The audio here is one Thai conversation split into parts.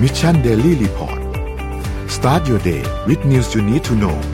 Mission Daily Report Start your day with news you need to know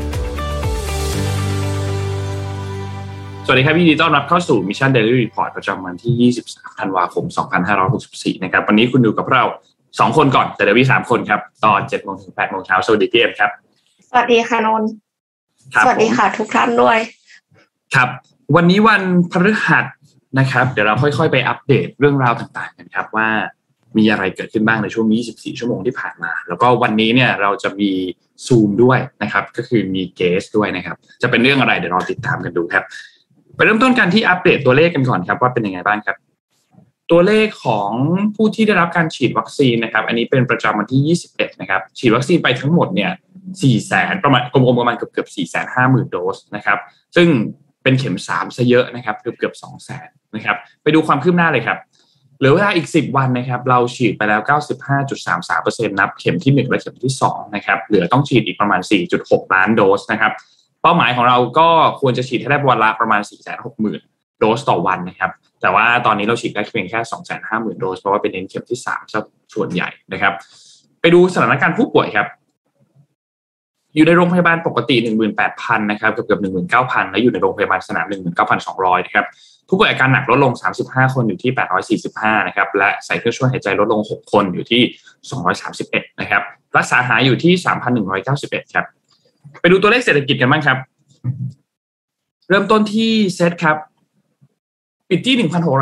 สวัสดีครับยินดีต้อนรับเข้าสู่ Mission Daily Report ประจำวันที่23ธันวาคม2564นะครับวันนี้คุณอยู่กับเรา2คนก่อนแต่เดี๋ยวมี3คนครับตอน 7:00 นถึง 8:00 นสวัสดีพี่เอ็มครับสวัสดีค่ะนนท์สวัสดีค่ะทุกท่านด้วยครับวันนี้วันพฤหัสนะครับเดี๋ยวเราค่อยๆไปอัปเดตเรื่องราวต่างๆกันครับว่ามีอะไรเกิดขึ้นบ้างในช่วง24ชั่วโมงที่ผ่านมาแล้วก็วันนี้เนี่ยเราจะมีซูมด้วยนะครับก็คือมีเกสด้วยนะครับจะเป็นเรื่องอะไรเดี๋ยวรอติดตามกันดูครับไปเริ่มต้นกันที่อัปเดตตัวเลขกันก่อนครับว่าเป็นยังไงบ้างครับตัวเลขของผู้ที่ได้รับการฉีดวัคซีนนะครับอันนี้เป็นประจำวันที่21นะครับฉีดวัคซีนไปทั้งหมดเนี่ย 400,000 ประมาณกลมๆประมาณเกือบ 450,000 โดสนะครับซึ่งเป็นเข็ม3ซะเยอะนะครับเกือบ 200,000 นะครับไปดูความคืบหน้าเลยครับเหลือเวลาอีก10วันนะครับเราฉีดไปแล้ว 95.33% นับเข็มที่1และเข็มที่2นะครับเหลือต้องฉีดอีกประมาณ 4.6 ล้านโดสนะครับเป้าหมายของเราก็ควรจะฉีดให้ได้วันละประมาณ 460,000 โดสต่อวันนะครับแต่ว่าตอนนี้เราฉีดได้เพียงแค่ 250,000 โดสเพราะว่าเป็นเน้นเข็มที่3ซะส่วนใหญ่นะครับไปดูสถานการณ์ผู้ป่วยครับอยู่ในโรงพยาบาลปกติ 18,000 นะครับเกือบ 19,000 แล้วอยู่ในโรงพยาบาลสนาม 19,200 นะครับผู้ป่วยอาการหนักลดลง35คนอยู่ที่845นะครับและใส่เครื่องช่วยหายใจลดลง6คนอยู่ที่231นะครับรักษาหายอยู่ที่ 3,191 ครับไปดูตัวเลขเศรษฐกิจกันบ้างครับเริ่มต้นที่เซตครับปิดที่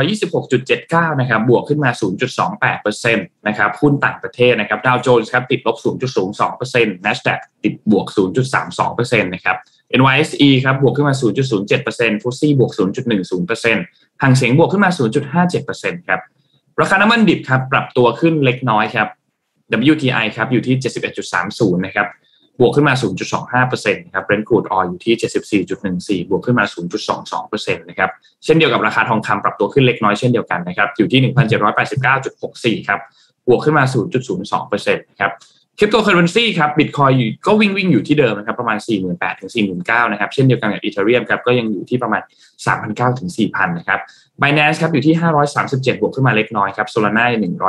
1,626.79 นะครับบวกขึ้นมา 0.28% นะครับหุ้นต่างประเทศนะครับดาวโจนส์ครับติดลบ 0.02% Nasdaq ติดบวก 0.32% นะครับ NYSE ครับบวกขึ้นมา 0.07% FTSE บวก 0.10% หั่งเส็งบวกขึ้นมา 0.57% ครับราคาน้ำมันดิบครับปรับตัวขึ้นเล็กน้อยครับ WTI ครับอยู่ที่ 71.30 นะครับบวกขึ้นมา 0.25% นะครับ Brent crude oil อยู่ที่ 74.14 บวกขึ้นมา 0.22% นะครับเช่นเดียวกับราคาทองคำปรับตัวขึ้นเล็กน้อยเช่นเดียวกันนะครับอยู่ที่ 1,789.64 ครับบวกขึ้นมา 0.02% นะครับคริปโตเคอเรนซีครับ Bitcoin ก็วิ่งอยู่ที่เดิมนะครับประมาณ 48,000 ถึง 49,000 นะครับเช่นเดียวกันกับ Ethereum ครับก็ยังอยู่ที่ประมาณ 3,900 ถึง 4,000 นะครับ Binance ครับอยู่ที่537บวกขึ้นมาเล็กน้อยครับ Solana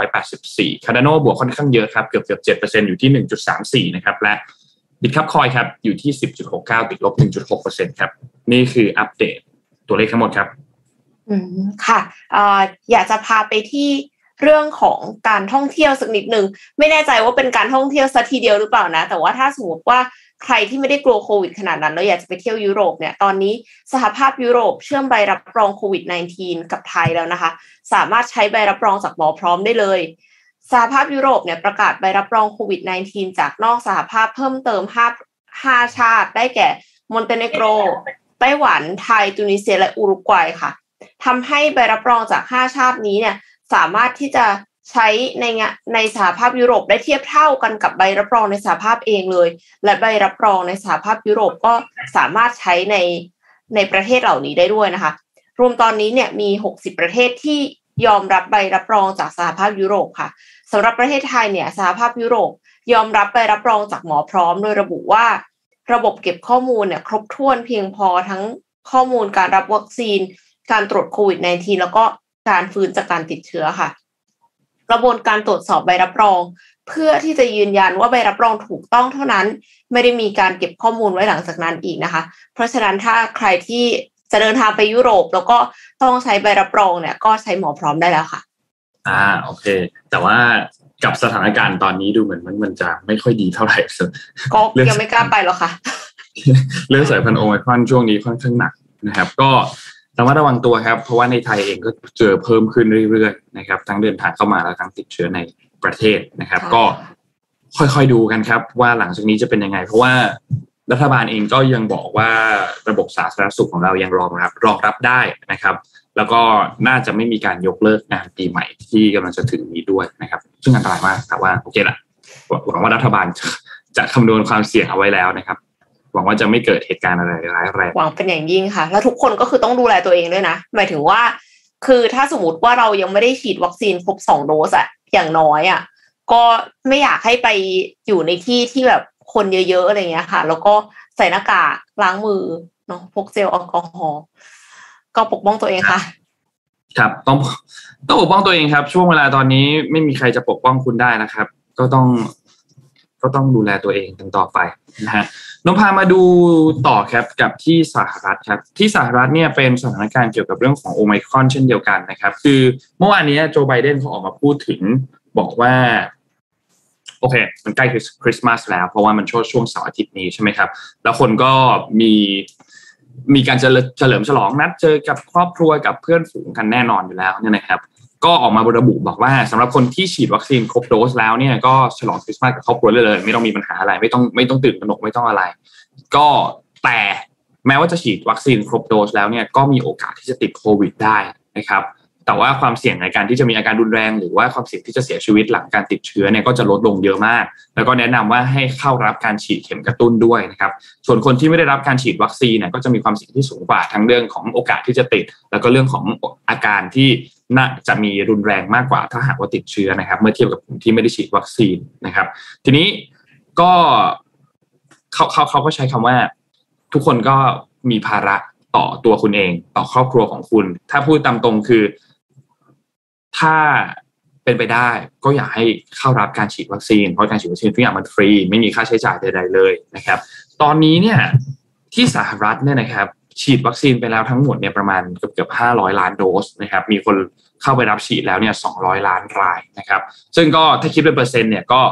184 Cardano บวกค่อนข้างเยอะครับเกือบ 7% อยู่ที่ 1.34 นะครับและBitcoin ครับอยู่ที่ 10.69 ติดลบ 1.6% ครับนี่คืออัปเดตตัวเลขทั้งหมดครับค่ะอยากจะพาไปที่เรื่องของการท่องเที่ยวสักนิดนึงไม่แน่ใจว่าเป็นการท่องเที่ยวซะทีเดียวหรือเปล่านะแต่ว่าถ้าสมมติว่าใครที่ไม่ได้กลัวโควิดขนาดนั้นแล้วอยากจะไปเที่ยวยุโรปเนี่ยตอนนี้สหภาพยุโรปเชื่อมใบรับรองโควิด -19 กับไทยแล้วนะคะสามารถใช้ใบรับรองจากหมอพร้อมได้เลยสหภาพยุโรปเนี่ยประกาศใบรับรองโควิด -19 จากนอกสหภาพเพิ่มเติม5ชาติได้แก่มอนเตเนโกรไต้หวันไทยตุนิเซียและอุรุกวัยค่ะทำให้ใบรับรองจาก5ชาตินี้เนี่ยสามารถที่จะใช้ในสหภาพยุโรปได้เทียบเท่ากันกับใบรับรองในสหภาพเองเลยและใบรับรองในสหภาพยุโรปก็สามารถใช้ในประเทศเหล่านี้ได้ด้วยนะคะรวมตอนนี้เนี่ยมี60ประเทศที่ยอมรับใบรับรองจากสหภาพยุโรปค่ะสำหรับประเทศไทยเนี่ยสหภาพยุโรปยอมรับใบรับรองจากหมอพร้อมโดยระบุว่าระบบเก็บข้อมูลเนี่ยครบถ้วนเพียงพอทั้งข้อมูลการรับวัคซีนการตรวจโควิด -19 แล้วก็การฟื้นจากการติดเชื้อค่ะกระบวนการตรวจสอบใบรับรองเพื่อที่จะยืนยันว่าใบรับรองถูกต้องเท่านั้นไม่ได้มีการเก็บข้อมูลไว้หลังจากนั้นอีกนะคะเพราะฉะนั้นถ้าใครที่จะเดินทางไปยุโรปแล้วก็ต้องใช้ใบรับรองเนี่ยก็ใช้หมอพร้อมได้แล้วค่ะโอเคแต่ว่ากับสถานการณ์ตอนนี้ดูเหมือนมันจะไม่ค่อยดีเท่าไหร่ก็ยังไม่กล้าไปหรอกค่ะเรื่องสายพันธุ์โอไมครอนช่วงนี้ค่อนข้างหนักนะครับก็ระมัดระวังตัวครับเพราะว่าในไทยเองก็เจอเพิ่มขึ้นเรื่อยๆนะครับทั้งเดินทางเข้ามาแล้วทั้งติดเชื้อในประเทศนะครับก็ค่อยๆดูกันครับว่าหลังจากนี้จะเป็นยังไงเพราะว่ารัฐบาลเองก็ยังบอกว่าระบบสาธารณสุขของเรายังรองรับได้นะครับแล้วก็น่าจะไม่มีการยกเลิกงานปีใหม่ที่กำลังจะถึงนี้ด้วยนะครับซึ่งอันตรายมากแต่ว่าโอเคละหวังว่ารัฐบาลจะคำนวณความเสี่ยงเอาไว้แล้วนะครับหวังว่าจะไม่เกิดเหตุการณ์อะไรร้ายแรงหวังเป็นอย่างยิ่งค่ะแล้วทุกคนก็คือต้องดูแลตัวเองด้วยนะหมายถึงว่าคือถ้าสมมติว่าเรายังไม่ได้ฉีดวัคซีนครบ2โดสอะอย่างน้อยอะก็ไม่อยากให้ไปอยู่ในที่ที่แบบคนเยอะๆอะไรเงี้ยค่ะแล้วก็ใส่หน้ากากล้างมือเนาะพกเจลแอลกอฮอล์ก็ปกป้องตัวเองค่ะครับต้องปกป้องตัวเองครับช่วงเวลาตอนนี้ไม่มีใครจะปกป้องคุณได้นะครับก็ต้องดูแลตัวเองกันต่อไปนะฮะนพามาดูต่อครับกับที่สหรัฐครับที่สหรัฐเนี่ยเป็นสถานการณ์เกี่ยวกับเรื่องของโอไมครอนเช่นเดียวกันนะครับคือเมื่อวานนี้โจไบเดนเขาออกมาพูดถึงบอกว่าโอเคมันใกล้คริสต์มาสแล้วเพราะว่ามันช่วงเสาร์อาทิตย์นี้ใช่ไหมครับแล้วคนก็มีการเฉลิมฉลองนัดเจอกับครอบครัวกับเพื่อนฝูงกันแน่นอนอยู่แล้วเนี่ยนะครับก็ออกมาระบุบอกว่าสำหรับคนที่ฉีดวัคซีนครบโดสแล้วเนี่ยก็ฉลองคริสต์มาสกับครอบครัวเลยไม่ต้องมีปัญหาอะไรไม่ต้องตื่นตระหนกไม่ต้องอะไรก็แต่แม้ว่าจะฉีดวัคซีนครบโดสแล้วเนี่ยก็มีโอกาสที่จะติดโควิดได้นะครับแต่ว่าความเสี่ยงในการที่จะมีอาการรุนแรงหรือว่าความเสี่ยงที่จะเสียชีวิตหลังการติดเชื้อเนี่ยก็จะลดลงเยอะมากแล้วก็แนะนำว่าให้เข้ารับการฉีดเข็มกระตุ้นด้วยนะครับส่วนคนที่ไม่ได้รับการฉีดวัคซีนเนี่ยก็จะมีความเสี่ยงที่สูงกว่าทั้งเรื่องของโอกาสที่จะติดแล้วก็เรื่องของอาการที่น่าจะมีรุนแรงมากกว่าถ้าหากว่าติดเชื้อนะครับเมื่อเทียบกับคนที่ไม่ได้ฉีดวัคซีนนะครับทีนี้ก็เขาก็ใช้คำว่าทุกคนก็มีภาระต่อตัวคุณเองต่อครอบครัวของคุณถ้าพูดตามตรงคือถ้าเป็นไปได้ก็อยากให้เข้ารับการฉีดวัคซีนเพราะการฉีดวัคซีนทุกอย่างมันฟรีไม่มีค่าใช้จ่ายใดๆเลยนะครับตอนนี้เนี่ยที่สหรัฐเนี่ยนะครับฉีดวัคซีนไปแล้วทั้งหมดเนี่ยประมาณเกือบ500 ล้านโดสนะครับมีคนเข้าไปรับฉีดแล้วเนี่ย200 ล้านรายนะครับซึ่งก็ถ้าคิดเป็นเปอร์เซ็นต์เนี่ยก็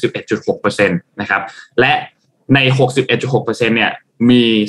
61.6% นะครับและใน 61.6% เนี่ยมี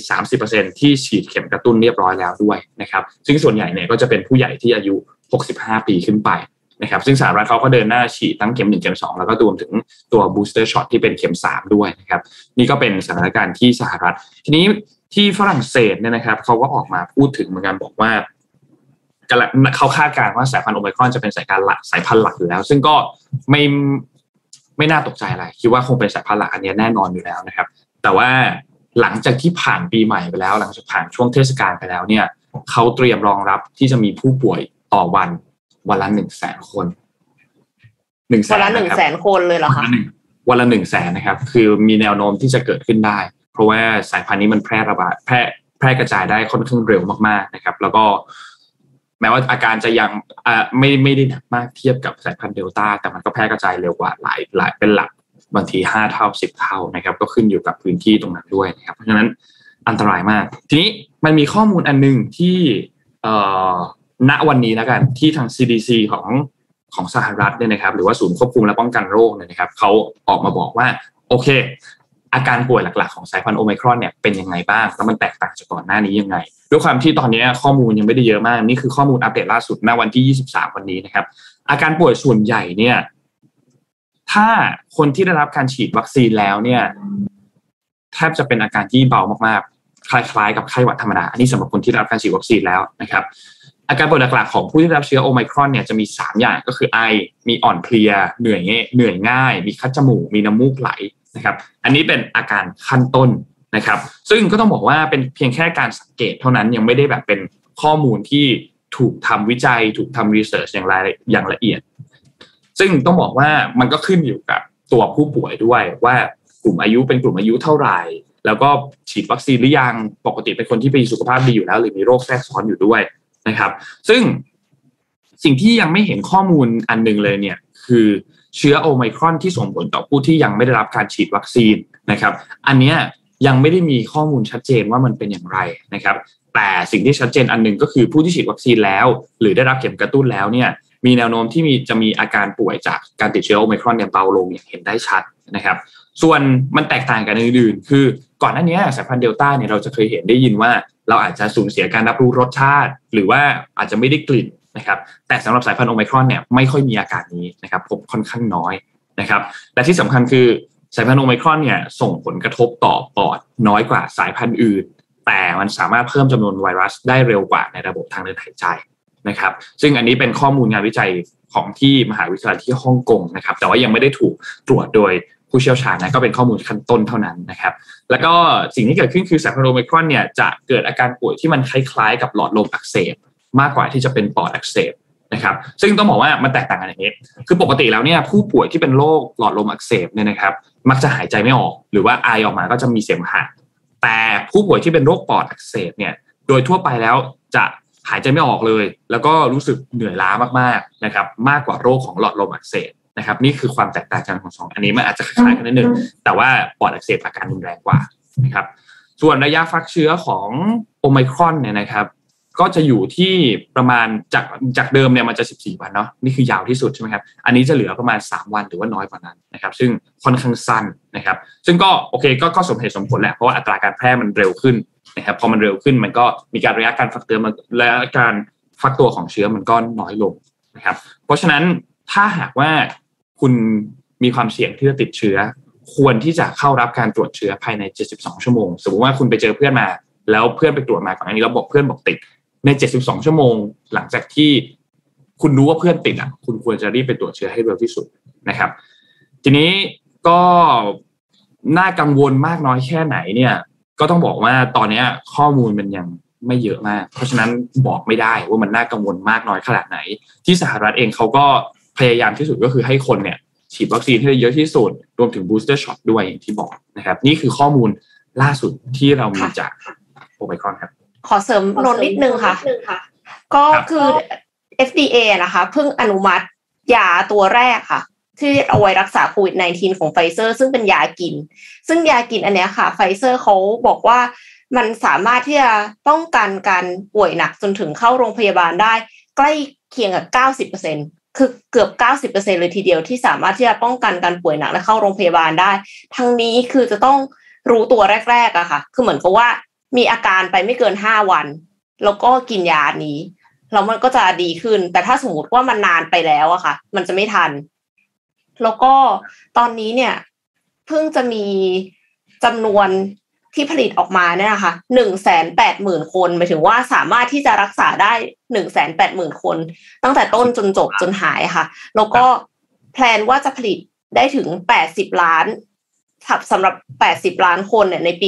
30% ที่ฉีดเข็มกระตุ้นเรียบร้อยแล้วด้วยนะครับซึ่งส่วนใหญ่เนี่ยก็จะเป็นผู้ใหญ่ที่อายุ65 ปีขึ้นไปนะครับซึ่งสหรัฐเขาก็เดินหน้าฉีดทั้งเข็ม1เข็ม2แล้วก็รวมถึงตัว booster shot ที่เป็นเข็ม3ด้วยนะครับนี่ก็เป็นสถานการณ์ที่สหรัฐทีนี้ที่ฝรั่งเศสเนี่ยนะครับเขาก็ออกมาพูดถึงเหมือนกันบอกว่าเขาคาดการณ์ว่าสายพันธุ์โอไมครอนจะเป็นสายพันธุ์หลักอยู่แล้วซึ่งก็ไม่น่าตกใจอะไรคิดว่าคงเป็นสายพันธุ์หลักอันนี้แน่นอนอยู่แล้วนะครับแต่ว่าหลังจากที่ผ่านปีใหม่ไปแล้วหลังจากผ่านช่วงเทศกาลไปแล้วเนี่ยเขาเตรียมรองรับที่จะมีผู้ป่วยต่อวันละ 100,000 คนวันละ 100,000 คนเลยเหรอคะวันละ 100,000 นะครับคือมีแนวโน้มที่จะเกิดขึ้นได้เพราะว่าสายพันธุ์นี้มันแพร่กระจายได้ค่อนข้างเร็วมากๆนะครับแล้วก็แม้ว่าอาการจะยังไม่ได้หนักมากเทียบกับสายพันธุ์เดลต้าแต่มันก็แพร่กระจายเร็วกว่าหลายเป็นหลักบางที5 เท่า 10 เท่านะครับก็ขึ้นอยู่กับพื้นที่ตรงนั้นด้วยนะครับเพราะฉะนั้นอันตรายมากทีนี้มันมีข้อมูลอันนึงที่ณวันนี้แล้วกันที่ทาง CDC ของสหรัฐเนี่ยนะครับหรือว่าศูนย์ควบคุมและป้องกันโรคเนี่ยนะครับเขาออกมาบอกว่าโอเคอาการป่วยหลักๆของสายพันธุ์โอไมครอนเนี่ยเป็นยังไงบ้างแล้วมันแตกต่างจากก่อนหน้านี้ยังไงด้วยความที่ตอนนี้ข้อมูลยังไม่ได้เยอะมากนี่คือข้อมูลอัปเดตล่าสุดณวันที่23วันนี้นะครับอาการป่วยส่วนใหญ่เนี่ยถ้าคนที่ได้รับการฉีดวัคซีนแล้วเนี่ยแทบจะเป็นอาการที่เบามากๆคล้ายๆกับไข้หวัดธรรมดาอันนี้สำหรับคนที่ได้รับการฉีดวัคซีนแล้วนะครับอาการป่วยหลักๆของผู้ที่ได้รับเชื้อโอไมครอนเนี่ยจะมี3อย่างก็คือไอมีอ่อนเพลียเหนื่อยง่ายมีคัดจมูกมีน้ำมูกไหลนะครับอันนี้เป็นอาการขั้นต้นนะครับซึ่งก็ต้องบอกว่าเป็นเพียงแค่การสังเกตเท่านั้นยังไม่ได้แบบเป็นข้อมูลที่ถูกทำวิจัยถูกทำรีเสิร์ชอย่างละเอียดซึ่งต้องบอกว่ามันก็ขึ้นอยู่กับตัวผู้ป่วยด้วยว่ากลุ่มอายุเป็นกลุ่มอายุเท่าไหร่แล้วก็ฉีดวัคซีนหรือยังปกติเป็นคนที่มีสุขภาพดีอยู่แล้วหรือมีโรคแทรกซ้อนอยู่ด้วยนะครับซึ่งสิ่งที่ยังไม่เห็นข้อมูลอันนึงเลยเนี่ยคือเชื้อโอไมครอนที่ส่งผลต่อผู้ที่ยังไม่ได้รับการฉีดวัคซีนนะครับอันนี้ยังไม่ได้มีข้อมูลชัดเจนว่ามันเป็นอย่างไรนะครับแต่สิ่งที่ชัดเจนอันนึงก็คือผู้ที่ฉีดวัคซีนแล้วหรือได้รับเข็มกระตุ้นแล้วเนี่ยมีแนวโน้มที่จะมีอาการป่วยจากการติดเชื้อโอไมครอนเนี่ยเบาลงอย่างเห็นได้ชัดนะครับส่วนมันแตกต่างกันอื่นๆคือก่อนหน้านี้สายพันธุ์เดลต้าเนี่ยเราจะเคยเห็นได้ยินว่าเราอาจจะสูญเสียการรับรู้รสชาติหรือว่าอาจจะไม่ได้กลิ่นนะครับแต่สำหรับสายพันธุ์โอไมครอนเนี่ยไม่ค่อยมีอาการนี้นะครับพบค่อนข้างน้อยนะครับและที่สำคัญคือสายพันธุ์โอไมครอนเนี่ยส่งผลกระทบต่อปอดน้อยกว่าสายพันธุ์อื่นแต่มันสามารถเพิ่มจำนวนไวรัสได้เร็วกว่าในระบบทางเดินหายใจนะครับซึ่งอันนี้เป็นข้อมูลงานวิจัยของที่มหาวิทยาลัยที่ฮ่องกงนะครับแต่ว่ายังไม่ได้ถูกตรวจโดยผู้เชี่ยวชาญนะก็เป็นข้อมูลขั้นต้นเท่านั้นนะครับแล้วก็สิ่งที่เกิดขึ้นคือสายพันธุ์โอไมครอนเนี่ยจะเกิดอาการป่วยที่มันคล้ายๆกับหลอดลมอักเสบมากกว่าที่จะเป็นปอดอักเสบนะครับซึ่งต้องบอกว่ามันแตกต่างกันอย่างนี้คือปกติแล้วเนี่ยผู้ป่วยที่เป็นโรคหลอดลมอักเสบเนี่ยนะครับมักจะหายใจไม่ออกหรือว่าไอออกมาก็จะมีเสมหะแต่ผู้ป่วยที่เป็นโรคปอดอักเสบเนี่ยโดยทั่วไปแล้วจะหายใจไม่ออกเลยแล้วก็รู้สึกเหนื่อยล้ามากๆนะครับมากกว่าโรคของหลอดลมอักเสบนะครับนี่คือความแตกต่างกันของ2อันนี้มันอาจจะคล้ายกันนิดนึงแต่ว่าปอดอักเสบอาการรุนแรงกว่านะครับส่วนระยะฟักเชื้อของโอไมครอนเนี่ยนะครับก็จะอยู่ที่ประมาณจากเดิมเนี่ยมันจะ14วันเนาะนี่คือยาวที่สุดใช่ไหมครับอันนี้จะเหลือประมาณ3วันหรือว่าน้อยกว่านั้นนะครับซึ่งค่อนข้างสั้นนะครับซึ่งก็โอเคก็สมเหตุสมผลแหละเพราะว่าอัตราการแพร่มันเร็วขึ้นนะครับพอมันเร็วขึ้นมันก็มีการระยะการฟักตัวและการฟักตัวของเชื้อมันก็น้อยลงนะครับเพราะฉะนั้นถ้าหากว่าคุณมีความเสี่ยงที่จะติดเชื้อควรที่จะเข้ารับการตรวจเชื้อภายใน72ชั่วโมงสมมุติว่าคุณไปเจอเพื่อนมาแล้วเพื่อนไปตรวจมาก่อนอันนี้แล้วบอกเพื่อนบอกติดใน72ชั่วโมงหลังจากที่คุณรู้ว่าเพื่อนติดคุณควรจะรีบไปตรวจเชื้อให้เร็วที่สุดนะครับทีนี้ก็น่ากังวลมากน้อยแค่ไหนเนี่ยก็ต้องบอกว่าตอนนี้ข้อมูลมันยังไม่เยอะมากเพราะฉะนั้นบอกไม่ได้ว่ามันน่ากังวลมากน้อยขนาดไหนที่สหรัฐเองเขาก็พยายามที่สุดก็คือให้คนเนี่ยฉีดวัคซีนให้ได้เยอะที่สุดรวมถึง booster shot ด้วยอย่างที่บอกนะครับนี่คือข้อมูลล่าสุดที่เรามีจากโอไมครอนครับขอเสริมนนนิดนึงค่ะก็คือ FDA นะคะเพิ่งอนุมัติยาตัวแรกค่ะที่เอาไว้รักษาโควิด -19 ของไฟเซอร์ซึ่งเป็นยากินซึ่งยากินอันเนี้ยค่ะไฟเซอร์เขาบอกว่ามันสามารถที่จะป้องกันการป่วยหนักจนถึงเข้าโรงพยาบาลได้ใกล้เคียงกับ 90% คือเกือบ 90% เลยทีเดียวที่สามารถที่จะป้องกันการป่วยหนักและเข้าโรงพยาบาลได้ทั้งนี้คือจะต้องรู้ตัวแรกๆอะค่ะคือเหมือนกับว่ามีอาการไปไม่เกิน5วันแล้วก็กินยานี้แล้วมันก็จะดีขึ้นแต่ถ้าสมมติว่ามันนานไปแล้วอะค่ะมันจะไม่ทันแล้วก็ตอนนี้เนี่ยเพิ่งจะมีจำนวนที่ผลิตออกมาเนี่ยนะคะ 180,000 คนหมายถึงว่าสามารถที่จะรักษาได้ 180,000 คนตั้งแต่ต้นจนจบจนหายค่ะแล้วก็แพลนว่าจะผลิตได้ถึง80ล้านสำหรับ80ล้านคนเนี่ยในปี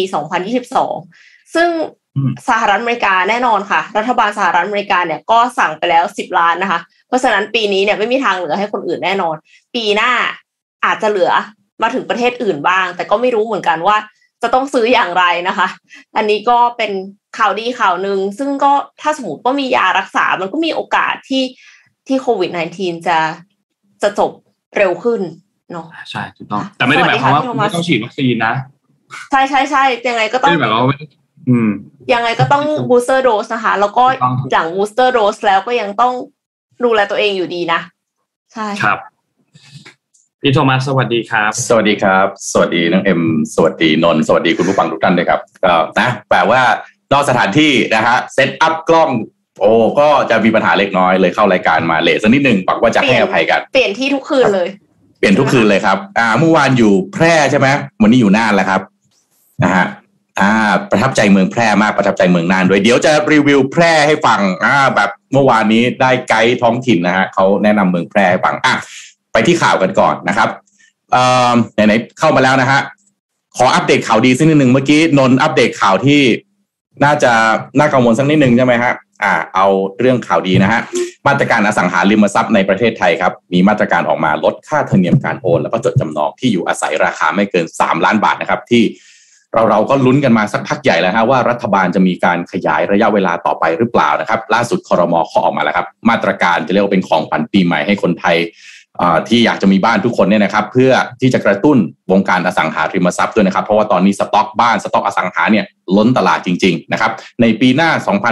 2022ซึ่งสหรัฐอเมริกาแน่นอนค่ะรัฐบาลสหรัฐอเมริกาเนี่ยก็สั่งไปแล้ว10ล้านนะคะเพราะฉะนั้นปีนี้เนี่ยไม่มีทางเหลือให้คนอื่นแน่นอนปีหน้าอาจจะเหลือมาถึงประเทศอื่นบ้างแต่ก็ไม่รู้เหมือนกันว่าจะต้องซื้ออย่างไรนะคะอันนี้ก็เป็นข่าวดีข่าวนึงซึ่งก็ถ้าสมมติว่ามียารักษามันก็มีโอกาสที่โควิด -19 จะจบเร็วขึ้นเนาะใช่ถูกต้องแต่ไม่ได้หมายความว่าไม่ต้องฉีดวัคซีนนะใช่ๆๆยังไงก็ต้องยังไงก็ต้อง booster dose นะคะแล้วก็หลัง booster dose แล้วก็ยังต้องดูแลตัวเองอยู่ดีนะใช่ครับพี่โทมัสสวัสดีครับสวัสดีครับสวัสดีน้องเอ็มสวัสดีนนท์สวัสดีคุณผู้ฟังทุกท่านด้วยครับก็นะแปลว่านอกสถานที่นะฮะเซตอัพกล้องก็จะมีปัญหาเล็กน้อยเลยเข้ารายการมาเลทสักนิดนึงหวังว่าจะให้อภัยกันเปลี่ยนที่ทุกคืนเลยเปลี่ยนทุกคืนเลยครับเมื่อวานอยู่แพร่ใช่ไหมวันนี้อยู่น่านแล้วครับนะฮะประทับใจเมืองแพร่มากประทับใจเมืองน่านด้วยเดี๋ยวจะรีวิวแพร่ให้ฟังแบบเมื่อวานนี้ได้ไกด์ท้องถิ่นนะฮะเขาแนะนำเมืองแพร่ให้ฟังไปที่ข่าวกันก่อนนะครับไหนๆเข้ามาแล้วนะฮะขออัปเดตข่าวดีสักนิดนึงเมื่อกี้นนอัปเดตข่าวที่น่ากังวลสักนิดนึงใช่ไหมฮะเอาเรื่องข่าวดีนะฮะมาตรการอสังหาริมทรัพย์ในประเทศไทยครับมีมาตรการออกมาลดค่าธรรมเนียมการโอนแล้วก็จดจำนองที่อยู่อาศัยราคาไม่เกิน3ล้านบาทนะครับที่เราก็ลุ้นกันมาสักพักใหญ่แล้วฮะว่ารัฐบาลจะมีการขยายระยะเวลาต่อไปหรือเปล่านะครับล่าสุดครม.เขาออกมาแล้วครับมาตรการจะเรียกว่าเป็นของขวัญปีใหม่ให้คนไทยที่อยากจะมีบ้านทุกคนเนี่ยนะครับเพื่อที่จะกระตุ้นวงการอสังหาริมทรัพย์ด้วยนะครับเพราะว่าตอนนี้สต็อกบ้านสต็อกอสังหาเนี่ยล้นตลาดจริงๆนะครับในปีหน้า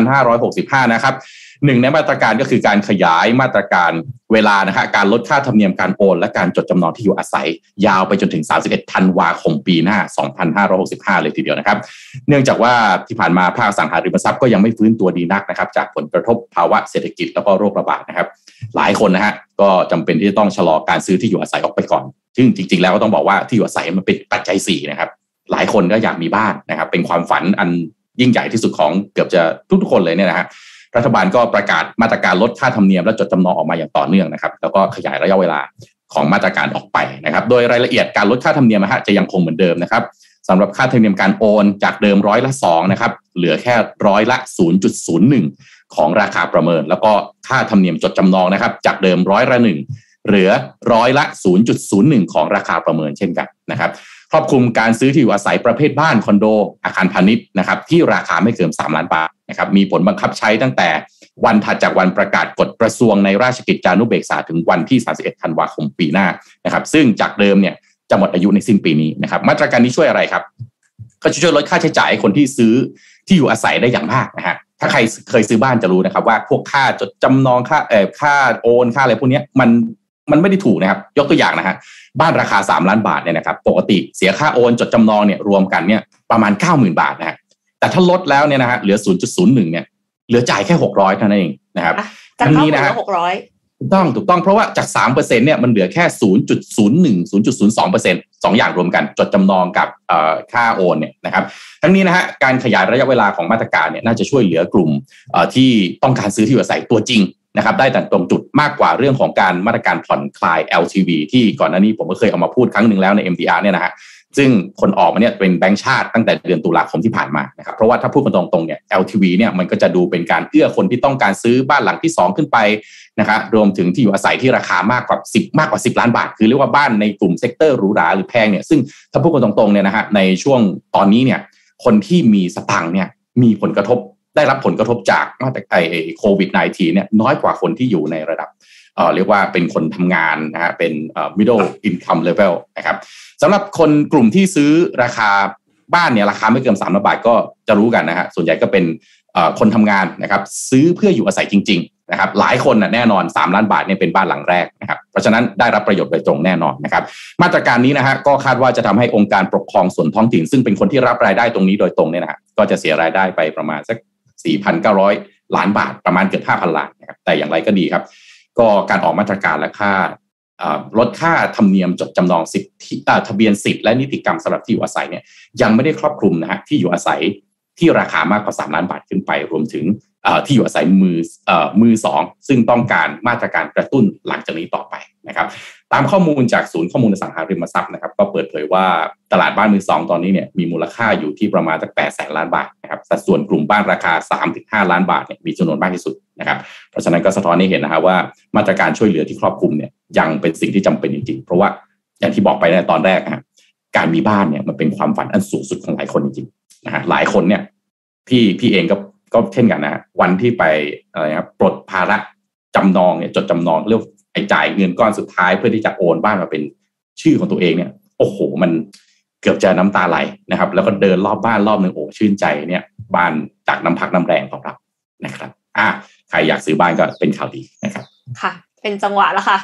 2565นะครับหนึ่งในมาตรการก็คือการขยายมาตรการเวลานะฮะการลดค่าธรรมเนียมการโอนและการจดจำนองที่อยู่อาศัยยาวไปจนถึง31ธันวาคมปีหน้า2565เลยทีเดียวนะครับเนื่องจากว่าที่ผ่านมาภาคอสังหาริมทรัพย์ก็ยังไม่ฟื้นตัวดีนักนะครับจากผลกระทบภาวะเศรษฐกิจแล้วก็โรคระบาดนะครับหลายคนนะฮะก็จำเป็นที่จะต้องชะลอการซื้อที่อยู่อาศัยออกไปก่อนซึ่งจริงๆแล้วก็ต้องบอกว่าที่อยู่อาศัยมันเป็นปัจจัย4นะครับหลายคนก็อยากมีบ้านนะครับเป็นความฝันอันยิ่งใหญ่ที่สุดของเกือบจะทุกๆคนเลยเนี่ยนะฮะรัฐบาลก็ประกาศมาตรการลดค่าธรรมเนียมและจดจำนองออกมาอย่างต่อเนื่องนะครับแล้วก็ขยายระยะเวลาของมาตรการออกไปนะครับโดยรายละเอียดการลดค่าธรรมเนียมจะยังคงเหมือนเดิมนะครับสำหรับค่าธรรมเนียมการโอนจากเดิม2%นะครับเหลือแค่0.01%ของราคาประเมินแล้วก็ค่าธรรมเนียมจดจำนองนะครับจากเดิม1%เหลือ0.01%ของราคาประเมินเช่นกันนะครับครอบคลุมการซื้อที่อยู่อาศัยประเภทบ้านคอนโดอาคารพาณิชย์นะครับที่ราคาไม่เกิน3ล้านบาทนะครับมีผลบังคับใช้ตั้งแต่วันถัดจากวันประกาศกฎกระทรวงในราชกิจจานุเบกษาถึงวันที่31ธันวาคมปีหน้านะครับซึ่งจากเดิมเนี่ยจะหมดอายุในสิ้นปีนี้นะครับมาตรการนี้ช่วยอะไรครับก็จะช่วยลดค่าใช้จ่ายให้คนที่ซื้อที่อยู่อาศัยได้อย่างมากนะฮะถ้าใครเคยซื้อบ้านจะรู้นะครับว่าพวกค่าจดจำนองค่าโอนค่าอะไรพวกนี้มันไม่ได้ถูกนะครับยกตัวอย่างนะฮะบ้านราคา3ล้านบาทเนี่ยนะครับปกติเสียค่าโอนจดจำนองเนี่ยรวมกันเนี่ยประมาณ 90,000 บาทนะฮะแต่ถ้าลดแล้วเนี่ยนะฮะเหลือ 0.01 เนี่ยเหลือจ่ายแค่600เท่านั้นเองนะครับจากนี้นะ600ถูกต้องเพราะว่าจาก 3% เนี่ยมันเหลือแค่ 0.01 0.02% 2อย่างรวมกันจดจำนองกับค่าโอนเนี่ยนะครับทั้งนี้นะฮะการขยายระยะเวลาของมาตรการเนี่ยน่าจะช่วยเหลือกลุ่มที่ต้องการซื้อที่อยู่อาศัยตัวจริงนะครับได้แต่ตรงจุดมากกว่าเรื่องของการมาตรการผ่อนคลาย LTV ที่ก่อนหน้านี้ผมก็เคยเอามาพูดครั้งหนึ่งแล้วใน MDR เนี่ยนะฮะซึ่งคนออกมาเนี่ยเป็นแบงก์ชาติตั้งแต่เดือนตุลาคมที่ผ่านมานะครับเพราะว่าถ้าพูดกันตรงๆเนี่ย LTV เนี่ยมันก็จะดูเป็นการเอื้อคนที่ต้องการซื้อบ้านหลังที่2ขึ้นไปนะครับรวมถึงที่อยู่อาศัยที่ราคามากกว่า10ล้านบาทคือเรียกว่าบ้านในกลุ่มเซกเตอร์หรูหราหรือแพงเนี่ยซึ่งถ้าพูดกันตรงๆเนี่ยนะฮะในช่วงตอนนี้เนี่ยคนที่มีสตางค์เนี่ยมีผลกระทบได้รับผลกระทบจากมาตรการโควิด -19 เนี่ยน้อยกว่าคนที่อยู่ในระดับเรียกว่าเป็นคนทำงานนะฮะเป็นmiddle income level นะครับสำหรับคนกลุ่มที่ซื้อราคาบ้านเนี่ยราคาไม่เกิน3,000 บาทก็จะรู้กันนะฮะส่วนใหญ่ก็เป็นคนทำงานนะครับซื้อเพื่ออยู่อาศัยจริงๆนะครับหลายคนแน่นอน3ล้านบาทเนี่ยเป็นบ้านหลังแรกนะครับเพราะฉะนั้นได้รับประโยชน์โดยตรงแน่นอนนะครับมาตรการนี้นะฮะก็คาดว่าจะทำให้องค์การปกครองส่วนท้องถิ่นซึ่งเป็นคนที่รับรายได้ตรงนี้โดยตรงเนี่ยนะฮะก็จะเสียรายได้ไปประมาณสัก 4,900 ล้านบาทประมาณเกือบ 5,000 ล้านนะครับแต่อย่างไรก็ดีครับก็การออกมาตรการและค่าลดค่าธรรมเนียมจดจำนองสิทธิทะเบียนสิทธิ์และนิติกรรมสำหรับที่อยู่อาศัยเนี่ยยังไม่ได้ครอบคลุมนะฮะที่อยู่อาศัยที่ราคามากกว่า3ล้านบาทขึ้นไปรวมถึงที่อยู่อาศัยมือ2ซึ่งต้องการมาตรการกระตุ้นหลังจากนี้ต่อไปนะครับตามข้อมูลจากศูนย์ข้อมูลอสังหาริมทรัพย์นะครับก็เปิดเผยว่าตลาดบ้านมือ2ตอนนี้เนี่ยมีมูลค่าอยู่ที่ประมาณสัก800,000 ล้านบาทนะครับสัดส่วนกลุ่มบ้านราคา 3-5 ล้านบาทเนี่ยมีจำนวนมากที่สุดนะครับเพราะฉะนั้นก็สะท้อนให้เห็นนะฮะว่ามาตรการช่วยเหลือที่ครอบคลุมเนี่ยยังเป็นสิ่งที่จำเป็นจริงๆเพราะว่าอย่างที่บอกไปในตอนแรกนะการมีบ้านเนี่ยมันเป็นความฝันอันสูงสุดของหลายคนจริงๆนะฮะหลายคนเนี่ยพี่เองก็เช่นกันนะวันที่ไปอะไรครับปลดภาระจำนองเนี่ยจดจำนองเรียกจ่ายเงินก้อนสุดท้ายเพื่อที่จะโอนบ้านมาเป็นชื่อของตัวเองเนี่ยโอ้โหมันเกือบจะน้ำตาไหลนะครับแล้วก็เดินรอบบ้านรอบนึงโอ้ชื่นใจเนี่ยบ้านจากน้ำพักน้ำแรงของเรานะครับใครอยากซื้อบ้านก็เป็นข่าวดีนะครับค่ะเป็นจังหวะแล้วค่ะ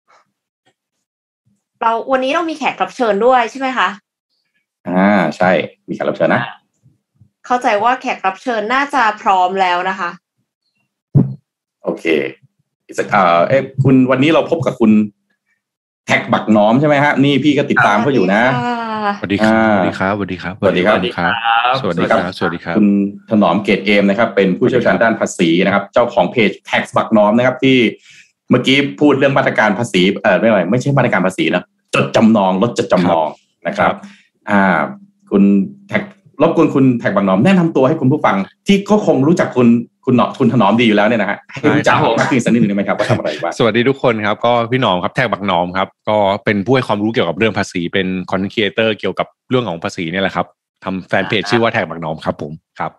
วันนี้เรามีแขกรับเชิญด้วยใช่ไหมคะใช่มีแขกรับเชิญนะเข้าใจว่าแขกรับเชิญน่าจะพร้อมแล้วนะคะโอเคคุณวันนี้เราพบกับคุณแท็กบักน้อมใช่ไหมฮะนี่พี่ก็ติดตามเขาอยู่นะสวัสดีครับสวัสดีครับสวัสดีครับสวัสดีครับสวัสดีครับสวัสดีครับคุณถนอมเกตเอมนะครับเป็นผู้เชี่ยวชาญด้านภาษีนะครับเจ้าของเพจแท็กบักน้อมนะครับที่เมื่อกี้พูดเรื่องมาตรการภาษีไม่ใช่มาตรการภาษีนะจดจำนองลดจดจำนองนะครับคุณแท็กรบกวนคุณแท็กบักน้อมแนะนำตัวให้คุณผู้ฟังที่ก็คงรู้จักคุณถนอมดีอยู่แล้วเนี่ยนะฮะให้รู้จักมากขึ้นสักนิดนึงได้ไหมครับว่าทำอะไรบ้างสวัสดีทุกคนครับก็พี่หนอมครับแท็กบักหนอมครับก็เป็นผู้ให้ความรู้เกี่ยวกับเรื่องภาษีเป็นคอนเทนต์ครีเอเตอร์เกี่ยวกับเรื่องของภาษีนี่แหละครับทำแฟนเพจชื่อว่าแท็กบักหนอมครับผมครับ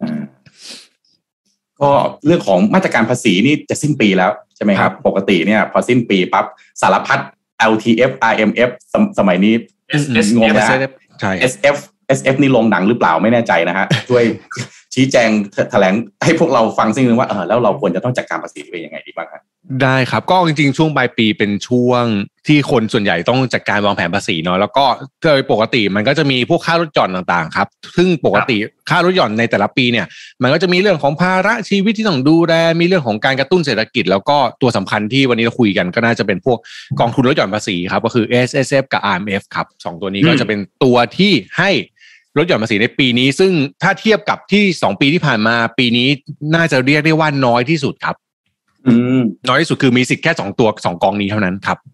ก็เรื่องของมาตรการภาษีนี่จะสิ้นปีแล้วใช่ไหมครับปกติเนี่ยพอสิ้นปีปั๊บสารพัด LTF IMF สมัยนี้งงนะใช่ SF นี่ลงหนังหรือเปล่าไม่แน่ใจนะฮะช่วยชี้แจงแถลงให้พวกเราฟังสักนิดนึงว่าแล้วเราควรจะต้องจัดการภาษีเป็นยังไงดีบ้างครับได้ครับก็จริงๆช่วงปลายปีเป็นช่วงที่คนส่วนใหญ่ต้องจัดการวางแผนภาษีเนาะแล้วก็โดยปกติมันก็จะมีพวกค่าลดหย่อนต่างๆครับซึ่งปกติค่าลดหย่อนในแต่ละปีเนี่ยมันก็จะมีเรื่องของภาระชีวิตที่ต้องดูแลมีเรื่องของการกระตุ้นเศรษฐกิจแล้วก็ตัวสำคัญที่วันนี้เราคุยกันก็น่าจะเป็นพวกกองทุนลดหย่อนภาษีครับก็คือ SSF กับ RMF ครับ2ตัวนี้ก็จะเป็นตัวที่ให้ลดหย่อนภาษีในปีนี้ซึ่งถ้าเทียบกับที่2ปีที่ผ่านมาปีนี้น่าจะเรียกได้ว่าน้อยที่สุดครับน้อยที่สุดคือมีสิทธิ์แค่2กองนี้เท่านั้นครับ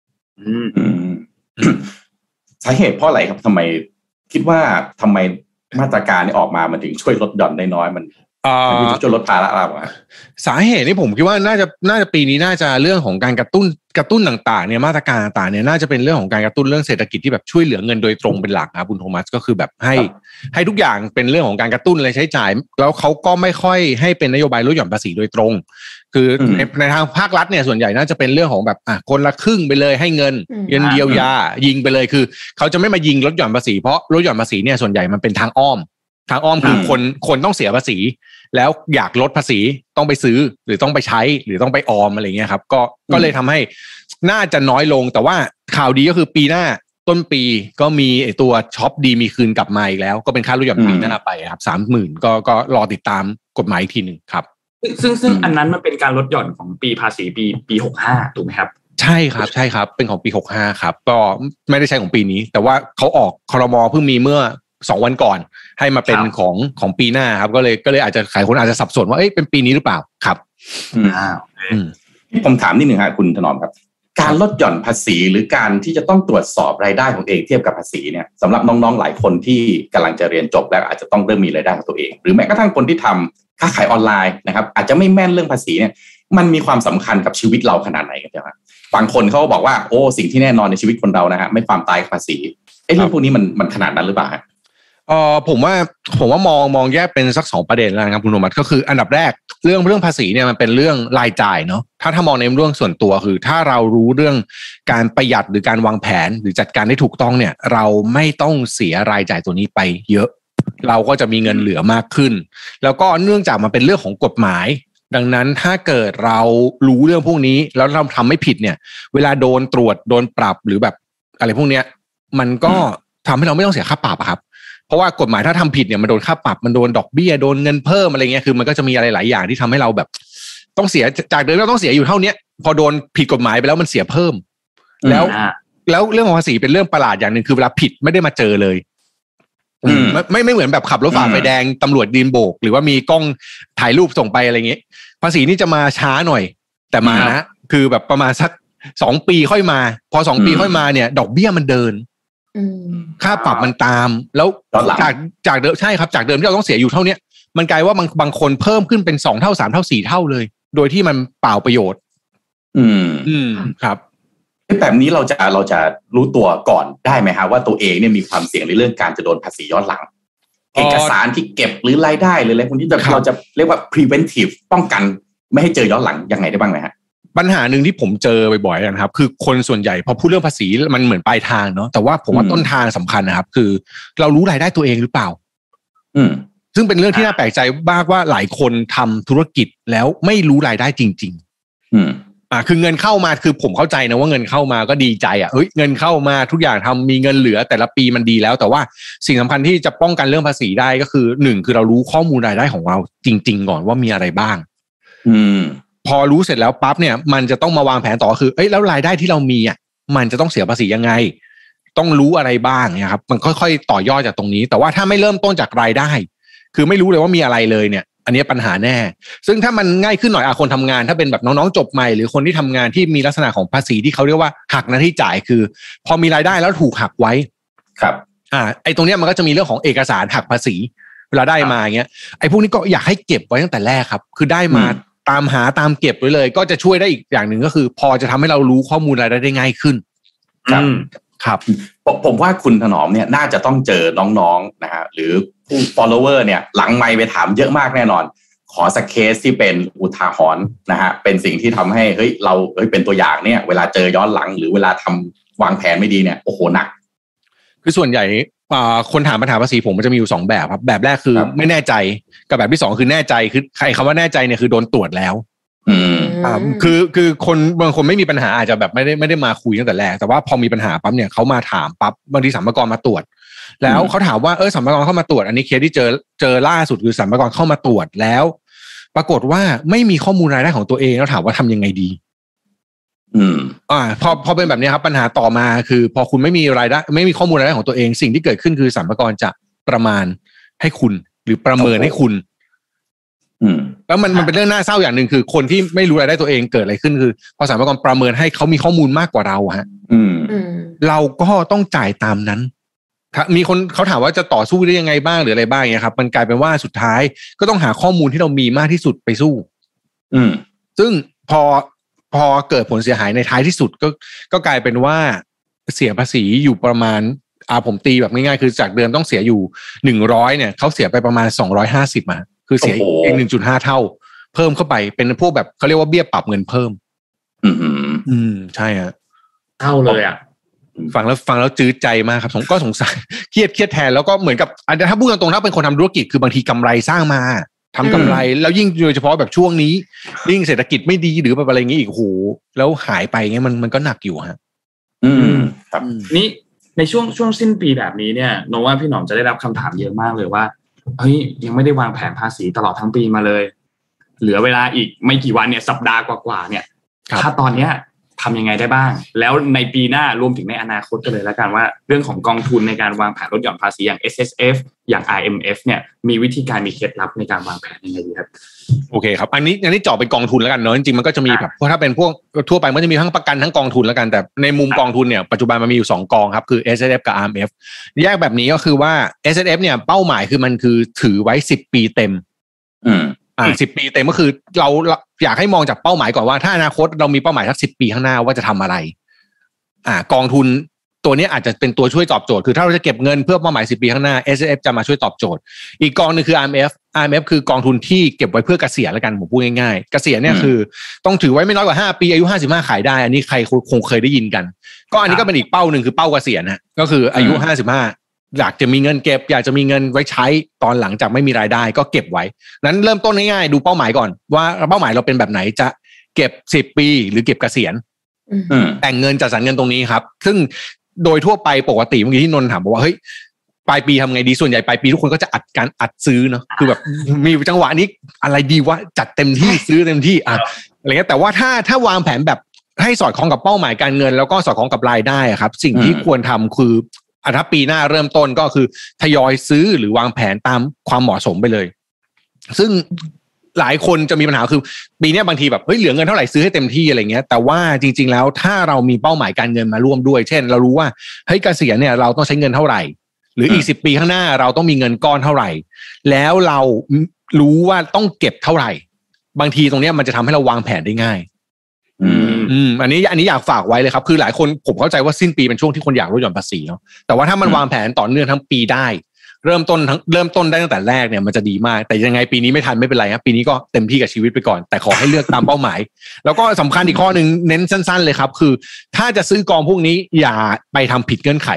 สาเหตุเพราะอะไรครับทำไมคิดว่าทำไมมาตรการนี้ออกมามันถึงช่วยลดหย่อนได้น้อยมันที่จะช่วยลดภาระเราสาเหตุที่ผมคิดว่าน่าจะปีนี้น่าจะเรื่องของการกระตุ้นต่างๆเนี่ยมาตรการต่างๆเนี่ยน่าจะเป็นเรื่องของการกระตุ้นเรื่องเศรษฐกิจที่แบบช่วยเหลือเงินโดยตรงเป็นหลักครับคุณโทมัสก็คือแบบให้ทุกอย่างเป็นเรื่องของการกระตุ้นอะไรใช้จ่ายแล้วเขาก็ไม่ค่อยให้เป็นนโยบายลดหย่อนภาษีโดยตรงคือในทางภาครัฐเนี่ยส่วนใหญ่น่าจะเป็นเรื่องของแบบคนละครึ่งไปเลยให้เงินเยียวยายิงไปเลยคือเขาจะไม่มายิงลดหย่อนภาษีเพราะลดหย่อนภาษีเนี่ยส่วนใหญ่มันเป็นทางอ้อมคือคนต้องเสียภาษีแล้วอยากลดภาษีต้องไปซื้อหรือต้องไปใช้หรือต้องไปออมอะไรเงี้ยครับก็เลยทำให้น่าจะน้อยลงแต่ว่าข่าวดีก็คือปีหน้าต้นปีก็มีไอ้ตัวช็อปดีมีคืนกลับมาอีกแล้วก็เป็นค่าลดหย่อนปีหน้าไปครับ 30,000 ก็รอติดตามกฎหมายอีกทีนึงครับซึ่งอันนั้นมันเป็นการลดหย่อนของปีภาษีปี65ถูกไหมครับใช่ครับเป็นของปี65ครับก็ไม่ได้ใช้ของปีนี้แต่ว่าเขาออกครม.เพิ่งมีเมื่อ2 วันก่อนให้มาเป็นของปีหน้าครับก็เลยอาจจะหลายคนอาจจะสับสนว่าเอ๊ะเป็นปีนี้หรือเปล่าครับผมถามนิดนึงครับคุณถนอมครับการลดหย่อนภาษีหรือการที่จะต้องตรวจสอบรายได้ของเองเทียบกับภาษีเนี่ยสำหรับน้องๆหลายคนที่กำลังจะเรียนจบแล้วอาจจะต้องเริ่มมีรายได้ของตัวเองหรือแม้กระทั่งคนที่ทำค้าขายออนไลน์นะครับอาจจะไม่แม่นเรื่องภาษีเนี่ยมันมีความสำคัญกับชีวิตเราขนาดไหนกันครับบางคนเขาบอกว่าโอ้สิ่งที่แน่นอนในชีวิตคนเรานะฮะไม่ความตายภาษีเรื่องพวกนี้มันขนาดนั้นหรือเปล่าผมว่ามองแยกเป็นสัก2ประเด็นแล้วนะครับคุณโทมัสก็คืออันดับแรกเรื่องภาษีเนี่ยมันเป็นเรื่องรายจ่ายเนาะถ้ามองในเรื่องส่วนตัวคือถ้าเรารู้เรื่องการประหยัดหรือการวางแผนหรือจัดการได้ถูกต้องเนี่ยเราไม่ต้องเสียรายจ่ายตัวนี้ไปเยอะเราก็จะมีเงินเหลือมากขึ้นแล้วก็เนื่องจากมันเป็นเรื่องของกฎหมายดังนั้นถ้าเกิดเรารู้เรื่องพวกนี้แล้วเราทำไม่ผิดเนี่ยเวลาโดนตรวจโดนปรับหรือแบบอะไรพวกเนี้ยมันก็ทำให้เราไม่ต้องเสียค่าปรับครับเพราะว่ากฎหมายถ้าทำผิดเนี่ยมันโดนค่าปรับมันโดนดอกเบี้ยโดนเงินเพิ่มอะไรเงี้ยคือมันก็จะมีอะไรหลายอย่างที่ทำให้เราแบบต้องเสียจากเดิมเราต้องเสียอยู่เท่านี้พอโดนผิดกฎหมายไปแล้วมันเสียเพิ่มแล้วเรื่องของภาษีเป็นเรื่องประหลาดอย่างหนึ่งคือเวลาผิดไม่ได้มาเจอเลยไม่เหมือนแบบขับรถฝ่าไฟแดงตำรวจยืนโบกหรือว่ามีกล้องถ่ายรูปส่งไปอะไรเงี้ยภาษีนี่จะมาช้าหน่อยแต่มานะคือแบบประมาณสัก2 ปีค่อยมาพอ2 ปีค่อยมาเนี่ยดอกเบี้ยมันเดินค่าปรับมันตามแล้วจากเดิมใช่ครับจากเดิมที่เราต้องเสียอยู่เท่านี้มันกลายว่าบางคนเพิ่มขึ้นเป็น2 เท่า3 เท่า4 เท่าเลยโดยที่มันเปล่าประโยชน์ครับแบบนี้เราจะรู้ตัวก่อนได้ไหมฮะว่าตัวเองเนี่ยมีความเสี่ยงในเรื่องการจะโดนภาษีย้อนหลังเอกสารที่เก็บหรือรายได้หรืออะไรพวกนี้เราจะเรียกว่า preventive ป้องกันไม่ให้เจอย้อนหลังยังไงได้บ้างไหมฮะปัญหาหนึ่งที่ผมเจอบ่อยๆนะครับคือคนส่วนใหญ่พอพูดเรื่องภาษีมันเหมือนปลายทางเนาะแต่ว่าผมว่าต้นทางสำคัญนะครับคือเรารู้รายได้ตัวเองหรือเปล่าซึ่งเป็นเรื่องที่น่าแปลกใจมากว่าหลายคนทำธุรกิจแล้วไม่รู้รายได้จริงๆคือเงินเข้ามาคือผมเข้าใจนะว่าเงินเข้ามาก็ดีใจเงินเข้ามาทุกอย่างทำมีเงินเหลือแต่ละปีมันดีแล้วแต่ว่าสิ่งสำคัญที่จะป้องกันเรื่องภาษีได้ก็คือ1คือเรารู้ข้อมูลรายได้ของเราจริงๆก่อนว่ามีอะไรบ้างพอรู้เสร็จแล้วปั๊บเนี่ยมันจะต้องมาวางแผนต่อคือแล้วรายได้ที่เรามีมันจะต้องเสียภาษียังไงต้องรู้อะไรบ้างเนี่ยครับมันค่อยๆต่อยอดจากตรงนี้แต่ว่าถ้าไม่เริ่มต้นจากรายได้คือไม่รู้เลยว่ามีอะไรเลยเนี่ยอันนี้ปัญหาแน่ซึ่งถ้ามันง่ายขึ้นหน่อยคนทำงานถ้าเป็นแบบน้องๆจบใหม่หรือคนที่ทำงานที่มีลักษณะของภาษีที่เขาเรียกว่าหักหน้าที่จ่ายคือพอมีรายได้แล้วถูกหักไว้ครับไอ้ตรงนี้มันก็จะมีเรื่องของเอกสารหักภาษีเวลาได้มาอย่างเงี้ยไอ้พวกนี้ก็อยากให้เก็บไว้ตั้งแต่แรกครับคือได้มาตามหาตามเก็บไว้เลยก็จะช่วยได้อีกอย่างหนึ่งก็คือพอจะทำให้เรารู้ข้อมูลรายได้ง่ายขึ้นครับผมว่าคุณถนอมเนี่ยน่าจะต้องเจอน้องๆนะฮะหรือผู้ follower เนี่ยหลังไมค์ไปถามเยอะมากแน่นอนขอสักเคสที่เป็นอุทาหรณ์นะฮะเป็นสิ่งที่ทำให้เราเป็นตัวอย่างเนี่ยเวลาเจอย้อนหลังหรือเวลาทำวางแผนไม่ดีเนี่ยโอ้โหหนักคือส่วนใหญ่คนถามปัญหาภาษีผมมันจะมีอยู่2แบบครับแบบแรกคือไม่แน่ใจกับแบบที่2คือแน่ใจคือใครคำว่าแน่ใจเนี่ยคือโดนตรวจแล้วคือคนบางคนไม่มีปัญหาอาจจะแบบไม่ได้มาคุยตั้งแต่แรกแต่ว่าพอมีปัญหาปั๊บเนี่ยเขามาถามปั๊บบางทีสรรพากรมาตรวจแล้วเขาถามว่าสรรพากรเข้ามาตรวจอันนี้เคสที่เจอล่าสุดคือสรรพากรเข้ามาตรวจแล้วปรากฏว่าไม่มีข้อมูลรายได้ของตัวเองแล้วถามว่าทำยังไงดีพอเป็นแบบนี้ครับปัญหาต่อมาคือพอคุณไม่มีรายได้ไม่มีข้อมูลรายได้ของตัวเองสิ่งที่เกิดขึ้นคือสรรพากรจะประมาณให้คุณหรือประเมินให้คุณแล้วมันเป็นเรื่องน่าเศร้าอย่างหนึ่งคือคนที่ไม่รู้รายได้ตัวเองเกิดอะไรขึ้นคือพอสรรพากรประเมินให้เขามีข้อมูลมากกว่าเราฮะเราก็ต้องจ่ายตามนั้นมีคนเขาถามว่าจะต่อสู้ได้ยังไงบ้างหรืออะไรบ้างเนี่ยครับมันกลายเป็นว่าสุดท้ายก็ต้องหาข้อมูลที่เรามีมากที่สุดไปสู้ซึ่งพอเกิดผลเสียหายในท้ายที่สุดก็กลายเป็นว่าเสียภาษีอยู่ประมาณผมตีแบบง่ายๆคือจากเดิมต้องเสียอยู่100เนี่ยเขาเสียไปประมาณ250มาคือเสียอีก 1.5 เท่าเพิ่มเข้าไปเป็นพวกแบบเขาเรียกว่าเบี้ยปรับเงินเพิ่มใช่ฮะเท่าเลยอ่ะฟังแล้วจืดใจมากครับก็สงสารเครียดแทนแล้วก็เหมือนกับถ้าพูดตรงๆถ้าเป็นคนทำธุรกิจคือบางทีกำไรสร้างมาทำกำไรแล้วยิ่งโดยเฉพาะแบบช่วงนี้ยิ่งเศรษฐกิจไม่ดีหรือแบบอะไรอย่างงี้อีกโหแล้วหายไปเงี้ยมันก็หนักอยู่ฮะครับนี่ในช่วงสิ้นปีแบบนี้เนี่ยน้องว่าพี่หนอมจะได้รับคำถามเยอะมากเลยว่าเฮ้ยยังไม่ได้วางแผนภาษีตลอดทั้งปีมาเลยเหลือเวลาอีกไม่กี่วันเนี่ยสัปดาห์กว่าๆเนี่ยถ้าตอนเนี้ยทำยังไงได้บ้างแล้วในปีหน้ารวมถึงในอนาคตกันเลยแล้วกันว่าเรื่องของกองทุนในการวางแผนลดหย่อนภาษีอย่าง SSF อย่าง IMF เนี่ยมีวิธีการมีเคล็ดลับในการวางแผนยังไงดีครับโอเคครับอันนี้เจาะเป็นกองทุนแล้วกันเนาะจริงๆมันก็จะมีแบบเพราะถ้าเป็นพวกทั่วไปมันจะมีทั้งประกันทั้งกองทุนแล้วกันแต่ในมุมกองทุนเนี่ยปัจจุบันมันมีอยู่2กองครับคือ SSF กับ IMF แยกแบบนี้ก็คือว่า SSF เนี่ยเป้าหมายคือมันคือถือไว้10ปีเต็ม10 ปีเต็มก็คือเราอยากให้มองจากเป้าหมายก่อนว่าถ้าอนาคตเรามีเป้าหมายสัก10 ปีข้างหน้าว่าจะทำอะไรกองทุนตัวนี้อาจจะเป็นตัวช่วยตอบโจทย์คือถ้าเราจะเก็บเงินเพื่อเป้าหมาย10 ปีข้างหน้า SSF จะมาช่วยตอบโจทย์อีกกองนึงคือ IMF คือกองทุนที่เก็บไว้เพื่อเกษียณแล้วกันผมพูดง่ายๆเกษียณเนี่ยคือต้องถือไว้ไม่น้อยกว่า5 ปีอายุ55ขายได้อันนี้ใครคงเคยได้ยินกันก็อันนี้ก็เป็นอีกเป้านึงคือเป้าเกษียณนะก็คืออายุ55อยากจะมีเงินเก็บอยากจะมีเงินไว้ใช้ตอนหลังจากไม่มีรายได้ก็เก็บไว้นั้นเริ่มต้นง่ายๆดูเป้าหมายก่อนว่าเป้าหมายเราเป็นแบบไหนจะเก็บ10 ปีหรือเก็บเกษียณแต่งเงินจัดสรรเงินตรงนี้ครับซึ่งโดยทั่วไปปกติเมื่อกี้ที่นนท์ถามบอกว่าเฮ้ยปลายปีทำไงดีส่วนใหญ่ปลายปีทุกคนก็จะอัดซื้อเนาะคือแบบมีจังหวะนี้อะไรดีวะจัดเต็มที่ซื้อเต็มที่อะไรเงี้ยแต่ว่าถ้าวางแผนแบบให้สอดคล้องกับเป้าหมายการเงินแล้วก็สอดคล้องกับรายได้ครับสิ่งที่ควรทำคือถ้าปีหน้าเริ่มต้นก็คือทยอยซื้อหรือวางแผนตามความเหมาะสมไปเลยซึ่งหลายคนจะมีปัญหาคือปีนี้บางทีแบบเฮ้ยเหลือเงินเท่าไหร่ซื้อให้เต็มที่อะไรเงี้ยแต่ว่าจริงๆแล้วถ้าเรามีเป้าหมายการเงินมาร่วมด้วยเช่นเรารู้ว่าเฮ้ยเกษียณเนี่ยเราต้องใช้เงินเท่าไหร่หรืออีก10 ปีข้างหน้าเราต้องมีเงินก้อนเท่าไหร่แล้วเรารู้ว่าต้องเก็บเท่าไหร่บางทีตรงนี้มันจะทำให้เราวางแผนได้ง่ายอันนี้อยากฝากไว้เลยครับคือหลายคนผมเข้าใจว่าสิ้นปีเป็นช่วงที่คนอยากลดหย่อนภาษีเนาะแต่ว่าถ้ามันวางแผนต่อเนื่องทั้งปีได้เริ่มต้นได้ตั้งแต่แรกเนี่ยมันจะดีมากแต่ยังไงปีนี้ไม่ทันไม่เป็นไรครับปีนี้ก็เต็มที่กับชีวิตไปก่อนแต่ขอให้เลือกตามเป้าหมายแล้วก็สำคัญอีกข้อนึงเน้นสั้นๆเลยครับคือถ้าจะซื้อกองพวกนี้อย่าไปทำผิดเงื่อนไข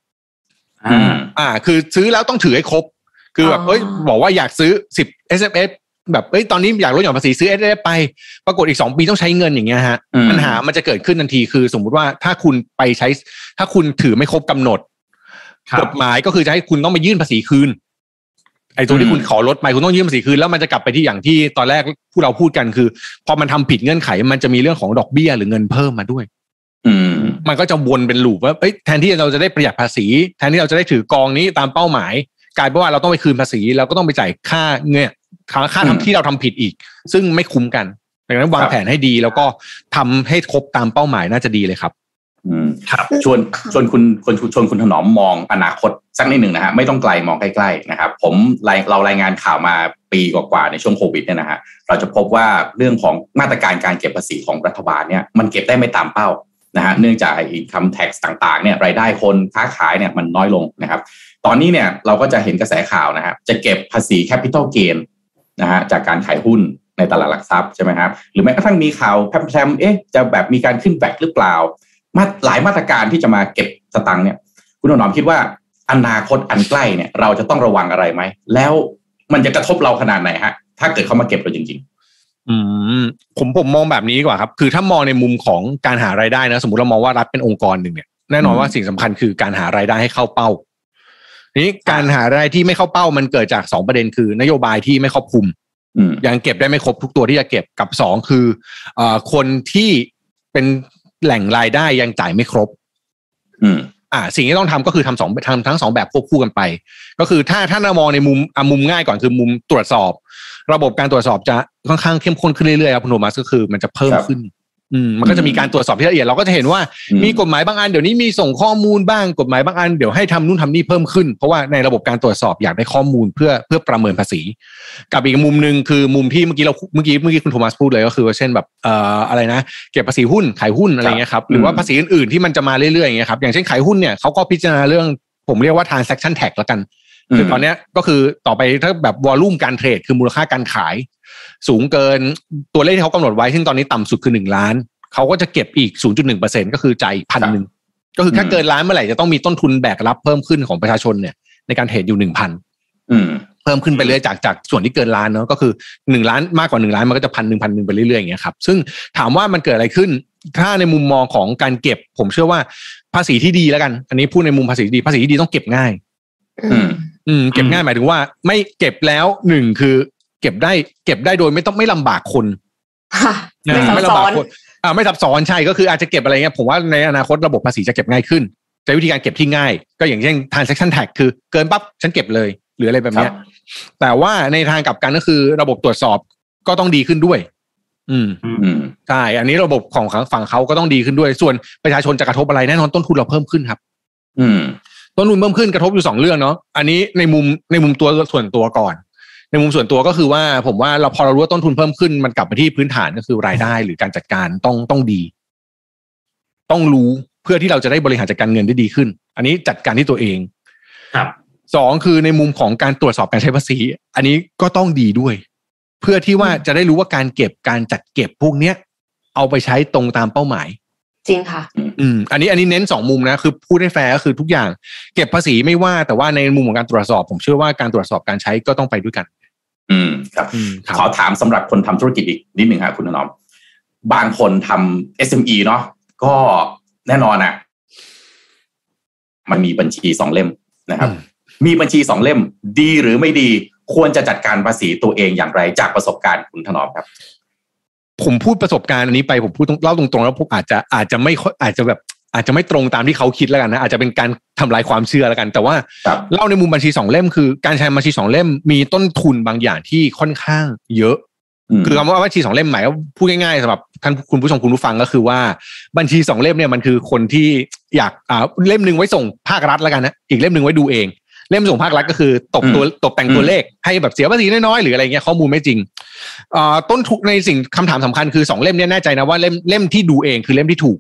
คือซื้อแล้วต้องถือให้ครบคือแบบบอกว่าอยากซื้อ10 SFS แบบตอนนี้อยากลดหย่อนภาษีซื้อ SFS ไปปรากฏอีก2 ปีต้องใช้เงินอย่างเงี้ยฮะปัญหามันจะเกิดขึ้นทันทีคือสมมุติว่าถ้าคุณถือไม่ครบกำหนดกฎหมายก็คือจะให้คุณต้องไปยื่นภาษีคืนไอ้ตัวที่คุณขอลดไปคุณต้องยื่นภาษีคืนแล้วมันจะกลับไปที่อย่างที่ตอนแรกผู้เราพูดกันคือพอมันทำผิดเงื่อนไขมันจะมีเรื่องของดอกเบี้ยหรือเงินเพิ่มมาด้วยมันก็จะวนเป็นลูปว่าแทนที่เราจะได้ประหยัดภาษีแทนที่เราจะได้ถือกองนี้ตามเป้าหมายกลายเป็นว่าเราต้องไปคืนภาษีเราก็ต้องไปจ่ายค่าทำที่เราทำผิดอีกซึ่งไม่คุ้มกันดังนั้นวางแผนให้ดีแล้วก็ทำให้ครบตามเป้าหมายน่าจะดีเลยครับครับชวนคุณถนอมมองอนาคตสักนิดหนึ่งนะฮะไม่ต้องไกลมองใกล้ๆนะครับเรารายงานข่าวมาปีกว่าๆในช่วงโควิดเนี่ยนะฮะเราจะพบว่าเรื่องของมาตรการการเก็บภาษีของรัฐบาลเนี่ยมันเก็บได้ไม่ตามเป้านะฮะเนื่องจากincome tax ต่างๆเนี่ยรายได้คนค้าขายเนี่ยมันน้อยลงนะครับตอนนี้เนี่ยเราก็จะเห็นกระแสข่าวนะฮะจะเก็บภาษี capital gain นะฮะจากการขายหุ้นในตลาดหลักทรัพย์ใช่ไหมครับหรือแม้กระทั่งมีข่าวแพร่ๆจะแบบมีการขึ้นแวตหรือเปล่าหลายมาตรการที่จะมาเก็บสตังค์เนี่ยคุณถนอมคิดว่าอนาคตอันใกล้เนี่ยเราจะต้องระวังอะไรไหมแล้วมันจะกระทบเราขนาดไหนฮะถ้าเกิดเขามาเก็บเราจริงๆผมมองแบบนี้ดีกว่าครับคือถ้ามองในมุมของการหารายได้นะสมมติเรามองว่ารัฐเป็นองค์กรหนึ่งเนี่ยแน่นอนว่าสิ่งสำคัญคือการหารายได้ให้เข้าเป้าทีนี้การหารายได้ที่ไม่เข้าเป้ามันเกิดจาก2ประเด็นคือนโยบายที่ไม่ครอบคลุมยังเก็บได้ไม่ครบทุกตัวที่จะเก็บกับ2คือคนที่เป็นแหล่งรายได้ยังจ่ายไม่ครบสิ่งที่ต้องทำก็คือทำทั้ง2แบบควบคู่กันไปก็คือถ้าเรามองในมุมง่ายก่อนคือมุมตรวจสอบระบบการตรวจสอบจะค่อนข้างเข้มข้นขึ้นเรื่อยๆครับคุณโทมัสก็คือมันจะเพิ่มขึ้นมันก็จะมีการตรวจสอบที่ละเอียดเราก็จะเห็นว่ามีกฎหมายบางอันเดี๋ยวนี้มีส่งข้อมูลบ้างกฎหมายบางอันเดี๋ยวให้ทำนู่นทำนี่เพิ่มขึ้นเพราะว่าในระบบการตรวจสอบอยากได้ข้อมูลเพื่อประเมินภาษีกับอีกมุมนึงคือมุมที่เมื่อกี้คุณโทมัสพูดเลยก็คือว่าเช่นแบบอะไรนะเก็บภาษีหุ้นขายหุ้นอะไรเงี้ยครับหรือว่าภาษีอื่นๆที่มันจะมาเรื่อยๆอย่างเงี้ยครับอย่างเช่นขายหุ้นเนี่ยเขาก็พิจารณาเรื่องผมเรียกว่า transaction tax ละกันคือตอนนี้ก็คือต่อไปถ้าแบบวอลลุ่มการเทรดคือมูลค่าการขายสูงเกินตัวเลขที่เขากำหนดไว้ซึ่งตอนนี้ต่ำสุดคือ1 ล้านเขาก็จะเก็บอีก 0.1% ก็คือจ่ายอีก 1,000 ก็คือถ้าเกินล้านเมื่อไหร่จะต้องมีต้นทุนแบกรับเพิ่มขึ้นของประชาชนเนี่ยในการเทรดอยู่ 1,000 เพิ่มขึ้นไปเรื่อยจากส่วนที่เกินล้านเนาะก็คือ1 ล้านมากกว่า1 ล้านมันก็จะ1,000 ไปเรื่อยๆอย่างเงี้ยครับซึ่งถามว่ามันเกิดอะไรขึ้นถ้าในมุมมองของการเก็บผมเชื่อว่าภาษีที่ดีแล้วกันอันนี้พูดในมุมภาษีที่ดีต้องเก็บง่ายเก็บง่ายหมายถึงว่าไม่เก็บแล้ว1คือเก็บได้โดยไม่ลำบากคนไม่ลำบากคนไม่ซับซ้อนใช่ก็คืออาจจะเก็บอะไรเงี้ยผมว่าในอนาคตระบบภาษีจะเก็บง่ายขึ้นใช้วิธีการเก็บที่ง่ายก็อย่างเช่น transaction tax คือเกินปั๊บฉันเก็บเลยหรืออะไรแบบนี้แต่ว่าในทางกลับกันก็คือระบบตรวจสอบก็ต้องดีขึ้นด้วยใช่อันนี้ระบบของฝั่งเขาก็ต้องดีขึ้นด้วยส่วนประชาชนจะกระทบอะไรแน่นอนต้นทุนเราเพิ่มขึ้นครับต้นทุนเพิ่มขึ้นกระทบอยู่2 เรื่องเนาะอันนี้ในมุมตัวส่วนตัวก่อนในมุมส่วนตัวก็คือว่าผมว่าพอเรารู้ว่าต้นทุนเพิ่มขึ้นมันกลับมาที่พื้นฐานก็คือรายได้หรือการจัดการต้องดีต้องรู้เพื่อที่เราจะได้บริหารจัดการเงินได้ดีขึ้นอันนี้จัดการที่ตัวเองครับ 2คือในมุมของการตรวจสอบการใช้ภาษีอันนี้ก็ต้องดีด้วยเพื่อที่ว่าจะได้รู้ว่าการเก็บการจัดเก็บพวกเนี้ยเอาไปใช้ตรงตามเป้าหมายจริงค่ะอันนี้เน้น2 มุมนะคือพูดให้แฟร์ก็คือทุกอย่างเก็บภาษีไม่ว่าแต่ว่าในมุมของการตรวจสอบผมเชื่อว่าการตรวจสอบการใช้ก็ต้องไปด้วยกันครับขอถามสำหรับคนทำธุรกิจอีกนิดหนึ่งครับคุณถนอมบางคนทำ SME เนาะก็แน่นอนอ่ะมันมีบัญชี2 เล่มนะครับมีบัญชี2 เล่มดีหรือไม่ดีควรจะจัดการภาษีตัวเองอย่างไรจากประสบการณ์คุณถนอมครับผมพูดประสบการณ์อันนี้ไปผมพูดเล่าตรงๆแล้วผมอาจจะไม่ตรงตามที่เขาคิดแล้วกันนะอาจจะเป็นการทำลายความเชื่อแล้วกันแต่ว่าเล่าในมุมบัญชี2 เล่มคือการใช้บัญชี2 เล่มมีต้นทุนบางอย่างที่ค่อนข้างเยอะคือคำว่าบัญชี2 เล่มหมายว่าพูดง่ายๆสำหรับท่านคุณผู้ชมคุณผู้ฟังก็คือว่าบัญชี2 เล่มเนี่ยมันคือคนที่อยากเล่มนึงไว้ส่งภาครัฐแล้วกันนะอีกเล่มนึงไว้ดูเองเล่มส่งภาครัฐก็คือตกแต่งตัวเลขให้แบบเสียภาษีน้อยๆหรืออะไรเงี้ยข้อมูลไม่จริงต้นทุนในสิ่งคำถามสำคัญคือ2 เล่มเนี่ยแน่ใจนะว่าเล่มที่ดูเองคือเล่มที่ถูก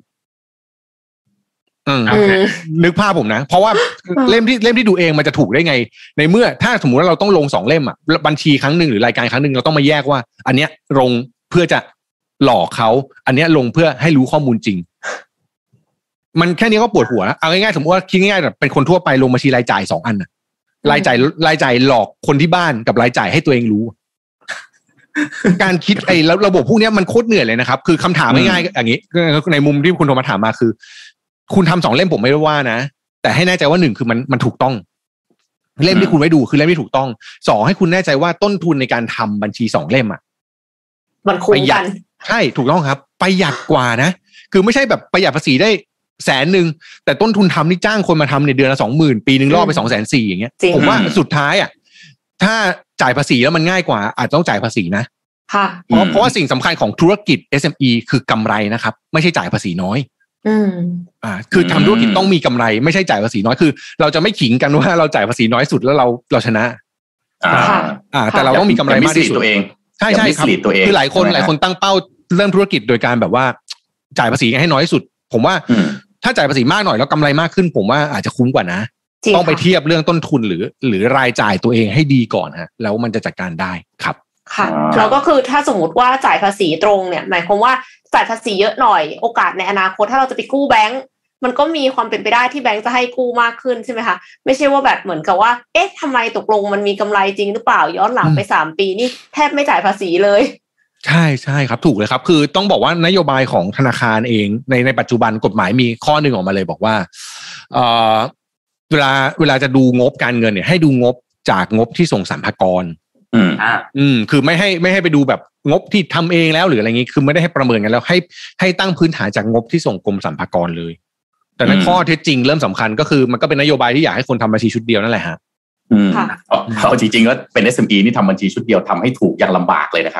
นึกภาพผมนะเพราะว่าเล่มที่ดูเองมันจะถูกได้ไงในเมื่อถ้าสมมุติว่าเราต้องลง2 เล่มอ่ะบัญชีครั้งนึงหรือรายการครั้งนึงเราต้องมาแยกว่าอันเนี้ยลงเพื่อจะหลอกเขาอันเนี้ยลงเพื่อให้รู้ข้อมูลจริงมันแค่นี้ก็ปวดหัวแล้วเอาง่ายๆสมมติว่าคิดง่ายๆแบบเป็นคนทั่วไปลงบัญชีรายจ่าย2 อันน่ะรายจ่ายหลอกคนที่บ้านกับรายจ่ายให้ตัวเองรู้การคิดแล้วระบบพวกนี้มันโคตรเหนื่อยเลยนะครับคือคำถามง่ายๆอย่างนี้ในมุมที่คุณโทรมาถามมาคือคุณทำ2 เล่มผมไม่ได้ว่านะแต่ให้แน่ใจว่า1คือมันถูกต้องเล่มที่คุณไว้ดูคือเล่มที่ถูกต้อง2ให้คุณแน่ใจว่าต้นทุนในการทำบัญชี2 เล่มอ่ะมันคุ้มกันใช่ถูกต้องครับประหยัดกว่านะคือไม่ใช่แบบประหยัดภาษีได้100,000แต่ต้นทุนทำนี่จ้างคนมาทำในเดือนละ 20,000 ปีนึงล่อไป 240,000 อย่างเงี้ยผมว่าสุดท้ายอ่ะถ้าจ่ายภาษีแล้วมันง่ายกว่าอาจจะต้องจ่ายภาษีนะค่ะเพราะว่าสิ่งสำคัญของธุรกิจ SME คือกำไรนะครับไม่ใช่จ่ายภาษีน้อยคือทำธุรกิจต้องมีกำไรไม่ใช่จ่ายภาษีน้อยคือเราจะไม่ขิงกันว่าเราจ่ายภาษีน้อยสุดแล้วเราชนะแต่เราต้องมีกำไรมากที่สุดตัวเองใช่ครับคือหลายคนตั้งเป้าเริ่มธุรกิจโดยการแบบว่าจ่ายภาษีให้น้อยที่สุดผมว่าถ้าจ่ายภาษีมากหน่อยแล้วกำไรมากขึ้นผมว่าอาจจะคุ้มกว่านะต้องไปเทียบเรื่องต้นทุนหรือรายจ่ายตัวเองให้ดีก่อนฮะแล้วมันจะจัดการได้ครับค่ะแล้วก็คือถ้าสมมติว่าจ่ายภาษีตรงเนี่ยหมายความว่าจ่ายภาษีเยอะหน่อยโอกาสในอนาคตถ้าเราจะไปกู้แบงก์มันก็มีความเป็นไปได้ที่แบงก์จะให้กู้มากขึ้นใช่ไหมคะไม่ใช่ว่าแบบเหมือนกับว่าเอ๊ะทำไมตกลงมันมีกำไรจริงหรือเปล่าย้อนหลังไป3 ปีนี่แทบไม่จ่ายภาษีเลยใช่ครับถูกเลยครับคือต้องบอกว่านโยบายของธนาคารเองในปัจจุบันกฎหมายมีข้อหนึ่งออกมาเลยบอกว่าเวลาจะดูงบการเงินเนี่ยให้ดูงบจากงบที่ส่งสรรพากรคือไม่ให้ไปดูแบบงบที่ทำเองแล้วหรืออะไรงี้คือไม่ได้ให้ประเมินกันแล้วให้ตั้งพื้นฐานจากงบที่ส่งกรมสรรพากรเลยแต่ในข้อเท็จจริงเริ่มสำคัญก็คือมันก็เป็นนโยบายที่อยากให้คนทำบัญชีชุดเดียวนั่นแหละฮะเอาจริงๆแล้วเป็น SME นี่ทำบัญชีชุดเดียวทำให้ถูกยังลำบากเลยนะครับ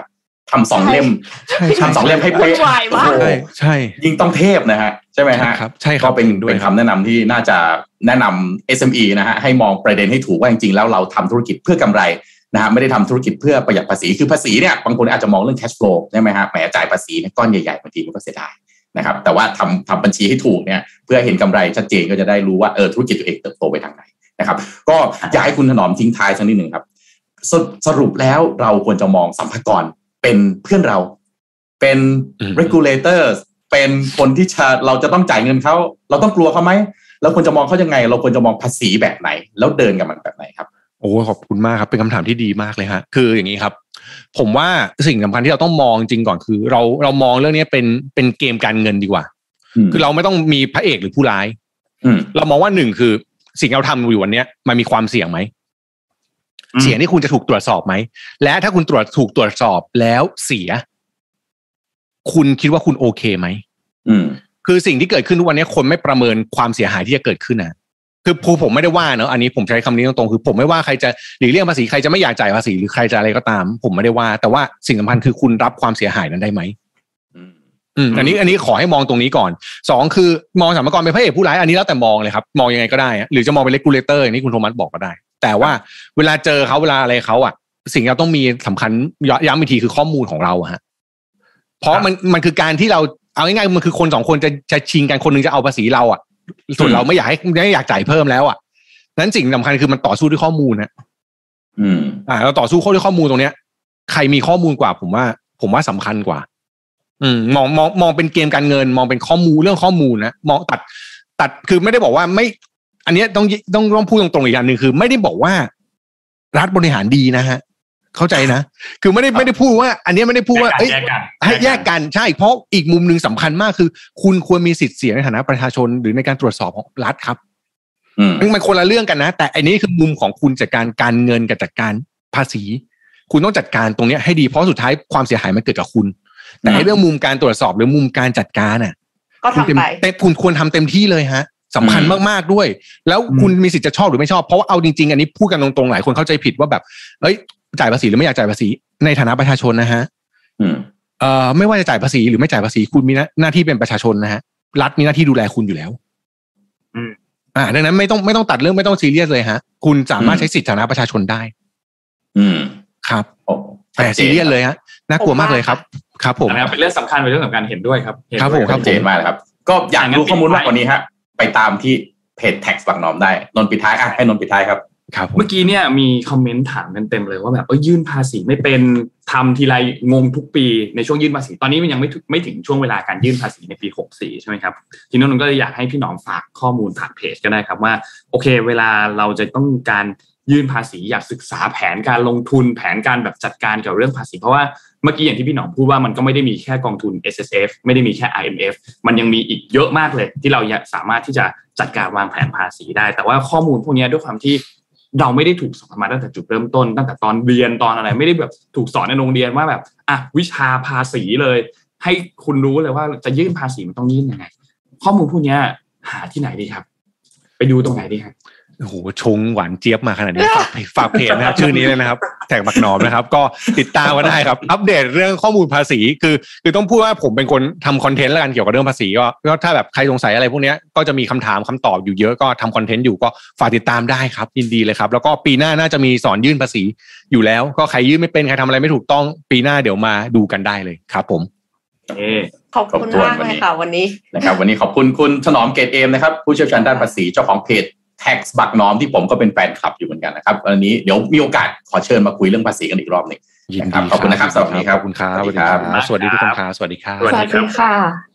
ทำ2 เล่มทำ2 เล่มให้เป๊ะใช่ยิ่งต้องเทพนะฮะใช่ไหมฮะครับใช่ครับก็เป็นคำแนะนำที่น่าจะแนะนำ SME นะฮะให้มองประเด็นให้ถูกว่าจริงๆแล้วเราทำธุรกิจเพื่อกำไรนะฮะไม่ได้ทำธุรกิจเพื่อประหยัดภาษีคือภาษีเนี่ยบางคนอาจจะมองเรื่อง cash flow ใช่ไหมฮะแหมจ่ายภาษีก้อนใหญ่ๆบางทีก็เสียดายนะครับแต่ว่าทำบัญชีให้ถูกเนี่ยเพื่อเห็นกำไรชัดเจนก็จะได้รู้ว่าธุรกิจตัวเองเติบโตไปทางไหนนะครับก็อยากให้คุณถนอมทิ้งท้ายสักนิดหนึ่งครับสรุปแล้วเราควรจะมองสรรพากรเป็นเพื่อนเราเป็น regulator เป็นคนที่เราจะต้องจ่ายเงินเขาเราต้องกลัวเขาไหมแล้วควรจะมองเขายังไงเราควรจะมองภาษีแบบไหนแล้วเดินกับมันแบบไหนครับโอ้ขอบคุณมากครับเป็นคำถามที่ดีมากเลยฮะคืออย่างนี้ครับผมว่าสิ่งสำคัญที่เราต้องมองจริงก่อนคือเรามองเรื่องนี้เป็นเกมการเงินดีกว่าคือเราไม่ต้องมีพระเอกหรือผู้ร้ายเรามองว่า1คือสิ่งเราทำอยู่วันนี้มันมีความเสี่ยงไหมเสี่ยงที่คุณจะถูกตรวจสอบไหมและถ้าคุณถูกตรวจสอบแล้วเสียคุณคิดว่าคุณโอเคไหมคือสิ่งที่เกิดขึ้นทุกวันนี้คนไม่ประเมินความเสียหายที่จะเกิดขึ้นนะคือผมไม่ได้ว่าเนอะอันนี้ผมใช้คำนี้ตรงๆคือผมไม่ว่าใครจะหลีกเลี่ยงภาษีใครจะไม่อยากจ่ายภาษีหรือใครจะอะไรก็ตามผมไม่ได้ว่าแต่ว่าสิ่งสำคัญคือคุณรับความเสียหายนั้นได้ไหมอันนี้ขอให้มองตรงนี้ก่อน2คือมองสรรพากรเป็นพระเอกผู้ร้ายอันนี้แล้วแต่มองเลยครับมองยังไงก็ได้หรือจะมองเป็น regulator อย่างที่คุณโทมัสบอกก็ได้แต่ว่าเวลาเจอเขาเวลาอะไรเขาอ่ะสิ่งที่เราต้องมีสำคัญย้ำอีกทีคือข้อมูลของเราฮะเพราะมันคือการที่เราเอาง่ายๆมันคือคน2คนจะชิงกันคนนึงจะเอาภาษีเราอ่ะส่วนเราไม่อยากจ่ายเพิ่มแล้วอ่ะนั้นสิ่งสำคัญคือมันต่อสู้ด้วยข้อมูลนะเราต่อสู้ด้วยข้อมูลตรงเนี้ยใครมีข้อมูลกว่าผมว่าสำคัญกว่ามองเป็นเกมการเงินมองเป็นข้อมูลเรื่องข้อมูลนะมองตัดคือไม่ได้บอกว่าไม่อันนี้ต้องพูดตรงๆอีกอย่างนึงคือไม่ได้บอกว่ารัฐบริหารดีนะฮะเข้าใจนะคือไม่ได้พูดว่าอันนี้ไม่ได้พูดว่าให้แยกกันใช่เพราะอีกมุมนึงสำคัญมากคือคุณควรมีสิทธิ์เสียงในฐานะประชาชนหรือในการตรวจสอบของรัฐครับมันคนละเรื่องกันนะแต่อันนี้คือมุมของคุณจัดการเงินกับจัดการภาษีคุณต้องจัดการตรงนี้ให้ดีเพราะสุดท้ายความเสียหายมันเกิดกับคุณแต่เรื่องมุมการตรวจสอบหรือมุมการจัดการน่ะก็ทำไปแต่คุณควรทำเต็มที่เลยฮะสำคัญมากๆด้วยแล้วคุณมีสิทธิ์จะชอบหรือไม่ชอบเพราะว่าเอาจริงๆอันนี้พูดกันตรงๆหลายคนเข้าใจผิดว่าแบบจ่ายภาษีหรือไม่อยากจ่ายภาษีในฐานะประชาชนนะฮะไม่ว่าจะจ่ายภาษีหรือไม่จ่ายภาษีคุณมีหน้าที่เป็นประชาชนนะฮะรัฐมีหน้าที่ดูแลคุณอยู่แล้วดังนั้นไม่ต้องตัดเรื่องไม่ต้องซีเรียสเลยฮะคุณสามารถใช้สิทธิฐานะประชาชนได้ครับแต่ซีเรียสเลยฮะน่ากลัวมากเลยครับผมนะครับเป็นเรื่องสำคัญเห็นด้วยครับครับผมครับเจนมากครับก็อยากรู้ข้อมูลมากกว่านี้ฮะไปตามที่เพจ Tax บักหนอมได้นนท์ปิดท้ายให้นนท์ปิดท้ายครับเมื่อกี้เนี่ยมีคอมเมนต์ถามกันเต็มเลยว่าแบบยื่นภาษีไม่เป็นทำทีไรงงทุกปีในช่วงยื่นภาษีตอนนี้มันยังไม่ถึงช่วงเวลาการยื่นภาษีในปี64ใช่ไหมครับทีนี้นนท์ก็เลยอยากให้พี่หนอมฝากข้อมูลฝากเพจก็ได้ครับว่าโอเคเวลาเราจะต้องการยื่นภาษีอยากศึกษาแผนการลงทุนแผนการแบบจัดการกับเรื่องภาษีเพราะว่าเมื่อกี้อย่างที่พี่หนอมพูดว่ามันก็ไม่ได้มีแค่กองทุน SSF ไม่ได้มีแค่ IMF มันยังมีอีกเยอะมากเลยที่เราสามารถที่จะจัดการวางแผนภาษีได้แต่ว่าข้อมูลพวกนี้ด้วยความที่เราไม่ได้ถูกสอนมาตั้งแต่จุดเริ่มต้นตั้งแต่ตอนเรียนตอนอะไรไม่ได้แบบถูกสอนในโรงเรียนว่าแบบวิชาภาษีเลยให้คุณรู้เลยว่าจะยื่นภาษีมันต้องยื่นยังไงข้อมูลพวกนี้หาที่ไหนดีครับไปดูตรงไหนดีครับโอ้โหชงหวานเจี๊ยบมาขนาดนี้ฝากเพจนะครับชื่อนี้เลยนะครับแท็กบักหนอมนะครับก็ติดตามก็ได้ครับอัปเดตเรื่องข้อมูลภาษีคือต้องพูดว่าผมเป็นคนทำคอนเทนต์แล้วกันเกี่ยวกับเรื่องภาษีก็ถ้าแบบใครสงสัยอะไรพวกนี้ก็จะมีคำถามคำตอบอยู่เยอะก็ทำคอนเทนต์อยู่ก็ฝากติดตามได้ครับยินดีเลยครับแล้วก็ปีหน้าน่าจะมีสอนยื่นภาษีอยู่แล้วก็ใครยื่นไม่เป็นใครทำอะไรไม่ถูกต้องปีหน้าเดี๋ยวมาดูกันได้เลยครับผมขอบคุณมากเลยค่ะวันนี้นะครับวันนี้ขอบคุณคุณถนอมเกตเอมนะครับผู้เชี่ยวชาญด้านภาษีเจ้าของเพจTax บักหนอมที่ผมก็เป็นแฟนคลับอยู่เหมือนกันนะครับวันนี้เดี๋ยวมีโอกาสขอเชิญมาคุยเรื่องภาษีกันอีกรอบนึงนะครับขอบคุณนะครับสวัสดีครับขอบคุณครับสวัสดีครับสวัสดีทุกคนครับสวัสดีครับสวัสดีค่ะ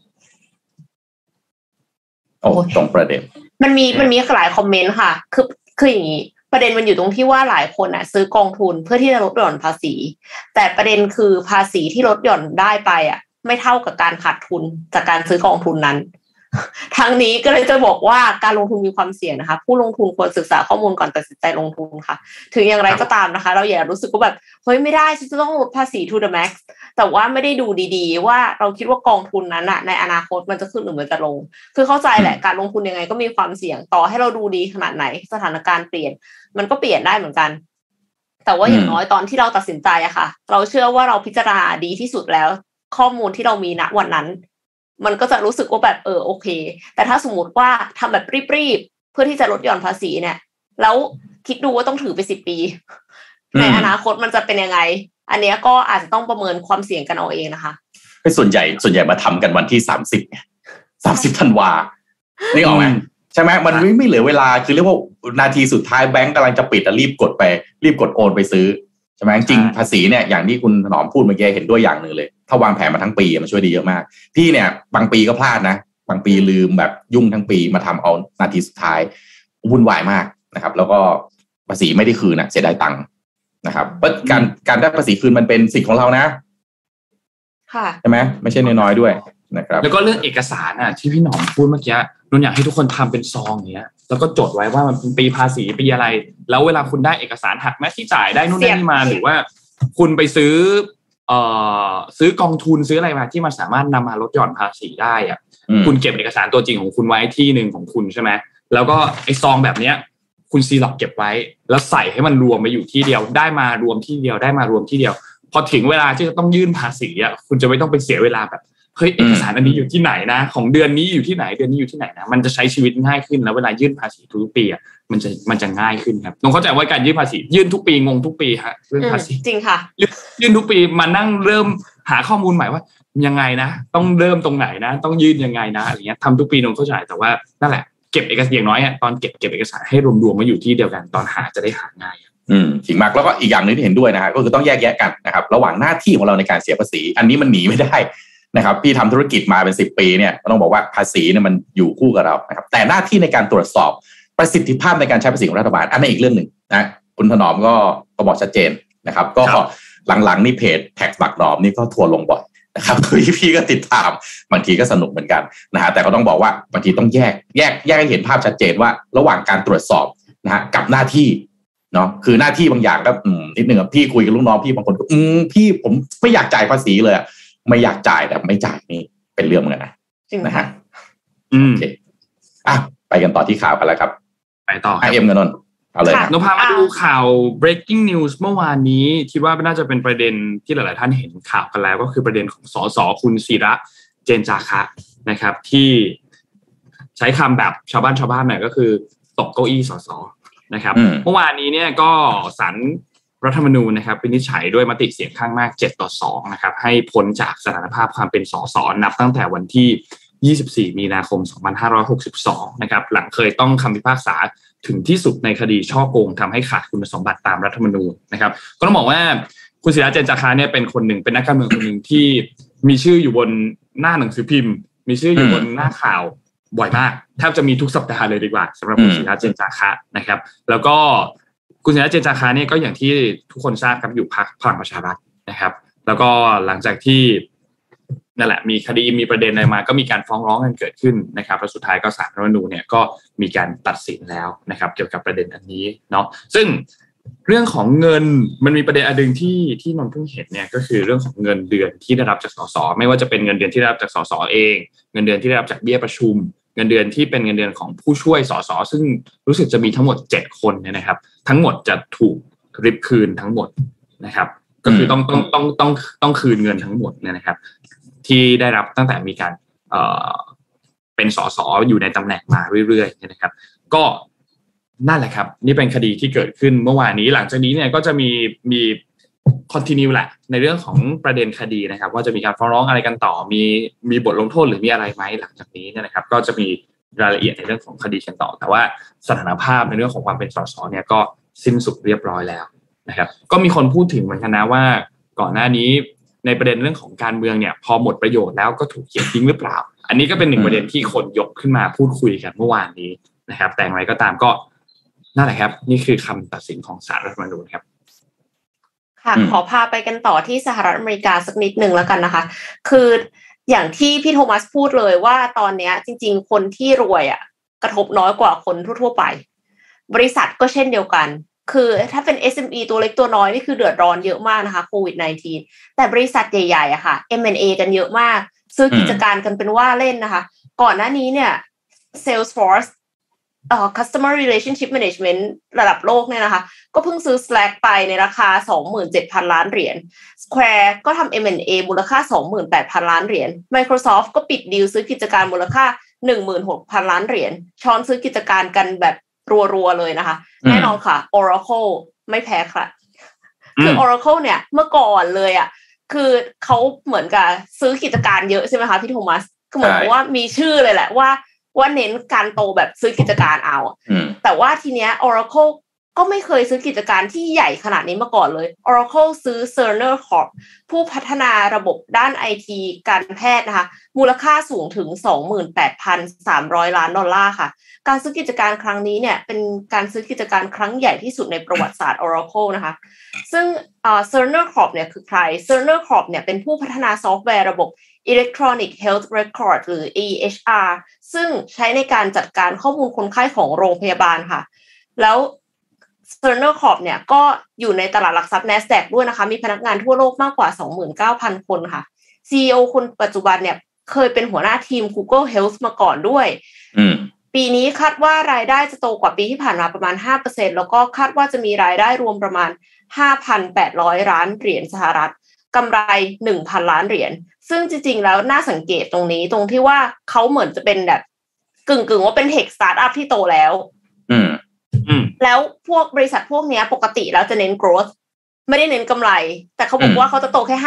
โอ้ตรงประเด็นมันมีหลายคอมเมนต์ค่ะคืออย่างนี้ประเด็นมันอยู่ตรงที่ว่าหลายคนซื้อกองทุนเพื่อที่จะลดหย่อนภาษีแต่ประเด็นคือภาษีที่ลดหย่อนได้ไปไม่เท่ากับการขาดทุนจากการซื้อกองทุนนั้นทั้งนี้ก็เลยจะบอกว่าการลงทุนมีความเสี่ยงนะคะผู้ลงทุนควรศึกษาข้อมูลก่อนตัดสินใจลงทุนค่ะถึงอย่างไรก็ตามนะคะเราอย่ารู้สึกว่าแบบเฮ้ยไม่ได้ฉันจะต้องลดภาษี to the max แต่ว่าไม่ได้ดูดีๆว่าเราคิดว่ากองทุนนั้นในอนาคตมันจะขึ้นหรือมันจะลงคือเข้าใจแหละการลงทุนยังไงก็มีความเสี่ยงต่อให้เราดูดีขนาดไหนสถานการณ์เปลี่ยนมันก็เปลี่ยนได้เหมือนกันแต่ว่าอย่างน้อยตอนที่เราตัดสินใจอะค่ะเราเชื่อว่าเราพิจารณาดีที่สุดแล้วข้อมูลที่เรามีณวันนั้นมันก็จะรู้สึกว่าแบบโอเคแต่ถ้าสมมติว่าทำแบบรีบๆเพื่อที่จะลดหย่อนภาษีเนี่ยแล้วคิดดูว่าต้องถือไป10 ปีในอนาคตมันจะเป็นยังไงอันเนี้ยก็อาจจะต้องประเมินความเสี่ยงกันเอาเองนะคะส่วนใหญ่มาทำกันวันที่30ธันวานี่ออกไหมใช่ไหมมันไม่เหลือเวลาคือเรียกว่านาทีสุดท้ายแบงก์กำลังจะปิดรีบกดโอนไปซื้อใช่ไหมจริงภาษีเนี่ยอย่างที่คุณถนอมพูดเมื่อกี้เห็นด้วยอย่างหนึ่งเลยถ้าวางแผนมาทั้งปีมันช่วยดีเยอะมากพี่เนี่ยบางปีก็พลาดนะบางปีลืมแบบยุ่งทั้งปีมาทำเอานาทีสุดท้ายวุ่นวายมากนะครับแล้วก็ภาษีไม่ได้คืนนะเสียดายตังค์นะครับเพราะการได้ภาษีคืนมันเป็นสิทธิ์ของเรานะค่ะใช่ไหมไม่ใช่น้อยๆด้วยนะครับแล้วก็เรื่องเอกสารที่พี่หนอมพูดเมื่อกี้นุ่นอยากให้ทุกคนทำเป็นซองอย่างเงี้ยแล้วก็จดไว้ว่ามันเป็นปีภาษีปีอะไรแล้วเวลาคุณได้เอกสารหักหน้าที่จ่ายได้นู่นนี่มาหรือว่าคุณไปซื้อกองทุนซื้ออะไรมาที่มันสามารถนำมาลดหย่อนภาษีได้คุณเก็บเอกสารตัวจริงของคุณไว้ที่นึงของคุณใช่ไหมแล้วก็ไอ้ซองแบบเนี้ยคุณซีล็อกเก็บไว้แล้วใส่ให้มันรวมมาอยู่ที่เดียวได้มารวมที่เดียวได้มารวมที่เดียวพอถึงเวลาที่จะต้องยื่นภาษีคุณจะไม่ต้องไปเสียเวลาแบบเฮ้ยเอกสารอันนี้อยู่ที่ไหนนะของเดือนนี้อยู่ที่ไหนเดือนนี้อยู่ที่ไหนนะมันจะใช้ชีวิตง่ายขึ้นแล้วเวลายื่นภาษีทุกปีมันจะง่ายขึ้นครับต้องเข้าใจว่าการยื่นภาษียื่นทุกปีงงทุกปีฮะเรื่องภาษีจริงค่ะยื่นทุกปีมานั่งเริ่มหาข้อมูลใหม่ว่ายังไงนะต้องเริ่มตรงไหนนะต้องยื่นยังไงนะอะไรเงี้ยทำทุกปีนงเข้าใจแต่ว่านั่นแหละเก็บเอกสารอย่างน้อยตอนเก็บเอกสารให้รวมๆมาอยู่ที่เดียวกันตอนหาจะได้หาง่ายจริงมากแล้วก็อีกอย่างนึงที่เห็นด้วยนะฮะก็คือต้องแยกแยะกันนะครับระหว่างหน้าที่ของเราในการเสียภาษีอันนี้มันหนีไม่ได้นะครับพี่ทำธุรกิจมาเป็น10 ปีเนี่ยต้องบอกว่าภาษีเนี่ยมันอยู่คู่กับเรานะครับแต่หน้าที่ในการตรวจสอบประสิทธิภาพในการใช้ภาษีของรัฐบาลอันนี้อีกเรื่องหนึ่งนะคุณถนอมก็บอกชัดเจนนะครับก็หลังๆนี่เพจแท็กบักหนอมนี่ก็ทัวร์ลงบ่อยนะครับพี่ก็ติดตามบางทีก็สนุกเหมือนกันนะฮะแต่ก็ต้องบอกว่าบางทีต้องแยกให้เห็นภาพชัดเจนว่าระหว่างการตรวจสอบนะฮะกับหน้าที่เนาะคือหน้าที่บางอย่างก็นิดนึงพี่คุยกับลูกน้องพี่บางคนก็พี่ผมไม่อยากจ่ายภาษีเลยไม่อยากจ่ายแต่ไม่จ่ายนี่เป็นเรื่องเหมือนกันนะฮะโอเคไปกันต่อที่ข่าวกันแล้วครับไปต่อครับเอ็มกันนนเอาเลยนพามาดูข่าว breaking news เมื่อวานนี้คิดว่าน่าจะเป็นประเด็นที่หลายๆท่านเห็นข่าวกันแล้วก็คือประเด็นของสสคุณศิระเจนจาคะนะครับที่ใช้คำแบบชาวบ้านหน่อยก็คือตกเก้าอี้สสนะครับเมื่อวานนี้เนี่ยก็ศาลรัฐธรรมนูญนะครับวินิจฉัยด้วยมติเสียงข้างมาก7-2นะครับให้พ้นจากสถานภาพความเป็นสสนับตั้งแต่วันที่24 มีนาคม 2562นะครับหลังเคยต้องคำพิพากษาถึงที่สุดในคดีฉ้อโกงทำให้ขาดคุณสมบัติตามรัฐธรรมนูญนะครับก็ต้องบอกว่าคุณศิระเจนจาคะเนี่ยเป็นคนหนึ่งเป็นนักการเมืองคนหนึ่งที่มีชื่ออยู่บนหน้าหนังสือพิมพ์มีชื่ออยู่บนหน้าข่าวบ่อยมากแทบจะมีทุกสัปดาห์เลยดีกว่าสำหรับคุณศิระเจนจาคะนะครับแล้วก็คุณศิระเจนจาคะเนี่ยก็อย่างที่ทุกคนทราบครับอยู่พรรคพลังประชารัฐนะครับแล้วก็หลังจากที่นั่นแหละมีคดีมีประเด็นอะไรมาก็มีการฟ้องร้องกันเกิดขึ้นนะครับแล้วสุดท้ายก็ศาลรัฐธรรมนูญเนี่ยก็มีการตัดสินแล้วนะครับเกี่ยวกับประเด็นอันนี้เนาะซึ่งเรื่องของเงินมันมีประเด็นอันนึงที่นนท์เพิ่งเห็นเนี่ยก็คือเรื่องของเงินเดือนที่ได้รับจากสสไม่ว่าจะเป็นเงินเดือนที่ได้รับจากสสเองเงินเดือนที่ได้รับจากเบี้ยประชุมเงินเดือนที่เป็นเงินเดือนของผู้ช่วยสสซึ่งรู้สึกจะมีทั้งหมด7 คนเนี่ยนะครับทั้งหมดจะถูกริบคืนทั้งหมดนะครับก็คือต้องคืนเงินทั้งหมดเนี่ยนะครับที่ได้รับตั้งแต่มีการเป็นสสอยู่ในตำแหน่งมาเรื่อยๆนะครับก็นั่นแหละครับนี่เป็นคดีที่เกิดขึ้นเมื่อวานนี้หลังจากนี้เนี่ยก็จะมีคอนทินิวแหละในเรื่องของประเด็นคดีนะครับว่าจะมีการฟ้องร้องอะไรกันต่อมีบทลงโทษหรือมีอะไรไหมหลังจากนี้เนี่ยนะครับก็จะมีรายละเอียดในเรื่องของคดีกันต่อแต่ว่าสถานภาพในเรื่องของความเป็นสสเนี่ยก็สิ้นสุดเรียบร้อยแล้วนะครับก็มีคนพูดถึงเหมือนกันนะว่าก่อนหน้านี้ในประเด็นเรื่องของการเมืองเนี่ยพอหมดประโยชน์แล้วก็ถูกเขียนทิ้งหรือเปล่าอันนี้ก็เป็นหนึ่งประเด็นที่คนยกขึ้นมาพูดคุยกันเมื่อวานนี้นะครับแต่อย่างไรก็ตามก็นั่นแหละครับนี่คือคำตัดสินของศาลรัฐธรรมนูญครับค่ะขอพาไปกันต่อที่สหรัฐอเมริกาสักนิดนึงแล้วกันนะคะคืออย่างที่พี่โทมัสพูดเลยว่าตอนนี้จริงๆคนที่รวยกระทบน้อยกว่าคนทั่วๆไปบริษัทก็เช่นเดียวกันคือถ้าเป็น SME ตัวเล็กตัวน้อยนี่คือเดือดร้อนเยอะมากนะคะโควิด -19 แต่บริษัทใหญ่ๆค่ะ M&A กันเยอะมากซื้อกิจการกันเป็นว่าเล่นนะคะก่อนหน้านี้เนี่ย Salesforce customer relationship management ระดับโลกเนี่ยนะคะก็เพิ่งซื้อ Slack ไปในราคา 27,000 ล้านเหรียญ Square ก็ทำ M&A มูลค่า 28,000 ล้านเหรียญ Microsoft ก็ปิดดีลซื้อกิจการมูลค่า 16,000 ล้านเหรียญช้อนซื้อกิจการกันแบบรัวๆเลยนะคะแน่นอนค่ะ Oracle ไม่แพ้ค่ะคือ Oracle เนี่ยเมื่อก่อนเลยอ่ะคือเขาเหมือนกับซื้อกิจการเยอะใช่ไหมคะพี่โทมัสคือเหมือนกับว่ามีชื่อเลยแหละว่าเน้นการโตแบบซื้อกิจการเอาแต่ว่าทีเนี้ย Oracle ก็ไม่เคยซื้อกิจการที่ใหญ่ขนาดนี้มาก่อนเลย Oracle ซื้อ Cerner Corp ผู้พัฒนาระบบด้าน IT การแพทย์นะคะมูลค่าสูงถึง 28,300 ล้านดอลลาร์ค่ะการซื้อกิจการครั้งนี้เนี่ยเป็นการซื้อกิจการครั้งใหญ่ที่สุดในประวัติศาสตร์ Oracle นะคะซึ่งCerner Corp เนี่ยคือใคร Cerner Corp เนี่ยเป็นผู้พัฒนาซอฟต์แวร์ระบบ Electronic Health Record หรือ EHR ซึ่งใช้ในการจัดการข้อมูลคนไข้ของโรงพยาบาลค่ะแล้ว Cerner Corp เนี่ยก็อยู่ในตลาดหลักทรัพย์ NASDAQ ด้วยนะคะมีพนักงานทั่วโลกมากกว่า 29,000 คนค่ะ CEO คนปัจจุบันเนี่ยเคยเป็นหัวหน้าทีม Google Health มาก่อนด้วยปีนี้คาดว่ารายได้จะโตกว่าปีที่ผ่านมาประมาณ 5% แล้วก็คาดว่าจะมีรายได้รวมประมาณ 5,800 ล้านเหรียญสหรัฐกำไร 1,000 ล้านเหรียญซึ่งจริงๆแล้วน่าสังเกตตรงนี้ตรงที่ว่าเขาเหมือนจะเป็นแบบกึ่งๆว่าเป็นเทคสตาร์ทอัพที่โตแล้วแล้วพวกบริษัทพวกนี้ปกติแล้วจะเน้น growth ไม่ได้เน้นกำไรแต่เขาบอกว่าเขาจะโตแค่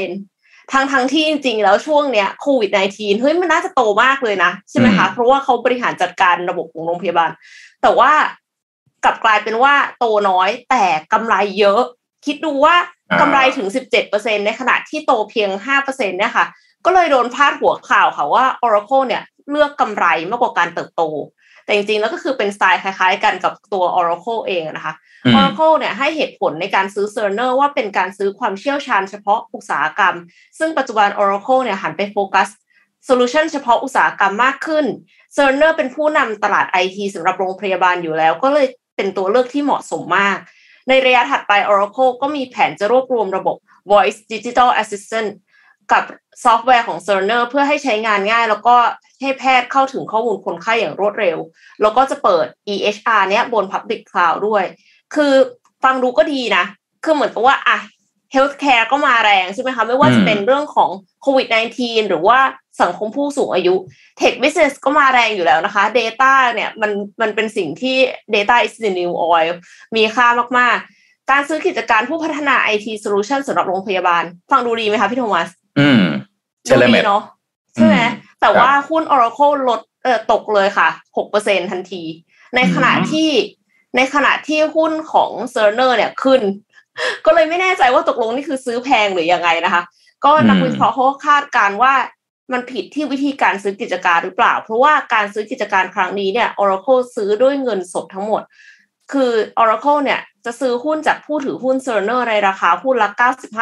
5% ทั้งที่จริงๆแล้วช่วงเนี้ยโควิด -19 เฮ้ยมันน่าจะโตมากเลยนะใช่ไหมคะเพราะว่าเขาบริหารจัดการระบบของโรงพยาบาลแต่ว่ากลับกลายเป็นว่าโตน้อยแต่กำไรเยอะคิดดูว่ากำไรถึง 17% ในขณะที่โตเพียง 5% เนี่ยค่ะก็เลยโดนพาดหัวข่าวค่ะว่า Oracle เนี่ยเลือกกำไรมากกว่าการเติบโตแต่จริงๆแล้วก็คือเป็นสไตล์คล้ายๆกันกับตัว Oracle เองนะคะ Oracle เนี่ยให้เหตุผลในการซื้อ Cerner ว่าเป็นการซื้อความเชี่ยวชาญเฉพาะอุตสาหกรรมซึ่งปัจจุบัน Oracle เนี่ยหันไปโฟกัส solution เฉพาะอุตสาหกรรมมากขึ้น Cerner เป็นผู้นำตลาด IT สำหรับโรงพยาบาลอยู่แล้วก็เลยเป็นตัวเลือกที่เหมาะสมมากในระยะถัดไป Oracle ก็มีแผนจะรวบรวมระบบ Voice Digital Assistant กับซอฟต์แวร์ของ Cerner เพื่อให้ใช้งานง่ายแล้วก็ให้แพทย์เข้าถึงข้อมูลคนไข้อย่างรวดเร็วแล้วก็จะเปิด EHR เนี้ยบน Public Cloud ด้วยคือฟังดูก็ดีนะคือเหมือนกับว่าHealthcare ก็มาแรงใช่ไหมคะไม่ว่าจะเป็นเรื่องของโควิด -19 หรือว่าสังคมผู้สูงอายุ Tech Business ก็มาแรงอยู่แล้วนะคะ Data เนี่ยมันเป็นสิ่งที่ Data is the new oil มีค่ามากๆการซื้อกิจการผู้พัฒนา IT Solution สำหรับโรงพยาบาลฟังดูดีไหมคะพี่โทมัสดูดีเนาะใช่ไหมแต่ว่าหุ้น Oracle ลดตกเลยค่ะ 6% ทันทีในขณะที่หุ้นของ Cerner เนี่ยขึ้นก็เลยไม่แน่ใจว่าตกลงนี่คือซื้อแพงหรือยังไงนะคะก็นักวิเคราะห์เขาคาดการณ์ว่ามันผิดที่วิธีการซื้อกิจการหรือเปล่าเพราะว่าการซื้อกิจการครั้งนี้เนี่ย Oracle ซื้อด้วยเงินสดทั้งหมดคือ Oracle เนี่ยจะซื้อหุ้นจากผู้ถือหุ้น Cerner ในราคาหุ้นละ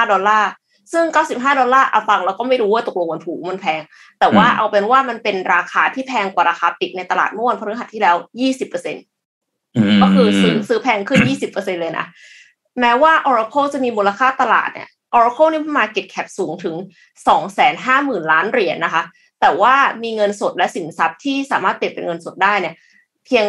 $95ซึ่ง$95ฟังแล้วก็ไม่รู้ว่าตกลงมันถูกมันแพงแต่ว่าเอาเป็นว่ามันเป็นราคาที่แพงกว่าราคาปิดในตลาดเมื่อวันพฤหัสที่แล้ว 20% ก็คือซื้อแพงขึ้น 20% เลยนะแม้ว่า Oracle จะมีมูลค่าตลาดเนี่ย Oracle นี่ market cap สูงถึง 250,000 ล้านเหรียญนะคะแต่ว่ามีเงินสดและสินทรัพย์ที่สามารถเปลี่ยนเป็นเงินสดได้เนี่ยเพียง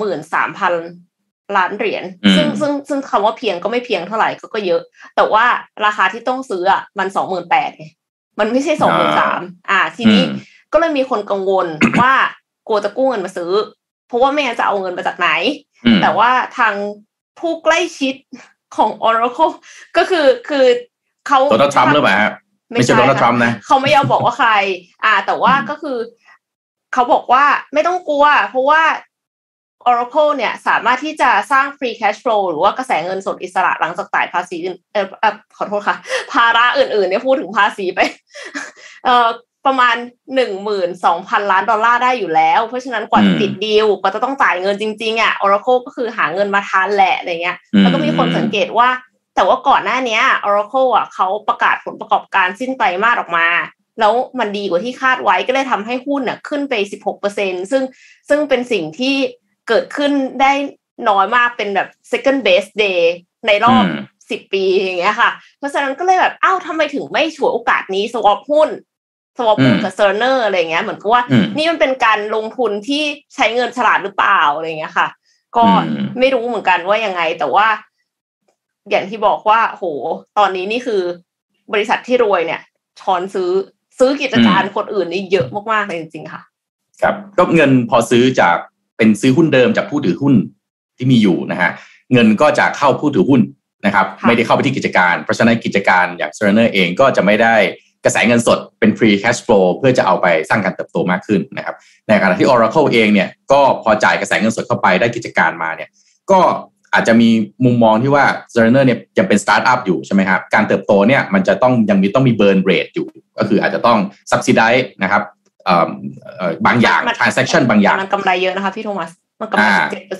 23,000 ล้านเหรียญซึ่งคำว่าเพียงก็ไม่เพียงเท่าไหร่ก็เยอะแต่ว่าราคาที่ต้องซื้ออ่ะมัน 28,000 ไงมันไม่ใช่ 23,000 ทีนี้ก็เลยมีคนกังวลว่ากลัวจะกู้เงินมาซื้อเพราะว่าไม่งั้นจะเอาเงินมาจากไหนแต่ว่าทางผู้ใกล้ชิดของ Oracle ก็คือเขาโดนัลด์ทรัมป์หรือเปล่าฮะไม่ใช่โดนัลด์ทรัมป์นะเขาไม่ยอมบอกว่าใครแต่ว่าก็คือเขาบอกว่าไม่ต้องกลัวเพราะว่า Oracle เนี่ยสามารถที่จะสร้าง free cash flow หรือว่ากระแสเงินสดอิสระหลังจากจ่ายภาษีขอโทษค่ะภาระอื่นๆเนี่ยพูดถึงภาษีไปประมาณ 12,000 ล้านดอลลาร์ได้อยู่แล้วเพราะฉะนั้นกว่าจะติดดีลกว่าจะต้องจ่ายเงินจริงๆOracle ก็คือหาเงินมาทันแหละอะไรเงี้ยแล้วก็มีคนสังเกตว่าแต่ว่าก่อนหน้านี้ Oracle เขาประกาศผลประกอบการสิ้นไตรมาสออกมาแล้วมันดีกว่าที่คาดไว้ก็เลยทำให้หุ้นขึ้นไป 16% ซึ่งเป็นสิ่งที่เกิดขึ้นได้น้อยมากเป็นแบบ second best day ในรอบ10 ปีอย่างเงี้ยค่ะเพราะฉะนั้นก็เลยแบบทำไมถึงไม่ฉวยโอกาสนี้ swap หุ้น Swapbook กับ Cerner อะไรเงี้ยเหมือนกับว่านี่มันเป็นการลงทุนที่ใช้เงินฉลาดหรือเปล่าอะไรเงี้ยค่ะก็ไม่รู้เหมือนกันว่ายังไงแต่ว่าอย่างที่บอกว่าโหตอนนี้นี่คือบริษัทที่รวยเนี่ยช้อนซื้อกิจการคนอื่นนี่เยอะมากๆเลยจริงๆค่ะครับก็เงินพอซื้อจากเป็นซื้อหุ้นเดิมจากผู้ถือหุ้นที่มีอยู่นะฮะเงินก็จะเข้าผู้ถือหุ้นนะครับไม่ได้เข้าไปที่กิจการเพราะฉะนั้นกิจการอย่าง Cerner เองก็จะไม่ได้กระแสเงินสดเป็น free cash flow เพื่อจะเอาไปสร้างการเติบโตมากขึ้นนะครับในขณะที่ Oracle เองเนี่ยก็พอจ่ายกระแสเงินสดเข้าไปได้กิจการมาเนี่ยก็อาจจะมีมุมมองที่ว่า Cerner เนี่ยยังเป็นสตาร์ทอัพอยู่ใช่ไหมครับการเติบโตเนี่ยมันจะต้องต้องมี burn rate อยู่ก็คืออาจจะต้อง subsidize นะครับบางอย่าง transaction บางอย่างมันกำไรเยอะนะคะพี่โทมัสมันกำไร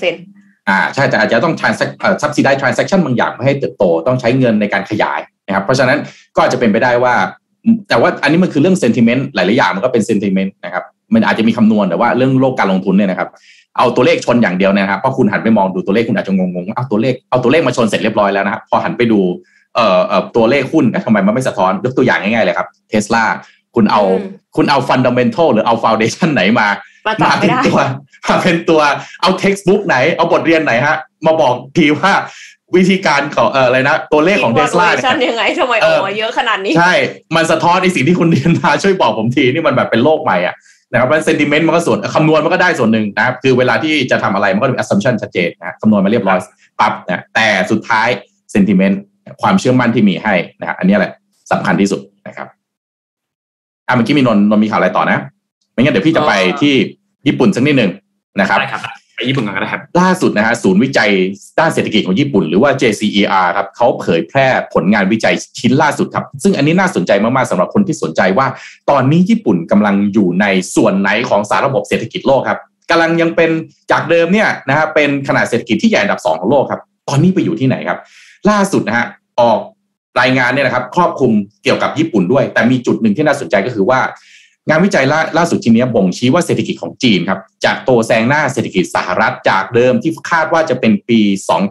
7% ใช่แต่อาจจะต้อง subsidize transaction บางอย่างเพื่อให้เติบโตต้องใช้เงินในการขยายนะครับเพราะฉะนั้นก็อาจจะเป็นไปได้ว่าแต่ว่าอันนี้มันคือเรื่อง sentiment หลายๆอย่างมันก็เป็น sentiment นะครับมันอาจจะมีคำนวณแต่ว่าเรื่องโลกการลงทุนเนี่ยนะครับเอาตัวเลขชนอย่างเดียวนะครับเพราะคุณหันไปมองดูตัวเลขคุณอาจจะงงๆเอาตัวเลขมาชนเสร็จเรียบร้อยแล้วนะครับพอหันไปดูตัวเลขหุ้นทำไมมันไม่สะท้อนยกตัวอย่างง่ายๆเลยครับ Tesla คุณเอา fundamental หรือเอา foundation ไหนมาเป็นตัวเอา textbook ไหนเอาบทเรียนไหนฮะมาบอกทีว่าวิธีการของอะไรนะตัวเลขของ Tesla เนี่ยยังไงทำไมออกมาเยอะขนาดนี้ใช่มันสะท้อนในสิ่งที่คุณเรียนมาช่วยบอกผมทีนี่มันแบบเป็นโลกใหม่อ่ะนะครับมันเซนติเมนต์มันก็ส่วนคำนวณมันก็ได้ส่วนหนึ่งนะครับคือเวลาที่จะทำอะไรมันก็มี assumption ชัดเจนนะคำนวณมาเรียบร้อยปั๊บนะแต่สุดท้ายเซนติเมนต์ความเชื่อมั่นที่มีให้นะอันนี้แหละสำคัญที่สุดนะครับเมื่อกี้มีนนมีข่าวอะไรต่อนะไม่งั้นเดี๋ยวพี่จะไปที่ญี่ปุ่นสักนิดนึงนะครับไปญี่ปุ่นกันนะครับล่าสุดนะฮะศูนย์วิจัยด้านเศรษฐกิจของญี่ปุ่นหรือว่า JCER ครับเขาเผยแพร่ผลงานวิจัยชิ้นล่าสุดครับซึ่งอันนี้น่าสนใจมากๆสำหรับคนที่สนใจว่าตอนนี้ญี่ปุ่นกำลังอยู่ในส่วนไหนของสารระบบเศรษฐกิจโลกครับกำลังยังเป็นจากเดิมเนี่ยนะฮะเป็นขนาดเศรษฐกิจที่ใหญ่อันดับ2ของโลกครับตอนนี้ไปอยู่ที่ไหนครับล่าสุดนะฮะออกรายงานเนี่ยนะครับครอบคลุมเกี่ยวกับญี่ปุ่นด้วยแต่มีจุดหนึ่งที่น่าสนใจก็คือว่างานวิจัยล่าสุดทีนี้บ่งชี้ว่าเศรษฐกิจของจีนครับจะโตแซงหน้าเศรษฐกิจสหรัฐจากเดิมที่คาดว่าจะเป็นปี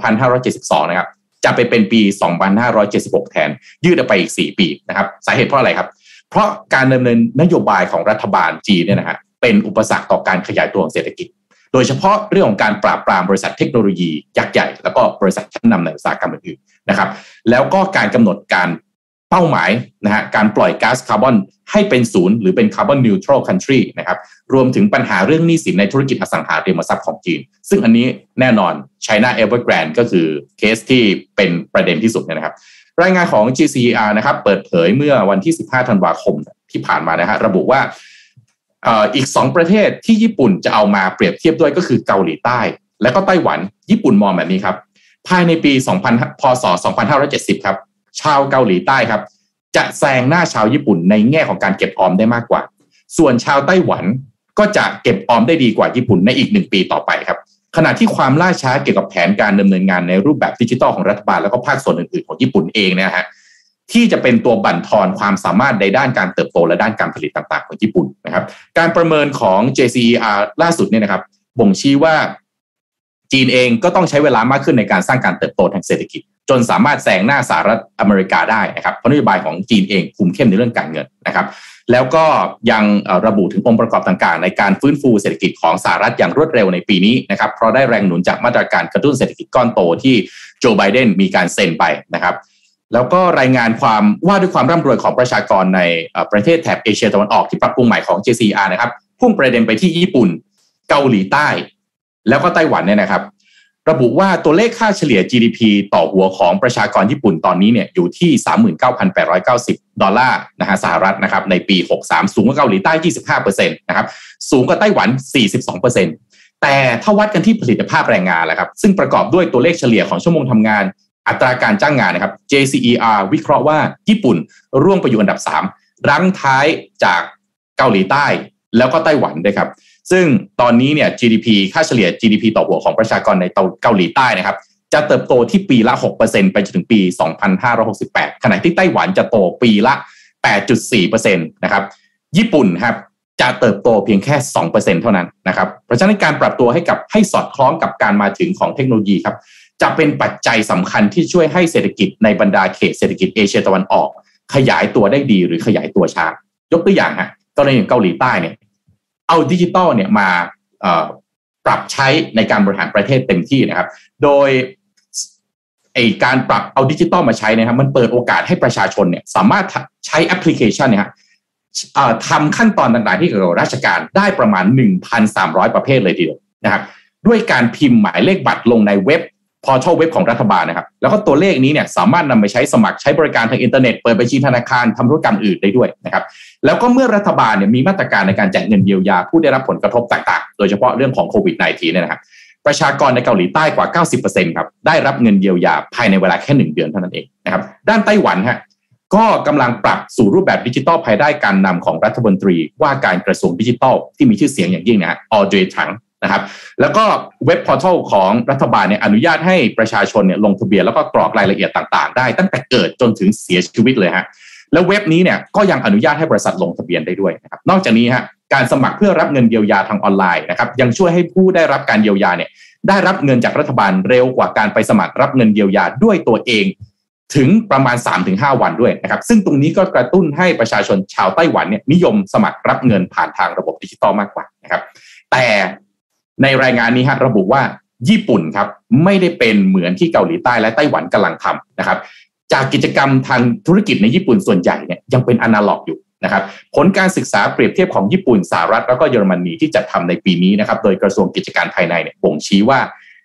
2572 นะครับจะไปเป็นปี 2576 แทนยืดออกไปอีก4 ปีนะครับสาเหตุเพราะอะไรครับเพราะการดำเนินนโยบายของรัฐบาลจีนเนี่ยนะฮะเป็นอุปสรรคต่อการขยายตัวของเศรษฐกิจโดยเฉพาะเรื่องของการปราบปรามบริษัทเทคโนโลยียักษ์ใหญ่แล้วก็บริษัทชั้นนำในอุตสาหกรรมอื่นๆนะครับแล้วก็การกำหนดการเป้าหมายนะฮะการปล่อยก๊าซคาร์บอนให้เป็นศูนย์หรือเป็นคาร์บอนนิวทรัลคันทรีนะครับรวมถึงปัญหาเรื่องหนี้สินในธุรกิจอสังหาริมทรัพย์ของจีนซึ่งอันนี้แน่นอน China Evergrande ก็คือเคสที่เป็นประเด็นที่สุดนะครับรายงานของ JCER นะครับเปิดเผยเมื่อวันที่15 ธันวาคมที่ผ่านมานะฮะระบุว่าอีก2ประเทศที่ญี่ปุ่นจะเอามาเปรียบเทียบด้วยก็คือเกาหลีใต้และก็ไต้หวันญี่ปุ่นมองแบบนี้ครับภายในปีพ.ศ. 2570ครับชาวเกาหลีใต้ครับจะแซงหน้าชาวญี่ปุ่นในแง่ของการเก็บออมได้มากกว่าส่วนชาวไต้หวันก็จะเก็บออมได้ดีกว่าญี่ปุ่นในอีก1 ปีต่อไปครับขณะที่ความล่าช้าเกี่ยวกับแผนการดำเนินงานในรูปแบบดิจิทัลของรัฐบาลแล้วก็ภาคส่วนอื่นๆของญี่ปุ่นเองนะฮะที่จะเป็นตัวบั่นทอนความสามารถในด้านการเติบโตและด้านการผลิตต่างๆของญี่ปุ่นนะครับการประเมินของ JCER ล่าสุดเนี่ยนะครับบ่งชี้ว่าจีนเองก็ต้องใช้เวลามากขึ้นในการสร้างการเติบโตทางเศรษฐกิจจนสามารถแซงหน้าสหรัฐอเมริกาได้นะครับเพราะนโยบายของจีนเองคุมเข้มในเรื่องการเงินนะครับแล้วก็ยังระบุถึงองค์ประกอบต่างๆในการฟื้นฟูเศรษฐกิจของสหรัฐอย่างรวดเร็วในปีนี้นะครับเพราะได้แรงหนุนจากมาตรการกระตุ้นเศรษฐกิจก้อนโตที่โจไบเดนมีการเซ็นไปนะครับแล้วก็รายงานความว่าด้วยความร่ำรวยของประชากรในประเทศแถบเอเชียตะวันออกที่ปรับปรุงใหม่ของ JCER นะครับพุ่งประเด็นไปที่ญี่ปุ่นเกาหลีใต้แล้วก็ไต้หวันเนี่ยนะครับระบุว่าตัวเลขค่าเฉลี่ย GDP ต่อหัวของประชากรญี่ปุ่นตอนนี้เนี่ยอยู่ที่ $39,890 นะฮะสหรัฐนะครับในปี63สูงกว่าเกาหลีใต้ 25% นะครับสูงกว่าไต้หวัน 42% แต่ถ้าวัดกันที่ผลิตภาพแรงงานแหละครับซึ่งประกอบด้วยตัวเลขเฉลี่ยของชั่วโมงทำงานอัตราการจ้างงานนะครับ JCER วิเคราะห์ว่าญี่ปุ่นร่วงไปอยู่อันดับ3รั้งท้ายจากเกาหลีใต้แล้วก็ไต้หวันด้วยครับซึ่งตอนนี้เนี่ย GDP ค่าเฉลี่ย GDP ต่อหัวของประชากรในเกาหลีใต้นะครับจะเติบโตที่ปีละ 6% ไปจนถึงปี 2568 ขณะที่ไต้หวันจะโตปีละ 8.4% นะครับญี่ปุ่นครับจะเติบโตเพียงแค่ 2% เท่านั้นนะครับเพราะฉะนั้นการปรับตัวให้สอดคล้องกับการมาถึงของเทคโนโลยีครับจะเป็นปัจจัยสำคัญที่ช่วยให้เศรษฐกิจในบรรดาเขตเศรษฐกิจเอเชียตะวันออกขยายตัวได้ดีหรือขยายตัวช้ายกตัวอย่างฮะกรณีเกาหลีใต้เนี่ยเอาดิจิตอลเนี่ยมาปรับใช้ในการบริหารประเทศเต็มที่นะครับโดยการปรับเอาดิจิตอลมาใช้นะครับมันเปิดโอกาสให้ประชาชนเนี่ยสามารถใช้แอปพลิเคชันเนี่ยทำขั้นตอนต่างๆที่เกี่ยวกับราชการได้ประมาณ 1,300 ประเภทเลยทีเดียวนะครับด้วยการพิมพ์หมายเลขบัตรลงในเว็บพอร์ทัลเว็บของรัฐบาลนะครับแล้วก็ตัวเลขนี้เนี่ยสามารถนำไปใช้สมัครใช้บริการทางอินเทอร์เน็ตเปิดบัญชีธนาคารทำธุรกรรมอื่นได้ด้วยนะครับแล้วก็เมื่อรัฐบาลเนี่ยมีมาตรการในการแจกเงินเยียวยาผู้ได้รับผลกระทบต่างๆโดยเฉพาะเรื่องของโควิด -19 เนี่ยนะครับประชากรในเกาหลีใต้กว่า 90% ครับได้รับเงินเยียวยาภายในเวลาแค่1เดือนเท่านั้นเองนะครับด้านไต้หวันฮะก็กำลังปรับสู่รูปแบบดิจิทัลภายใต้การนำของรัฐมนตรีว่าการกระทรวงดิจิทัลที่มีชื่อเสียงอย่างยิ่งนะฮะออเดรถังนะครับแล้วก็เว็บพอร์ทัลของรัฐบาลเนี่ยอนุญาตให้ประชาชนเนี่ยลงทะเบียนแล้วก็กรอกรายละเอียดต่างๆได้ตั้งแต่เกิดจนถึงเสียชีวิตเลยฮะแล้วเว็บนี้เนี่ยก็ยังอนุญาตให้บริษัทลงทะเบียนได้ด้วยนะครับนอกจากนี้ฮะการสมัครเพื่อรับเงินเยียวยาทางออนไลน์นะครับยังช่วยให้ผู้ได้รับการเยียวยาเนี่ยได้รับเงินจากรัฐบาลเร็วกว่าการไปสมัครรับเงินเยียวยาด้วยตัวเองถึงประมาณ 3-5 วันด้วยนะครับซึ่งตรงนี้ก็กระตุ้นให้ประชาชนชาวไต้หวันเนี่ยนิยมสมัครรับเงินผ่านทางระบบดิจิตอลมากกว่านะครับแต่ในรายงานนี้ฮะระบุว่าญี่ปุ่นครับไม่ได้เป็นเหมือนที่เกาหลีใต้และไต้หวันกำลังทำนะครับจากกิจกรรมทางธุรกิจในญี่ปุ่นส่วนใหญ่เนี่ยยังเป็นอนาล็อกอยู่นะครับผลการศึกษาเปรียบเทียบของญี่ปุ่นสหรัฐแล้วก็เยอรมนีที่จัดทำในปีนี้นะครับโดยกระทรวงกิจการภายในเนี่ยบ่งชี้ว่า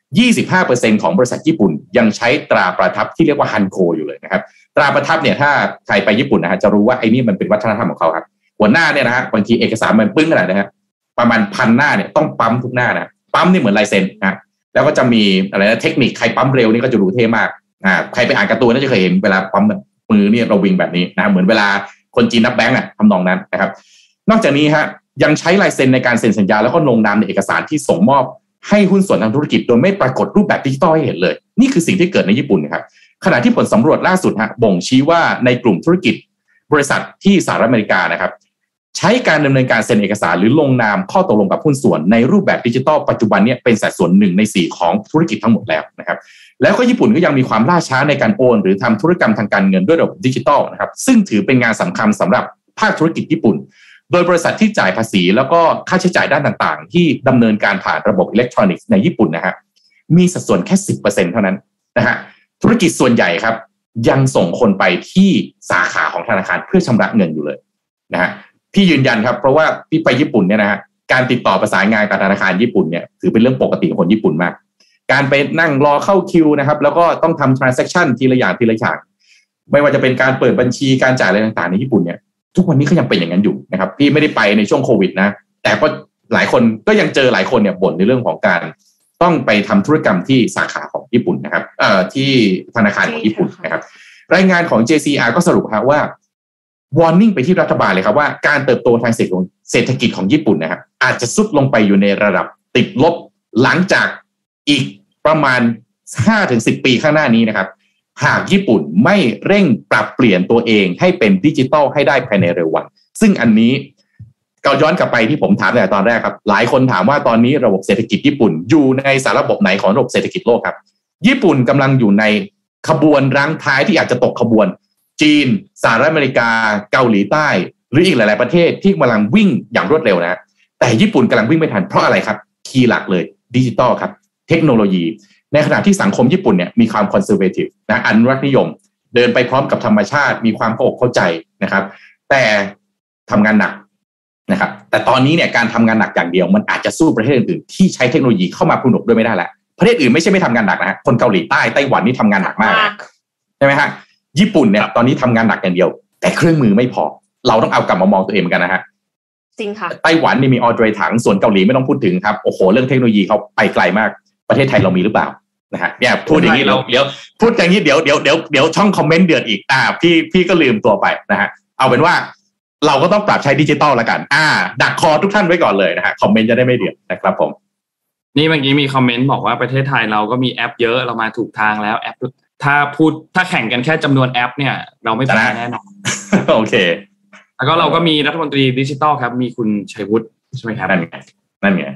25% ของบริษัทญี่ปุ่นยังใช้ตราประทับที่เรียกว่าฮันโคอยู่เลยนะครับตราประทับเนี่ยถ้าใครไปญี่ปุ่นนะฮะจะรู้ว่าไอ้นี่มันเป็นวัฒนธรรมของเขาครับหัวหน้าเนี่ยนะฮะบางทีเอกสารมันปึ้งขนาดนะฮะประมาณ1,000 หน้าเนี่ยต้องปั๊มทุกหน้านะปั๊มนี่เหมือนลายเซ็นนะแล้วก็จะมีอะไรนะเทคนิคใครปั๊มเร็วนี่ก็จะดูเท่มากใครไปอ่านการ์ตูนน่าจะเคยเห็นเวลาปั๊มมือเนี่ยเราวิ่งแบบนี้นะเหมือนเวลาคนจีนนับแบงก์ทำนองนั้นนะครับนอกจากนี้ฮะยังใช้ลายเซ็นในการเซ็นสัญญาแล้วก็ลงนามในเอกสารที่ส่งมอบให้หุ้นส่วนทางธุรกิจโดยไม่ปรากฏรูปแบบดิจิทัลให้เห็นเลยนี่คือสิ่งที่เกิดในญี่ปุ่นนะครับขณะที่ผลสำรวจล่าสุดฮะบ่งชี้ว่าในกลุ่มธุรกิจบริษัทที่สหรัฐอเมริกานะครับใช้การดำเนินการเซ็นเอกสารหรือลงนามข้อตกลงกับหุ้นส่วนในรูปแบบดิจิทัลปัจจุบันนี้เป็นสัดส่วน1 ใน 4ของธุรกิจทั้งหมดแล้วนะครับแล้วก็ญี่ปุ่นก็ยังมีความล่าช้าในการโอนหรือทำธุรกรรมทางการเงินด้วยระบบดิจิทัลนะครับซึ่งถือเป็นงานสำคัญสำหรับภาคธุรกิจญี่ปุ่นโดยบริษัทที่จ่ายภาษีแล้วก็ค่าใช้จ่ายด้านต่างๆที่ดำเนินการผ่านระบบอิเล็กทรอนิกส์ในญี่ปุ่นนะฮะมีสัดส่วนแค่ 10% เท่านั้นนะฮะธุรกิจส่วนใหญ่ครับยังส่งคนไปที่สาขาของธนาคารเพื่อชำระเงินอยู่เลยนะฮะพี่ยืนยันครับเพราะว่าพี่ไปญี่ปุ่นเนี่ยนะฮะการติดต่อประสานงานกับธนาคารญี่ปุ่นเนี่ยถือเป็นเรื่องปกติของคนญี่ปุ่นมากการไปนั่งรอเข้าคิวนะครับแล้วก็ต้องทำ transaction ทีละอย่างไม่ว่าจะเป็นการเปิดบัญชีการจ่ายอะไรต่างๆในญี่ปุ่นเนี่ยทุกวันนี้ก็ยังเป็นอย่างนั้นอยู่นะครับพี่ไม่ได้ไปในช่วงโควิดนะแต่ก็หลายคนก็ยังเจอหลายคนเนี่ยบ่นในเรื่องของการต้องไปทำธุรกรรมที่สาขาของญี่ปุ่นนะครับที่ธนาคารของญี่ปุ่นนะครับรายงานของ JCR ก็สรุปครับว่า warning ไปที่รัฐบาลเลยครับว่าการเติบโตทางเศรษฐกิจของญี่ปุ่นนะครับอาจจะซุดลงไปอยู่ในระดับติดลบหลังจากอีกประมาณ 5-10 ปีข้างหน้านี้นะครับหากญี่ปุ่นไม่เร่งปรับเปลี่ยนตัวเองให้เป็นดิจิทัลให้ได้ภายในเร็ววันซึ่งอันนี้ก็ย้อนกลับไปที่ผมถามในตอนแรกครับหลายคนถามว่าตอนนี้ระบบเศรษฐกิจญี่ปุ่นอยู่ในสารระบบไหนของระบบเศรษฐกิจโลกครับญี่ปุ่นกำลังอยู่ในขบวนรั้งท้ายที่อาจจะตกขบวนจีนสหรัฐอเมริกาเกาหลีใต้หรืออีกหลายๆประเทศที่กำลังวิ่งอย่างรวดเร็วนะแต่ญี่ปุ่นกำลังวิ่งไม่ทันเพราะอะไรครับคีย์หลักเลยดิจิทัลครับเทคโนโลยีในขณะที่สังคมญี่ปุ่นเนี่ยมีความคอนเซอร์เวทีฟนะอนุรักษ์นิยมเดินไปพร้อมกับธรรมชาติมีความเข้าใจนะครับแต่ทำงานหนักนะครับแต่ตอนนี้เนี่ยการทำงานหนักอย่างเดียวมันอาจจะสู้ประเทศอื่นๆที่ใช้เทคโนโลยีเข้ามาผนวกด้วยไม่ได้แล้วประเทศอื่นไม่ใช่ไม่ทำงานหนักนะฮะคนเกาหลีใต้ไต้หวันนี่ทำงานหนักมากใช่ไหมฮะญี่ปุ่นเนี่ยตอนนี้ทำงานหนักอย่างเดียวแต่เครื่องมือไม่พอเราต้องเอากลับมามองตัวเองเหมือนกันนะฮะจริงค่ะไต้หวันนี่มีออเดรถังส่วนเกาหลีไม่ต้องพูดถึงครับโอ้โหเรื่องเทคโนโลยีเขาไปไกลมากประเทศไทยเรามีหรือเปล่านะฮะเนี่ยพูดอย่างนี้เดี๋ยวพูดอย่างนี้เดี๋ยวช่องคอมเมนต์เดือดอีกพี่ก็ลืมตัวไปนะฮะเอาเป็นว่าเราก็ต้องปรับใช้ดิจิตอลแล้วกันดักคอทุกท่านไว้ก่อนเลยนะฮะคอมเมนต์จะได้ไม่เดือดนะครับผมนี่เมื่อกี้มีคอมเมนต์บอกว่าประเทศไทยเราก็มีแอปเยอะเรามาถูกทางแล้วแอปถ้าแข่งกันแค่จำนวนแอปเนี่ยเราไม่แพ้แน่นอนโอเคแล้วก็เราก็มีรัฐมนตรีดิจิทัลครับมีคุณชัยวุฒิใช่ไหมครับนั่นไง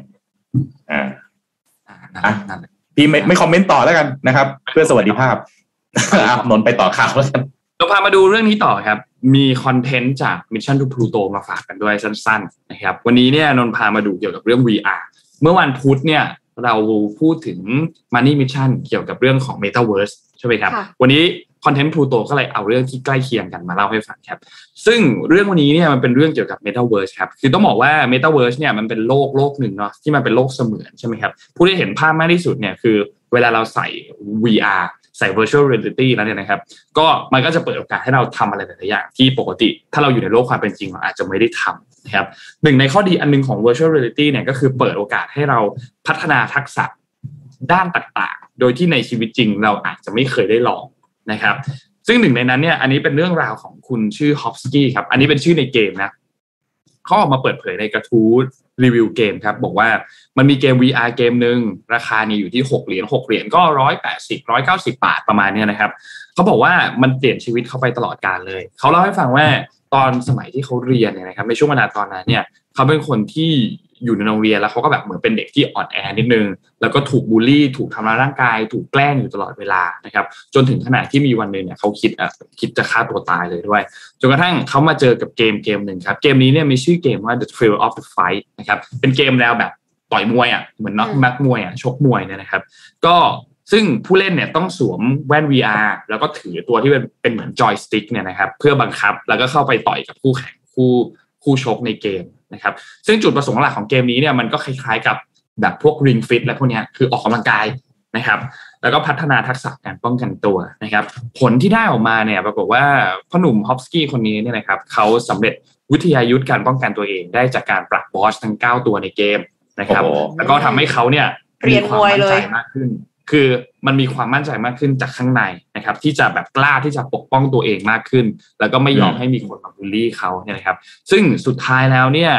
พี่ไม่คอมเมนต์ต่อแล้วกันนะครับเพื่อสวัสดิภาพนนไปต่อข่าวแล้วกันเราพามาดูเรื่องนี้ต่อครับมีคอนเทนต์จาก Mission to Pluto มาฝากกันด้วยสั้นๆนะครับวันนี้เนี่ยนนท์พามาดูเกี่ยวกับเรื่อง VR เมื่อวันพุธเนี่ยเราพูดถึง Money Mission เกี่ยวกับเรื่องของ Metaverse ใช่ไหมครับวันนี้คอนเทนต์ Pluto ก็เลยเอาเรื่องที่ใกล้เคียงกันมาเล่าให้ฟังครับซึ่งเรื่องวันนี้เนี่ยมันเป็นเรื่องเกี่ยวกับ Metaverse ครับคือต้องบอกว่า Metaverse เนี่ยมันเป็นโลกหนึ่งเนาะที่มันเป็นโลกเสมือนใช่ไหมครับผู้ที่เห็นภาพมากที่สุดเนี่ยคือเวลาเราใส่ VRใส่ virtual reality แล้วเนี่ยนะครับก็มันก็จะเปิดโอกาสให้เราทำอะไรหลายๆอย่างที่ปกติถ้าเราอยู่ในโลกความเป็นจริงเราอาจจะไม่ได้ทำนะครับหนึ่งในข้อดีอันนึงของ virtual reality เนี่ยก็คือเปิดโอกาสให้เราพัฒนาทักษะด้านต่างๆโดยที่ในชีวิตจริงเราอาจจะไม่เคยได้ลองนะครับซึ่งหนึ่งในนั้นเนี่ยอันนี้เป็นเรื่องราวของคุณชื่อฮอปสกี้ครับอันนี้เป็นชื่อในเกมนะเขาออกมาเปิดเผยในกระทู้รีวิวเกมครับบอกว่ามันมีเกม VR เกมนึงราคาเนี่ยอยู่ที่6เหรียญก็180 190 บาทประมาณนี้นะครับเขาบอกว่ามันเปลี่ยนชีวิตเขาไปตลอดกาลเลยเขาเล่าให้ฟังว่าตอนสมัยที่เขาเรียนเนี่ยนะครับในช่วงเวลาตอนนั้นเนี่ยเขาเป็นคนที่อยู่ในโรงเรียนแล้วเขาก็แบบเหมือนเป็นเด็กที่อ่อนแอนิดนึงแล้วก็ถูกบูลลี่ถูกทำร้ายร่างกายถูกแกล้งอยู่ตลอดเวลานะครับจนถึงขนาดที่มีวันนึงเนี่ยเขาคิดจะฆ่าตัวตายเลยด้วยจนกระทั่งเขามาเจอกับเกมนึงครับเกมนี้เนี่ยมีชื่อเกมว่า The Thrill of the Fight นะครับเป็นเกมแนวแบบต่อยมวยอ่ะเหมือนนักมวยอ่ะชกมวยเนี่ยนะครับก็ซึ่งผู้เล่นเนี่ยต้องสวมแว่น VR แล้วก็ถือตัวที่เป็นเหมือนจอยสติ๊กเนี่ยนะครับเพื่อบังคับแล้วก็เข้าไปต่อยกับคู่แข่งคู่ชกในเกมนะครับซึ่งจุดประสงค์หลักของเกมนี้เนี่ยมันก็คล้ายๆกับแบบพวก Ring Fit และพวกนี้คือออกกำลังกายนะครับแล้วก็พัฒนาทักษะการป้องกันตัวนะครับผลที่ได้ออกมาเนี่ยปรากฏว่าพ่อหนุ่มฮอปสกี้คนนี้เนี่ยนะครับเขาสำเร็จวิทยายุทธการป้องกันตัวเองได้จากการปราบบอสทั้ง9ตัวในเกมนะครับแล้วก็ทำให้เขาเนี่ยมีความมั่นใจมากขึ้นคือมันมีความมั่นใจมากขึ้นจากข้างในนะครับที่จะแบบกล้าที่จะปกป้องตัวเองมากขึ้นแล้วก็ไม่ยอมให้มีคนมาบูลลี่เขาเนี่ยนะครับซึ่งสุดท้ายแล้วเนี่ย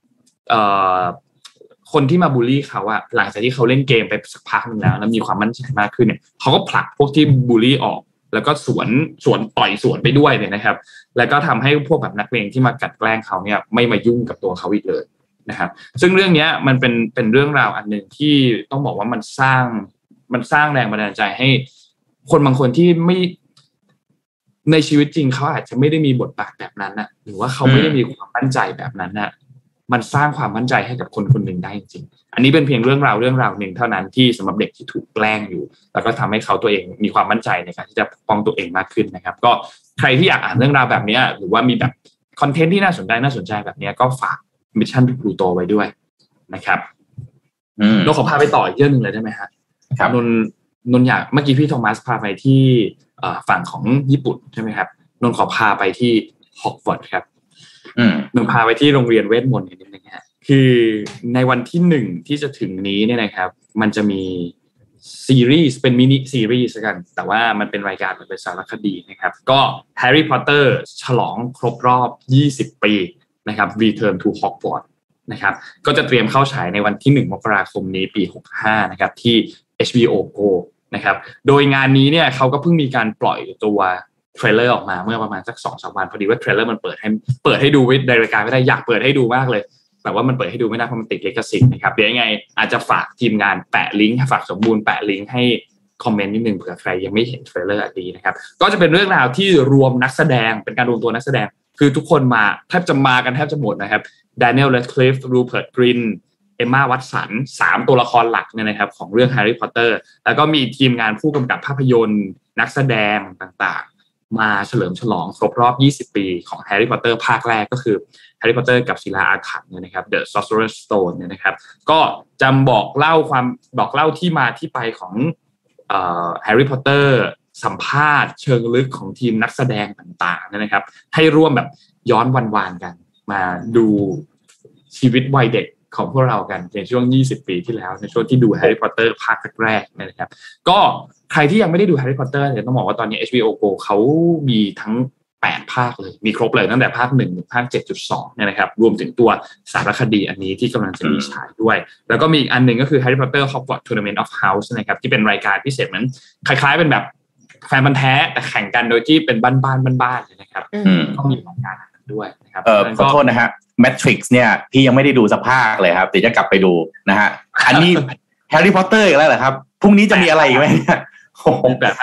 คนที่มาบูลลี่เขาอะหลังจากที่เขาเล่นเกมไปสักพักนึงแล้วมีความมั่นใจมากขึ้นเนี่ยเขาก็ผลักพวกที่บูลลี่ออกแล้วก็สวนต่อยสวนไปด้วยเนี่ยนะครับแล้วก็ทำให้พวกแบบนักเลงที่มากัดแกล้งเขาเนี่ยไม่มายุ่งกับตัวเขาอีกเลยนะครับซึ่งเรื่องนี้มันเป็นเรื่องราวอันนึงที่ต้องบอกว่ามันสร้างแรงบันดาลใจให้คนบางคนที่ไม่ในชีวิตจริงเขาอาจจะไม่ได้มีบทบาทแบบนั้นนะหรือว่าเขาไม่ได้มีความมั่นใจแบบนั้นนะมันสร้างความมั่นใจให้กับคนคนหนึ่งได้จริงๆอันนี้เป็นเพียงเรื่องราวหนึ่งเท่านั้นที่สำหรับเด็กที่ถูกแกล้งอยู่แล้วก็ทำให้เขาตัวเองมีความมั่นใจในการที่จะปกป้องตัวเองมากขึ้นนะครับก็ใครที่อยากอ่านเรื่องราวแบบนี้หรือว่ามีแบบคอนเทนต์ที่น่าสนใจแบบนี้ก็ฝาก Mission to Pluto ไว้ด้วยนะครับเราขอพาไปต่ออีกเรื่องนึงเลยได้ไหมฮะครับนนอยากเมื่อกี้พี่โทมัสพาไปที่ฝั่งของญี่ปุ่นใช่ไหมครับนนขอพาไปที่ฮอกวอตส์ครับนนพาไปที่โรงเรียนเวทมนต์นิดนึงฮะคือในวันที่1ที่จะถึงนี้เนี่ยนะครับมันจะมีซีรีส์เป็นมินิซีรีส์กันแต่ว่ามันเป็นรายการมันเป็นสารคดีนะครับก็แฮร์รี่พอตเตอร์ฉลองครบรอบ20ปีนะครับ Return to Hogwarts นะครับก็จะเตรียมเข้าฉายในวันที่1มกราคมนี้ปี65นะครับที่ HBO Go นะครับโดยงานนี้เนี่ยเขาก็เพิ่งมีการปล่อยตัวเทรลเลอร์ออกมาเมื่อประมาณสัก 2-3 วันพอดีว่าเทรลเลอร์มันเปิดให้ดูในรายการไม่ได้อยากเปิดให้ดูมากเลยแต่ว่ามันเปิดให้ดูไม่ได้เพราะมันติดลิขสิทธิ์นะครับเดี๋ยวยังไงอาจจะฝากทีมงานแปะลิงก์ฝากสมบูรณ์แปะลิงก์ให้คอมเมนต์นิดนึงเผื่อใครยังไม่เห็นเทรลเลอร์อันนี้นะครับก็จะเป็นเรื่องราวที่รวมนักแสดงเป็นการรวมตัวนักแสดงคือทุกคนมาแทบจะหมดนะครับแดเนียล แรดคลิฟรูเพิร์ต กรินเอมม่า วัตสัน3ตัวละครหลักเนี่ยนะครับของเรื่องแฮร์รี่พอตเตอร์แล้วก็มีทีมงานผู้กำกับภาพยนตร์นักแสดงต่างๆมาเฉลิมฉลองครบรอบ20ปีของแฮร์รี่พอตเตอร์ภาคแรกก็คือแฮร์รี่พอตเตอร์กับศิลาอาถรรพ์เนี่ยนะครับ The Sorcerer's Stone เนี่ยนะครับก็จำบอกเล่าที่มาที่ไปของแฮร์รี่พอตเตอร์สัมภาษณ์เชิงลึกของทีมนักแสดงต่างๆนะครับให้ร่วมแบบย้อนวานๆกันมาดูชีวิตวัยเด็กของพวกเรากันในช่วง20ปีที่แล้วในช่วงที่ดูแฮร์รี่พอตเตอร์ภาคแรกๆนะครับก็ใครที่ยังไม่ได้ดูแฮร์รี่พอตเตอร์เนี่ยต้องบอกว่าตอนนี้ HBO Go เขามีทั้ง8ภาคเลยมีครบเลยตั้งแต่ภาค1ถึงภาค 7.2 เนี่ยนะครับรวมถึงตัวสารคดีอันนี้ที่กำลังจะมีฉายด้วยแล้วก็มีอีกอันนึงก็คือ Harry Potter Hogwarts Tournament of House นะครับที่เป็นรายการพิเศษเหมือนคล้ายๆเป็นแบบแฟนพันธุ์แท้แต่แข่งกันโดยที่เป็นบ้านนะครับก็มีรายการด้วยนะครับขอโทษนะฮะ Matrix เนี่ยพี่ยังไม่ได้ดูสักภาคเลยครับเดี๋ยวจะกลับไปดูนะฮะอันนี้ Harry Potter อีกแล้วเหรอครับพรุ่งนี้จะมีอะไรอีกไหมเนี่ยแบบ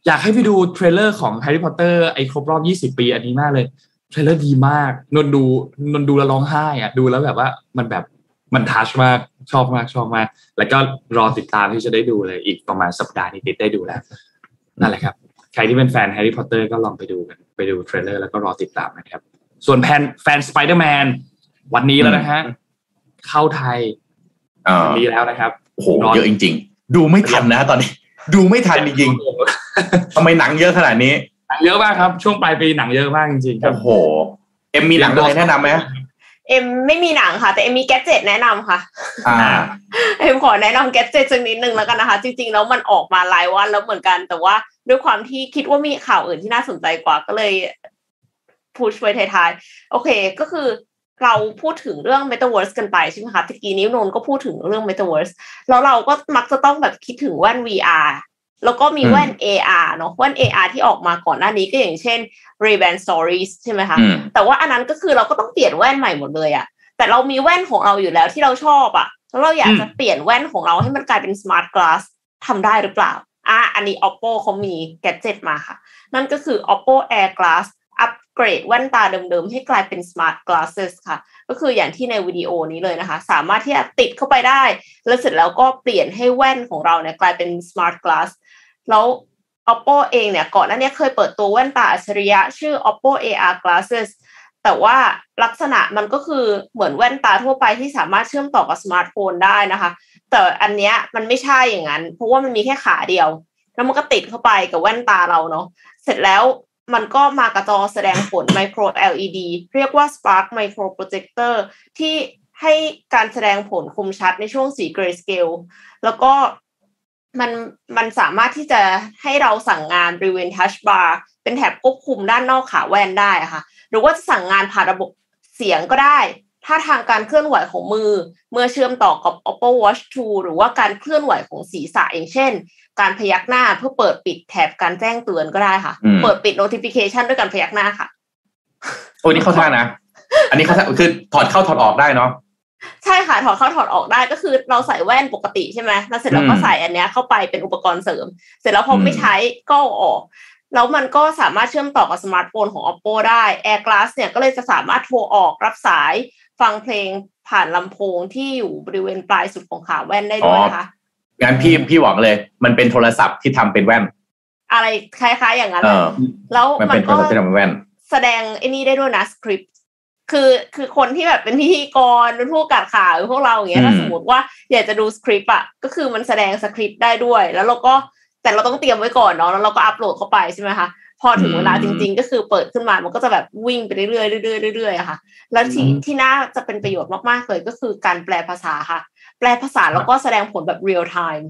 อยากให้ไปดูเทรลเลอร์ของ Harry Potter ไอ้ครบรอบ20 ปีอันนี้มากเลยเทรลเลอร์ดีมากนนดูแล้วร้องไห้อ่ะดูแล้วแบบว่ามันทัชมากชอบมากแล้วก็รอติดตามที่จะได้ดูเลยอีกประมาณสัปดาห์นี้ได้ดูแล้วนั่นแหละครับใครที่เป็นแฟน Harry Potter ก็ลองไปดูกันไปดูเทรลเลอร์แล้วก็รอติดตามนะครับส่วนแฟน Spider-Man วันนี้แล้วนะฮะเข้าไทยวันนี้แล้วนะครับโอ้โหเยอะจริงๆดูไม่ทันนะตอนนี้ดูไม่ทันจริงๆทำไมหนังเยอะขนาดนี้หนังเยอะมากครับช่วงปลายปีหนังเยอะมากจริงๆครับโอ้โหเอ็มมีหนังอะไรแนะนำไหมเอ็มไม่มีหนังค่ะแต่เอ็มมีแกดเจ็ตแนะนำค่ะเอ็มขอแนะนำแกดเจ็ตสักนิดนึงแล้วกันนะคะจริงๆแล้วมันออกมาหลายวันแล้วเหมือนกันแต่ว่าด้วยความที่คิดว่ามีข่าวอื่นที่น่าสนใจกว่าก็เลยพุชไว้ท้ายๆโอเคก็คือเราพูดถึงเรื่อง Metaverse กันไปใช่ไหมคะตะกี้นี้นนก็พูดถึงเรื่อง Metaverse แล้วเราก็มักจะต้องแบบคิดถึงแว่น VR แล้วก็มีแว่น AR เนาะแว่น AR ที่ออกมาก่อนหน้านี้ก็อย่างเช่น Ray-Ban Stories ใช่ไหมคะแต่ว่าอันนั้นก็คือเราก็ต้องเปลี่ยนแว่นใหม่หมดเลยอะแต่เรามีแว่นของเราอยู่แล้วที่เราชอบอะแล้วเราอยากจะเปลี่ยนแว่นของเราให้มันกลายเป็น Smart Glass ทำได้หรือเปล่าอันนี้ Oppo เขามีแกดเจ็ตมาค่ะนั่นก็คือ Oppo Air Glass อัปเกรดแว่นตาเดิมๆให้กลายเป็น Smart Glasses ค่ะก็คืออย่างที่ในวิดีโอนี้เลยนะคะสามารถที่จะติดเข้าไปได้แล้วเสร็จแล้วก็เปลี่ยนให้แว่นของเราเนี่ยกลายเป็น Smart Glass แล้ว Oppo เองเนี่ยก่อนหน้านี้เคยเปิดตัวแว่นตาอัจฉริยะชื่อ Oppo AR Glasses แต่ว่าลักษณะมันก็คือเหมือนแว่นตาทั่วไปที่สามารถเชื่อมต่อกับสมาร์ทโฟนได้นะคะแต่อันเนี้ยมันไม่ใช่อย่างนั้นเพราะว่ามันมีแค่ขาเดียวแล้วมันก็ติดเข้าไปกับแว่นตาเราเนาะเสร็จแล้วมันก็มากับจอแสดงผล Micro LED เรียกว่า Spark Micro Projector ที่ให้การแสดงผลคมชัดในช่วงสี Grayscale แล้วก็มันสามารถที่จะให้เราสั่งงานบริเวณ Touch Bar เป็นแถบควบคุมด้านนอกขาแว่นได้ค่ะหรือว่าจะสั่งงานผ่านระบบเสียงก็ได้ถ้าทางการเคลื่อนไหวของมือเมื่อเชื่อมต่อกับ Apple Watch 2 หรือว่าการเคลื่อนไหวของศีรษะอย่างเช่นการพยักหน้าเพื่อเปิดปิดแถบการแจ้งเตือนก็ได้ค่ะเปิดปิด notification ด้วยการพยักหน้าค่ะโอ้นี่เข้าท่านะอันนี้เข้าท่าคือถอดเข้าถอดออกได้เนาะใช่ค่ะถอดเข้าถอดออกได้ก็คือเราใส่แว่นปกติใช่ไหมแล้วเสร็จแล้วก็ใส่อันเนี้ยเข้าไปเป็นอุปกรณ์เสริมเสร็จแล้วพอไม่ใช้ก็ออกแล้วมันก็สามารถเชื่อมต่อกับสมาร์ทโฟนของ Oppo ได้ Air Glass เนี่ยก็เลยจะสามารถโทรออกรับสายฟังเพลงผ่านลำโพงที่อยู่บริเวณปลายสุดของขาแว่นได้ด้วยนะคะงั้นพี่บอกเลยมันเป็นโทรศัพท์ที่ทำเป็นแว่นอะไรคล้ายๆอย่างนั้นแล้วมันก็แสดงไอ้นี่ได้ด้วยนะสคริปต์คือคนที่แบบเป็นพิธีกรเป็นผู้ประกาศข่าวพวกเราอย่างเงี้ยถ้าสมมติว่าอยากจะดูสคริปต์อ่ะก็คือมันแสดงสคริปต์ได้ด้วยแล้วเราก็แต่เราต้องเตรียมไว้ก่อนเนาะแล้วเราก็อัปโหลดเข้าไปใช่ไหมคะพอถึงเวลาจริงๆก็คือเปิดขึ้นมามันก็จะแบบวิ่งไปเรื่อยๆอะค่ะแล้วที่น่าจะเป็นประโยชน์มากๆเลยก็คือการแปลภาษาค่ะแปลภาษาแล้วก็แสดงผลแบบเรียลไทม์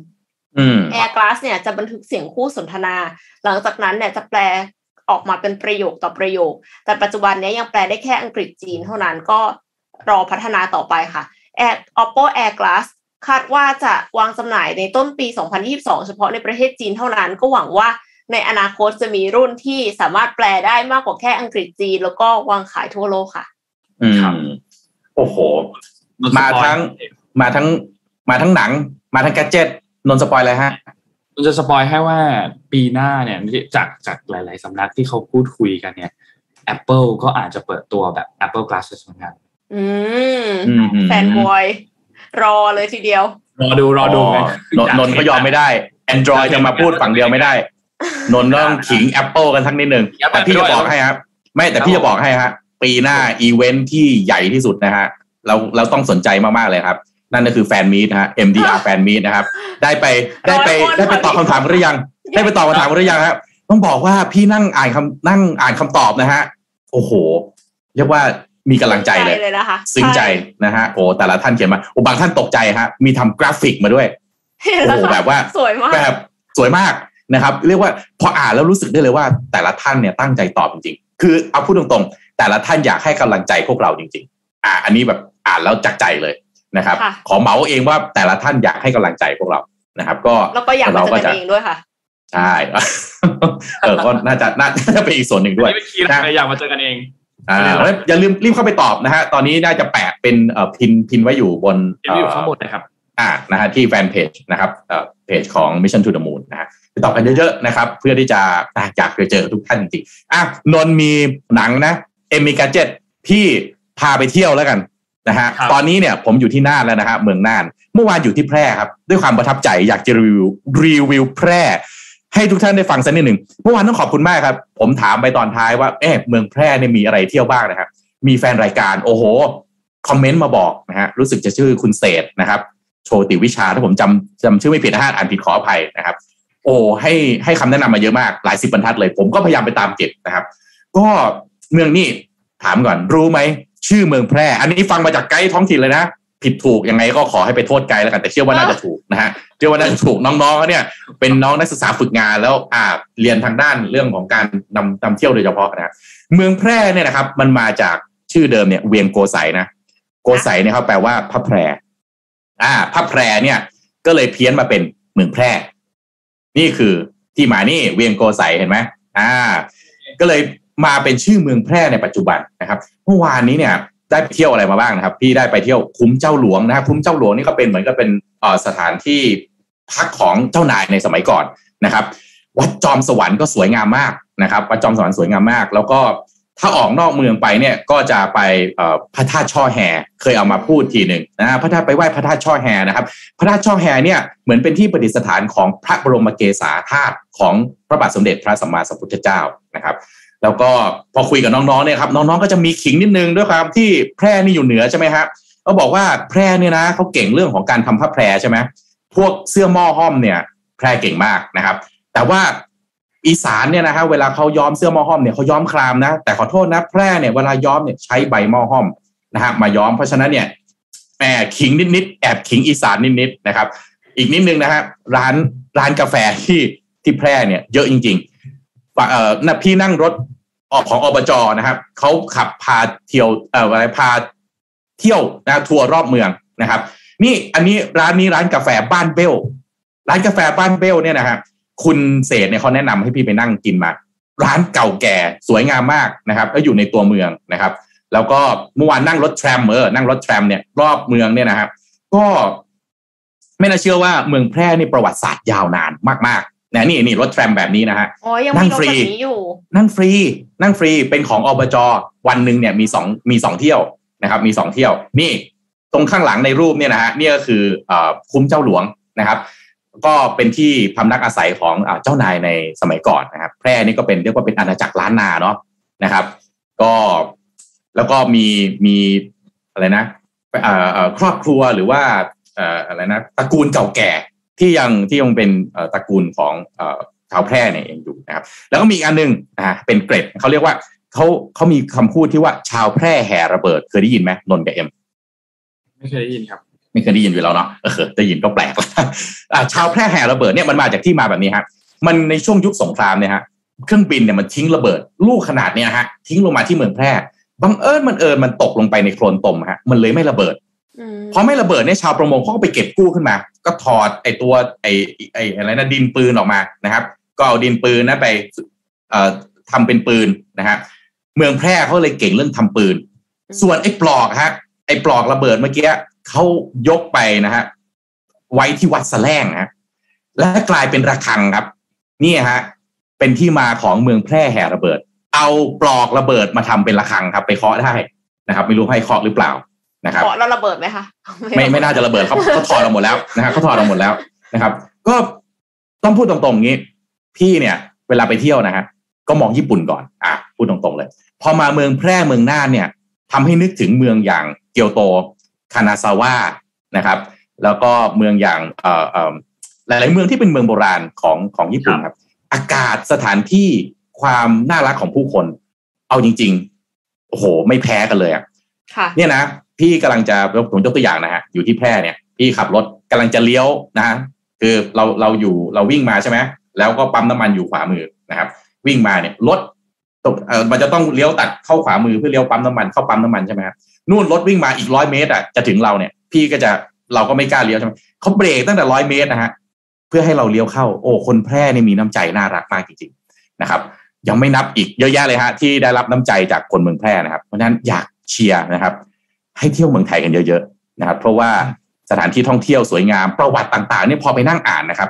Air Glass เนี่ยจะบันทึกเสียงคู่สนทนาหลังจากนั้นเนี่ยจะแปลออกมาเป็นประโยคต่อประโยคแต่ปัจจุบันนี้ยังแปลได้แค่อังกฤษจีนเท่านั้นก็รอพัฒนาต่อไปค่ะ Oppo Air Glass คาดว่าจะวางจำหน่ายในต้นปี 2022 เฉพาะในประเทศจีนเท่านั้นก็หวังว่าในอนาคตจะมีรุ่นที่สามารถแปลได้มากกว่าแค่อังกฤษจีนแล้วก็วางขายทั่วโลกค่ะโอ้โหมาทั้งหนังมาทั้งแกดเจ็ตนนสปอยเลยฮะนนจะสปอยให้ว่าปีหน้าเนี่ยจากหลายๆสำนักที่เขาพูดคุยกันเนี่ย Apple ก็อาจจะเปิดตัวแบบ Apple Glasses เหมือนกันแฟนบอยรอเลยทีเดียวรอดูไงนนก็ยอมไม่ได้ Android จะมาพูดฝั่งเดียวไม่ได้นนต้องขิง Apple กันสักนิดนึงแต่พี่จะบอกให้ครับแต่พี่จะบอกให้ฮะปีหน้าอีเวนท์ที่ใหญ่ที่สุดนะฮะเราต้องสนใจมากๆเลยครับนั่นก็คือแฟนมีตฮะ MDR แฟนมีตนะครับได้ไปตอบคำถามหรือยังได้ไปตอบคำถามหรือยังครับต้องบอกว่าพี่นั่งอ่านคำตอบนะฮะโอ้โหเรียกว่ามีกำลังใจเลยนะคะซึ้งใจนะฮะโอ้แต่ละท่านเขียนมาบางท่านตกใจฮะมีทำกราฟิกมาด้วยโอ้แบบว่าสวยมากแบบสวยมากนะครับเรียกว่าพออ่านแล้วรู้สึกได้เลยว่าแต่ละท่านเนี่ยตั้งใจตอบจริงๆคือเอาพูดตรงๆแต่ละท่านอยากให้กำลังใจพวกเราจริงๆอันนี้แบบอ่านแล้วจากใจเลยนะครับขอเหมาเองว่าแต่ละท่านอยากให้กำลังใจพวกเรานะครับก็แล้วก็อยากมาเจอกันเองด้วยค่ะใช่ก็น่าจะเป็นอีกส่วนหนึ่งด้วยนะอยากมาเจอกันเองอย่าลืมรีบเข้าไปตอบนะฮะตอนนี้น่าจะแปะเป็นพินไว้อยู่บนอยู่ข้างบนนะครับนะฮะที่แฟนเพจนะครับเพจของ Mission to the Moon นะฮะไปตอบกันเยอะๆนะครับเพื่อที่จะอยากเจอทุกท่านจริงๆนนมีหนังนะเอมิกาเจ็ตพี่พาไปเที่ยวแล้วกันนะฮะตอนนี้เนี่ยผมอยู่ที่น่านแล้วนะฮะเมืองน่านเมื่อวานอยู่ที่แพร่ครับด้วยความประทับใจอยากจะรีวิวแพร่ให้ทุกท่านได้ฟังสักนิดหนึ่งเมื่อวานต้องขอบคุณมากครับผมถามไปตอนท้ายว่าเมืองแพร่เนี่ยมีอะไรเที่ยวบ้างนะครับมีแฟนรายการโอ้โหคอมเมนต์มาบอกนะฮะรู้สึกจะชื่อคุณเศษนะครับโชติวิชาถ้าผมจำชื่อไม่ผิดนะฮะอ่านผิดขออภัยนะครับโอ้ให้คำแนะนำมาเยอะมากหลายสิบบรรทัดเลยผมก็พยายามไปตามเก็บนะครับก็เมืองนี้ถามก่อนรู้ไหมชื่อเมืองแพร่อันนี้ฟังมาจากไกด์ท้องถิ่นเลยนะผิดถูกยังไงก็ขอให้ไปโทษไกด์แล้วกันแต่เชื่อว่าน่าจะถูกนะฮะเชื่อว่าน่าจะถูกน้องๆเขาเนี่ยเป็นน้องนักศึกษาฝึกงานแล้วเรียนทางด้านเรื่องของการนำเที่ยวโดยเฉพาะนะเมืองแพร่เนี่ยนะครับมันมาจากชื่อเดิมเนี่ยเวียงโกไสนะโกไสเนี่ยเขาแปลว่าพระแพรพระแพรเนี่ยก็เลยเพี้ยนมาเป็นเมืองแพร่นี่คือที่มานี่เวียงโกไสเห็นไหมก็เลยมาเป็นชื่อเมืองแพร่ในปัจจุบันนะครับเมื่อวานนี้เนี่ยได้ไปเที่ยวอะไรมาบ้างนะครับพี่ได้ไปเที่ยวคุ้มเจ้าหลวงนะครับคุ้มเจ้าหลวงนี่ก็เป็นเหมือนกับเป็นสถานที่พักของเจ้านายในสมัยก่อนนะครับวัดจอมสวรรค์ก็สวยงามมากนะครับวัดจอมสวรรค์สวยงามมากแล้วก็ถ้าออกนอกเมืองไปเนี่ยก็จะไปพระธาตุช่อแฮเคยเอามาพูดทีหนึ่งนะพระธาตุไปไหว้พระธาตุช่อแฮนะครับพระธาตุช่อแฮเนี่ยเหมือนเป็นที่ประดิษฐานของพระบรมเกศาธาตุของพระบาทสมเด็จพระสัมมาสัมพุทธเจ้านะครับแล้วก็พอคุยกับน้องๆเนี่ยครับน้องๆก็จะมีขิงนิดนึงด้วยความที่แพร่นี่อยู่เหนือใช่ไหมครับเขาบอกว่าแพร่เนี่ยนะเขาเก่งเรื่องของการทำผ้าแพรใช่ไหมพวกเสื้อหม้อห้อมเนี่ยแพร่เก่งมากนะครับแต่ว่าอีสานเนี่ยนะฮะเวลาเขาย้อมเสื้อหม้อห้อมเนี่ยเขาย้อมครามนะแต่ขอโทษนะแพร่เนี่ยเวลาย้อมเนี่ยใช้ใบหม้อห้อมนะฮะมาย้อมเพราะฉะนั้นเนี่ยขิงนิดๆแอบขิงอีสานนิดๆนะครับอีกนิดนึงนะฮะร้านกาแฟที่แพร่เนี่ยเยอะจริงๆพี่นั่งรถของอบจนะครับเขาขับพาเที่ยวพาเที่ยวนะทัวร์รอบเมืองนะครับนี่อันนี้ร้านกาแฟบ้านเบลร้านกาแฟบ้านเบลเนี่ยนะฮะคุณเศษเนี่ยเขาแนะนำให้พี่ไปนั่งกินมาร้านเก่าแก่สวยงามมากนะครับแล้วอยู่ในตัวเมืองนะครับแล้วก็เมื่อวานนั่งรถแทรมนั่งรถแทรมเนี่ยรอบเมืองเนี่ยนะครับก็ไม่น่าเชื่อว่าเมืองแพร่นี่ประวัติศาสตร์ยาวนานมากๆนะนี่รถแทรมแบบนี้นะฮะนั่งฟรีนั่งฟรีเป็นของอบจวันนึงเนี่ยมี2เที่ยวนะครับมี2เที่ยวนี่ตรงข้างหลังในรูปเนี่ยนะฮะนี่ก็คือคุ้มเจ้าหลวงนะครับก็เป็นที่พำนักอาศัยของเจ้านายในสมัยก่อนนะครับแพร่นี่ก็เป็นเรียกว่าเป็นอาณาจักรล้านนาเนาะนะครับก็แล้วก็มีอะไรนะครอบครัวหรือว่าอะไรนะตระกูลเก่าแก่ที่ยังเป็นตระกูลของชาวแพร่เนี่ยเองอยู่นะครับแล้วก็มีอีกอันนึงเป็นเกร็ดเขาเรียกว่าเขามีคำพูดที่ว่าชาวแพร่แห่ระเบิดเคยได้ยินไหมนนท์กับเอ็มไม่เคยได้ยินครับไม่เคยได้ยินอยู่แล้วเนาะได้ยินก็แปลกชาวแพร่แห่ระเบิดเนี่ยมันมาจากที่มาแบบนี้ครับมันในช่วงยุคสงครามเนี่ยฮะเครื่องบินเนี่ยมันทิ้งระเบิดลูกขนาดเนี้ยฮะทิ้งลงมาที่เมืองแพร่บังเอิญมันตกลงไปในโคลนตมฮะมันเลยไม่ระเบิดพอไม่ระเบิดเนี่ยชาวประมงเขาก็ไปเก็บกู้ขึ้นมาก็ถอดไอ้ตัวไอ้อะไรนะดินปืนออกมานะครับก็เอาดินปืนนะไปทำเป็นปืนนะฮะเมืองแพร่เขาเลยเก่งเรื่องทำปืนส่วนไอ้ปลอกฮะไอ้ปลอกระเบิดเมื่อกี้เขายกไปนะฮะไว้ที่วัดสะแล่งฮะและกลายเป็นระฆังครับนี่ฮะเป็นที่มาของเมืองแพร่แห่ระเบิดเอาปลอกระเบิดมาทำเป็นระฆังครับไปเคาะได้นะครับไม่รู้ให้เคาะหรือเปล่านะครับเคาะแล้วระเบิดไหมคะไม่น่าจะระเบิดเขาถอดออกหมดแล้วนะฮะเขาถอดออกหมดแล้วนะครับก็ต้องพูดตรงๆงี้พี่เนี่ยเวลาไปเที่ยวนะฮะก็มองญี่ปุ่นก่อนพูดตรงๆเลยพอมาเมืองแพร่เมืองน่านเนี่ยทำให้นึกถึงเมืองอย่างเกียวโตคานาซาวะนะครับแล้วก็เมืองอย่างหลายๆเมืองที่เป็นเมืองโบราณของญี่ปุ่นครับอากาศสถานที่ความน่ารักของผู้คนเอาจริงๆโอ้โหไม่แพ้กันเลยเนี่ยนะพี่กำลังจะผมยกตัวอย่างนะฮะอยู่ที่แพร่เนี่ยพี่ขับรถกำลังจะเลี้ยวนะคือเราวิ่งมาใช่ไหมแล้วก็ปั๊มน้ำมันอยู่ขวามือนะครับวิ่งมาเนี่ยรถมันจะต้องเลี้ยวตัดเข้าขวามือเพื่อเลี้ยวปั๊มน้ำมันเข้าปั๊มน้ำมันใช่ไหมครับนู่นรถวิ่งมาอีก100 เมตรจะถึงเราเนี่ยพี่ก็จะเราก็ไม่กล้าเลี้ยวใช่ไหมเขาเบรกตั้งแต่100 เมตรนะฮะเพื่อให้เราเลี้ยวเข้าโอ้คนแพร่เนี่ยมีน้ำใจน่ารักมากจริงๆนะครับยังไม่นับอีกเยอะแยะเลยฮะที่ได้รับน้ำใจจากคนเมืองแพร่นะครับเพราะฉะนั้นอยากเชียร์นะครับให้เที่ยวเมืองไทยกันเยอะๆนะครับเพราะว่าสถานที่ท่องเที่ยวสวยงามประวัติต่างๆเนี่ยพอไปนั่งอ่านนะครับ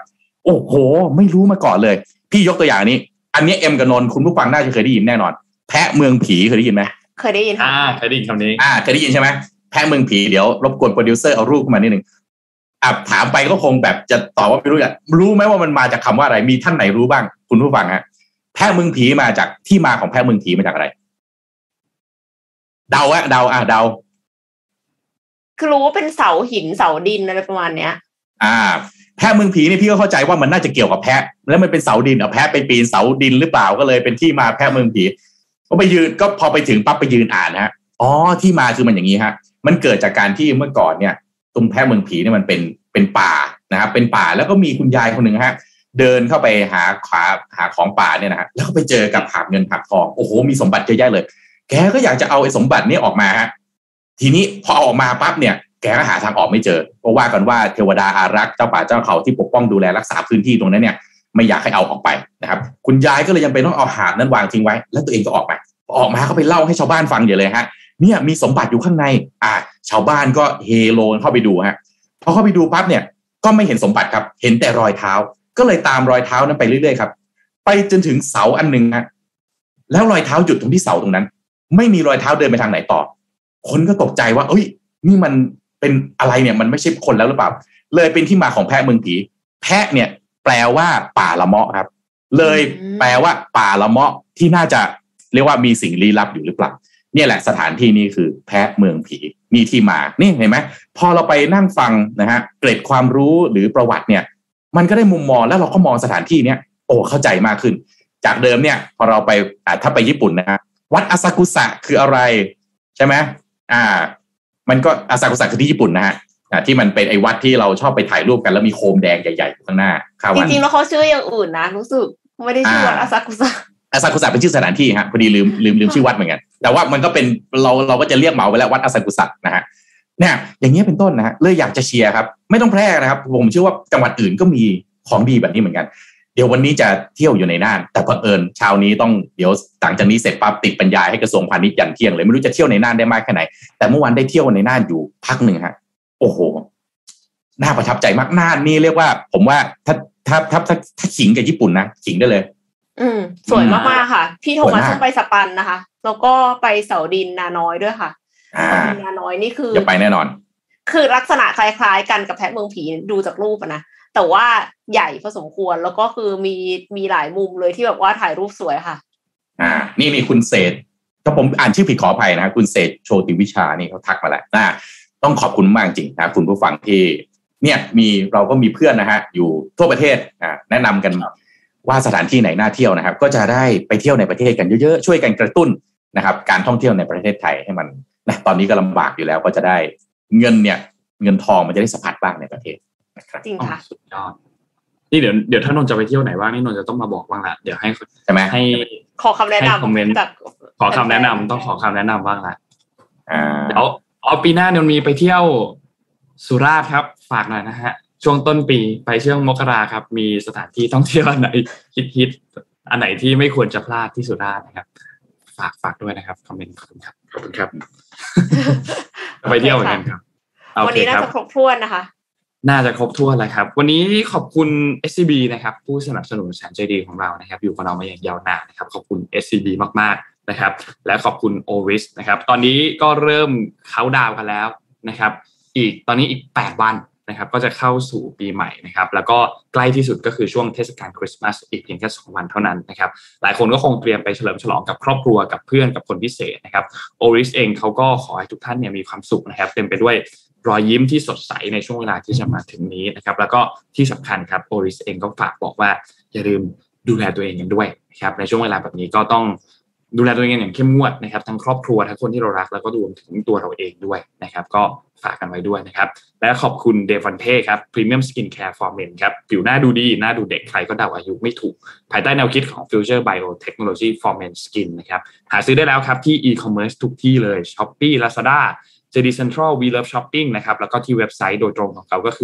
โอ้โหไม่รู้มาก่อนเลยพี่ยกตัวอย่างนี้อันนี้เอ็มกับนนท์คุณผู้ฟังน่าจะเคยได้ยินแน่นอนแพะเมืองผีเคยได้ยินไหมเคยได้ยินเคยได้ยินคำนี้เคยได้ยินใช่ไหมแพะเมืองผีเดี๋ยวรบกวนโปรดิวเซอร์เอารูปขึ้นมานิดนึงถามไปก็คงแบบจะตอบว่าไม่รู้อ่ะรู้ไหมว่ามันมาจากคำว่าอะไรมีท่านไหนรู้บ้างคุณผู้ฟังฮะแพะเมืองผีมาจากที่มาของแพะเมืองผีมาจากอะไรเดาคือรู้ว่าเป็นเสาหินเสาดินอะไรประมาณเนี้ยแพะเมืองผีนี่พี่ก็เข้าใจว่ามันน่าจะเกี่ยวกับแพะแล้วมันเป็นเสาดินแพะไปปีนเสาดินหรือเปล่าก็เลยเป็นที่มาแพะเมืองผีก็ไปยืนก็พอไปถึงปั๊บไปยืนอ่านฮะอ๋อที่มาคือมันอย่างนี้ฮะมันเกิดจากการที่เมื่อก่อนเนี่ยตรงแพะเมืองผีเนี่ยมันเป็นป่านะครับเป็นป่าแล้วก็มีคุณยายคนหนึ่งฮะเดินเข้าไปหาของป่าเนี่ยนะฮะแล้วก็ไปเจอกับหาบเงินหาบทองโอ้โหมีสมบัติเยอะแยะเลยแกก็อยากจะเอาไอ้สมบัตินี้ออกมาฮะทีนี้พอเอาออกมาปั๊บเนี่ยแกก็หาทางออกไม่เจอเพราะว่ากันว่าเทวดาอารักษ์เจ้าป่าเจ้าเขาที่ปกป้องดูแลรักษาพื้นที่ตรงนั้นเนี่ยไม่อยากให้เอาออกไปนะครับคุณยายก็เลยยังเป็นต้องเอาหาบนั้นวางทิ้งไว้แล้วตัวเองก็ออกมาก็ไปเล่าให้ชาวบ้านฟังอยู่เลยฮะเนี่ยมีสมบัติอยู่ข้างในชาวบ้านก็เฮโลเข้าไปดูฮะพอเข้าไปดูปั๊บเนี่ยก็ไม่เห็นสมบัติครับเห็นแต่รอยเท้าก็เลยตามรอยเท้านั้นไปเรื่อยๆครับไปจนถึงเสาอันนึงฮะแล้วรอยเท้าหยุดตรงที่เสาตรงนั้นไม่มีรอยเท้าเดินไปทางไหนต่อคนก็ตกใจว่าเอ้ยนี่มันเป็นอะไรเนี่ยมันไม่ใช่คนแล้วหรือเปล่าเลยเป็นที่มาของแพะเมืองผีแพะเนี่ยแปลว่าป่าละเมาะครับเลยแปลว่าป่าละเมาะที่น่าจะเรียกว่ามีสิ่งลี้ลับอยู่หรือเปล่าเนี่ยแหละสถานที่นี้คือแพะเมืองผีมีที่มานี่เห็นไหมพอเราไปนั่งฟังนะฮะเกร็ดความรู้หรือประวัติเนี่ยมันก็ได้มุมมองแล้วเราก็มองสถานที่เนี้ยโอ้เข้าใจมากขึ้นจากเดิมเนี่ยพอเราไปถ้าไปญี่ปุ่นนะฮะวัดอาซากุสะคืออะไรใช่ไหมมันก็อาซากุสะคือที่ญี่ปุ่นนะฮะที่มันเป็นไอ้วัดที่เราชอบไปถ่ายรูปกันแล้วมีโคมแดงใหญ่ๆอยู่ข้างหน้าจริงๆแล้วเขาชื่ออย่างอื่นนะรู้สึกไม่ได้ชื่อวัดอาซากุสะอาซากุสะเป็นชื่อสถานที่ฮะพอดีลืมชื่อวัดเหมือนกันแต่ว่ามันก็เป็นเราก็จะเรียกเหมาไปแล้ววัดอาซากุสะนะฮะเนี่ยอย่างนี้เป็นต้นนะฮะเลยอยากจะเชียร์ครับไม่ต้องแพร่นะครับผมเชื่อว่าจังหวัดอื่นก็มีของดีแบบนี้เหมือนกันเดี๋ยววันนี้จะเที่ยวอยู่ในน่านแต่เผอิญเช้านี้ต้องเดี๋ยวหลังจากนี้เสร็จปั๊บติดบรรยายให้กระทรวงพาณิชย์ยันเที่ยงเลยไม่รู้จะเที่ยวในน่านได้มากแค่ไหนแต่เมื่อวานได้เที่ยวในน่านอยู่พักหนึ่งฮะโอ้โหน่าประทับใจมากน่านนี่เรียกว่าผมว่าถ้าขิงกับญี่ปุ่นนะขิงได้เลยสวยมากๆค่ะพี่โทมัสไปสปันนะคะแล้วก็ไปเสาดินนาน้อยด้วยค่ะนาน้อยนี่คือจะไปแน่นอนคือลักษณะคล้ายๆกันกับแพะเมืองผีดูจากรูปนะแต่ว่าใหญ่พอสมควรแล้วก็คือมีหลายมุมเลยที่แบบว่าถ่ายรูปสวยค่ะนี่คุณเศษถ้าผมอ่านชื่อผิดขออภัยนะคุณเศษโชติวิชานี่เขาทักมาแล้วต้องขอบคุณมากจริงนะคุณผู้ฟังที่เนี่ยเราก็มีเพื่อนนะฮะอยู่ทั่วประเทศแนะนำกันว่าสถานที่ไหนน่าเที่ยวนะครับก็จะได้ไปเที่ยวในประเทศกันเยอะๆช่วยกันกระตุ้นนะครับการท่องเที่ยวในประเทศไทยให้มันนะตอนนี้ก็ลำบากอยู่แล้วก็จะได้เงินทองมันจะได้สะพัดบ้างในประเทศนะครับจริงค่ะสุดยอดนี่เดี๋ยวถ้านนท์จะไปเที่ยวไหนบ้างนี่นนท์จะต้องมาบอกบ้างละเดี๋ยวให้ใช่ไหมให้ขอคำแนะนำจากขอคำแนะนำต้องขอคำแนะนำบ้างละเดี๋ยวปีหน้านนท์มีไปเที่ยวสุราษฎร์ครับฝากหน่อยนะฮะช่วงต้นปีไปช่วงมกราครับมีสถานที่ท่องเที่ยวอันไหนฮิตอันไหนที่ไม่ควรจะพลาดที่สุราษฎร์นะครับฝากด้วยนะครับคอมเมนต์ขอบคุณครับไปเที่ยวเหมือนกันครับวันนี้น่าจะครบถ้วนนะคะน่าจะครบถ้วนแล้วครับวันนี้ขอบคุณ SCB นะครับผู้สนับสนุนแสนใจดีของเรานะครับอยู่กับเรามาอย่างยาวนานนะครับขอบคุณ SCB มากๆนะครับและขอบคุณ Oris นะครับตอนนี้ก็เริ่มเค้าดาวกันแล้วนะครับตอนนี้อีก8วันนะครับก็จะเข้าสู่ปีใหม่นะครับแล้วก็ใกล้ที่สุดก็คือช่วงเทศกาลคริสต์มาสอีกเพียงแค่2วันเท่านั้นนะครับหลายคนก็คงเตรียมไปเฉลิมฉลองกับครอบครัวกับเพื่อนกับคนพิเศษนะครับ Oris เองเขาก็ขอให้ทุกท่านเนี่ยมีความสุขนะครับเต็มไปด้วยรอยยิ้มที่สดใสในช่วงเวลาที่จะมาถึงนี้นะครับแล้วก็ที่สำคัญครับ Oris เองก็ฝากบอกว่าอย่าลืมดูแลตัวเองกันด้วยนะครับในช่วงเวลาแบบนี้ก็ต้องดูแลตัวเองอย่างเข้มงวดนะครับทั้งครอบครัวทั้งคนที่เรารักแล้วก็รวมถึงตัวเราเองด้วยนะครับก็ฝากกันไว้ด้วยนะครับและขอบคุณเดฟอนเท่ครับ Premium Skin Care for Men ครับผิวหน้าดูดีหน้าดูเด็กใครก็เดาอายุไม่ถูกภายใต้แนวคิดของ Future Biotechnology for Men Skin นะครับหาซื้อได้แล้วครับที่ e-commerce ทุกที่เลย Shopee Lazada JD Central We Love Shopping นะครับแล้วก็ที่เว็บไซต์โดยตรงของเขาก็คือ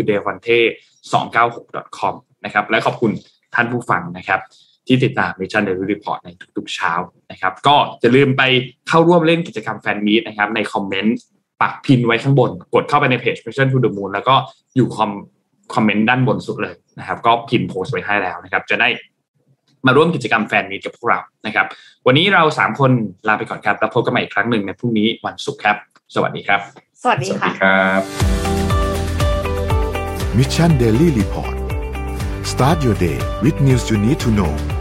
devonte296.com นะครับและขอบคุณท่านผู้ฟังนะครับที่ติดตาม Mission Daily Report ในทุกๆเช้านะครับก็อย่าลืมไปเข้าร่วมเล่นกิจกรรมแฟนมีตนะครับในคอมเมนต์ปักพินไว้ข้างบนกดเข้าไปในเพจ Mission to the Moon แล้วก็อยู่คอมเมนต์ด้านบนสุดเลยนะครับก็พิมพ์โพสต์ไว้ให้แล้วนะครับจะได้มาร่วมกิจกรรมแฟนมีตกับพวกเรานะครับวันนี้เรา3คนลาไปก่อนครับแล้วพบกันใหม่อีกครั้งหนึ่งในพรุ่งนี้วันศุกร์ครับสวัสดีครับสวัสดีค่ะครับ Mission Daily Report Start your day with news you need to know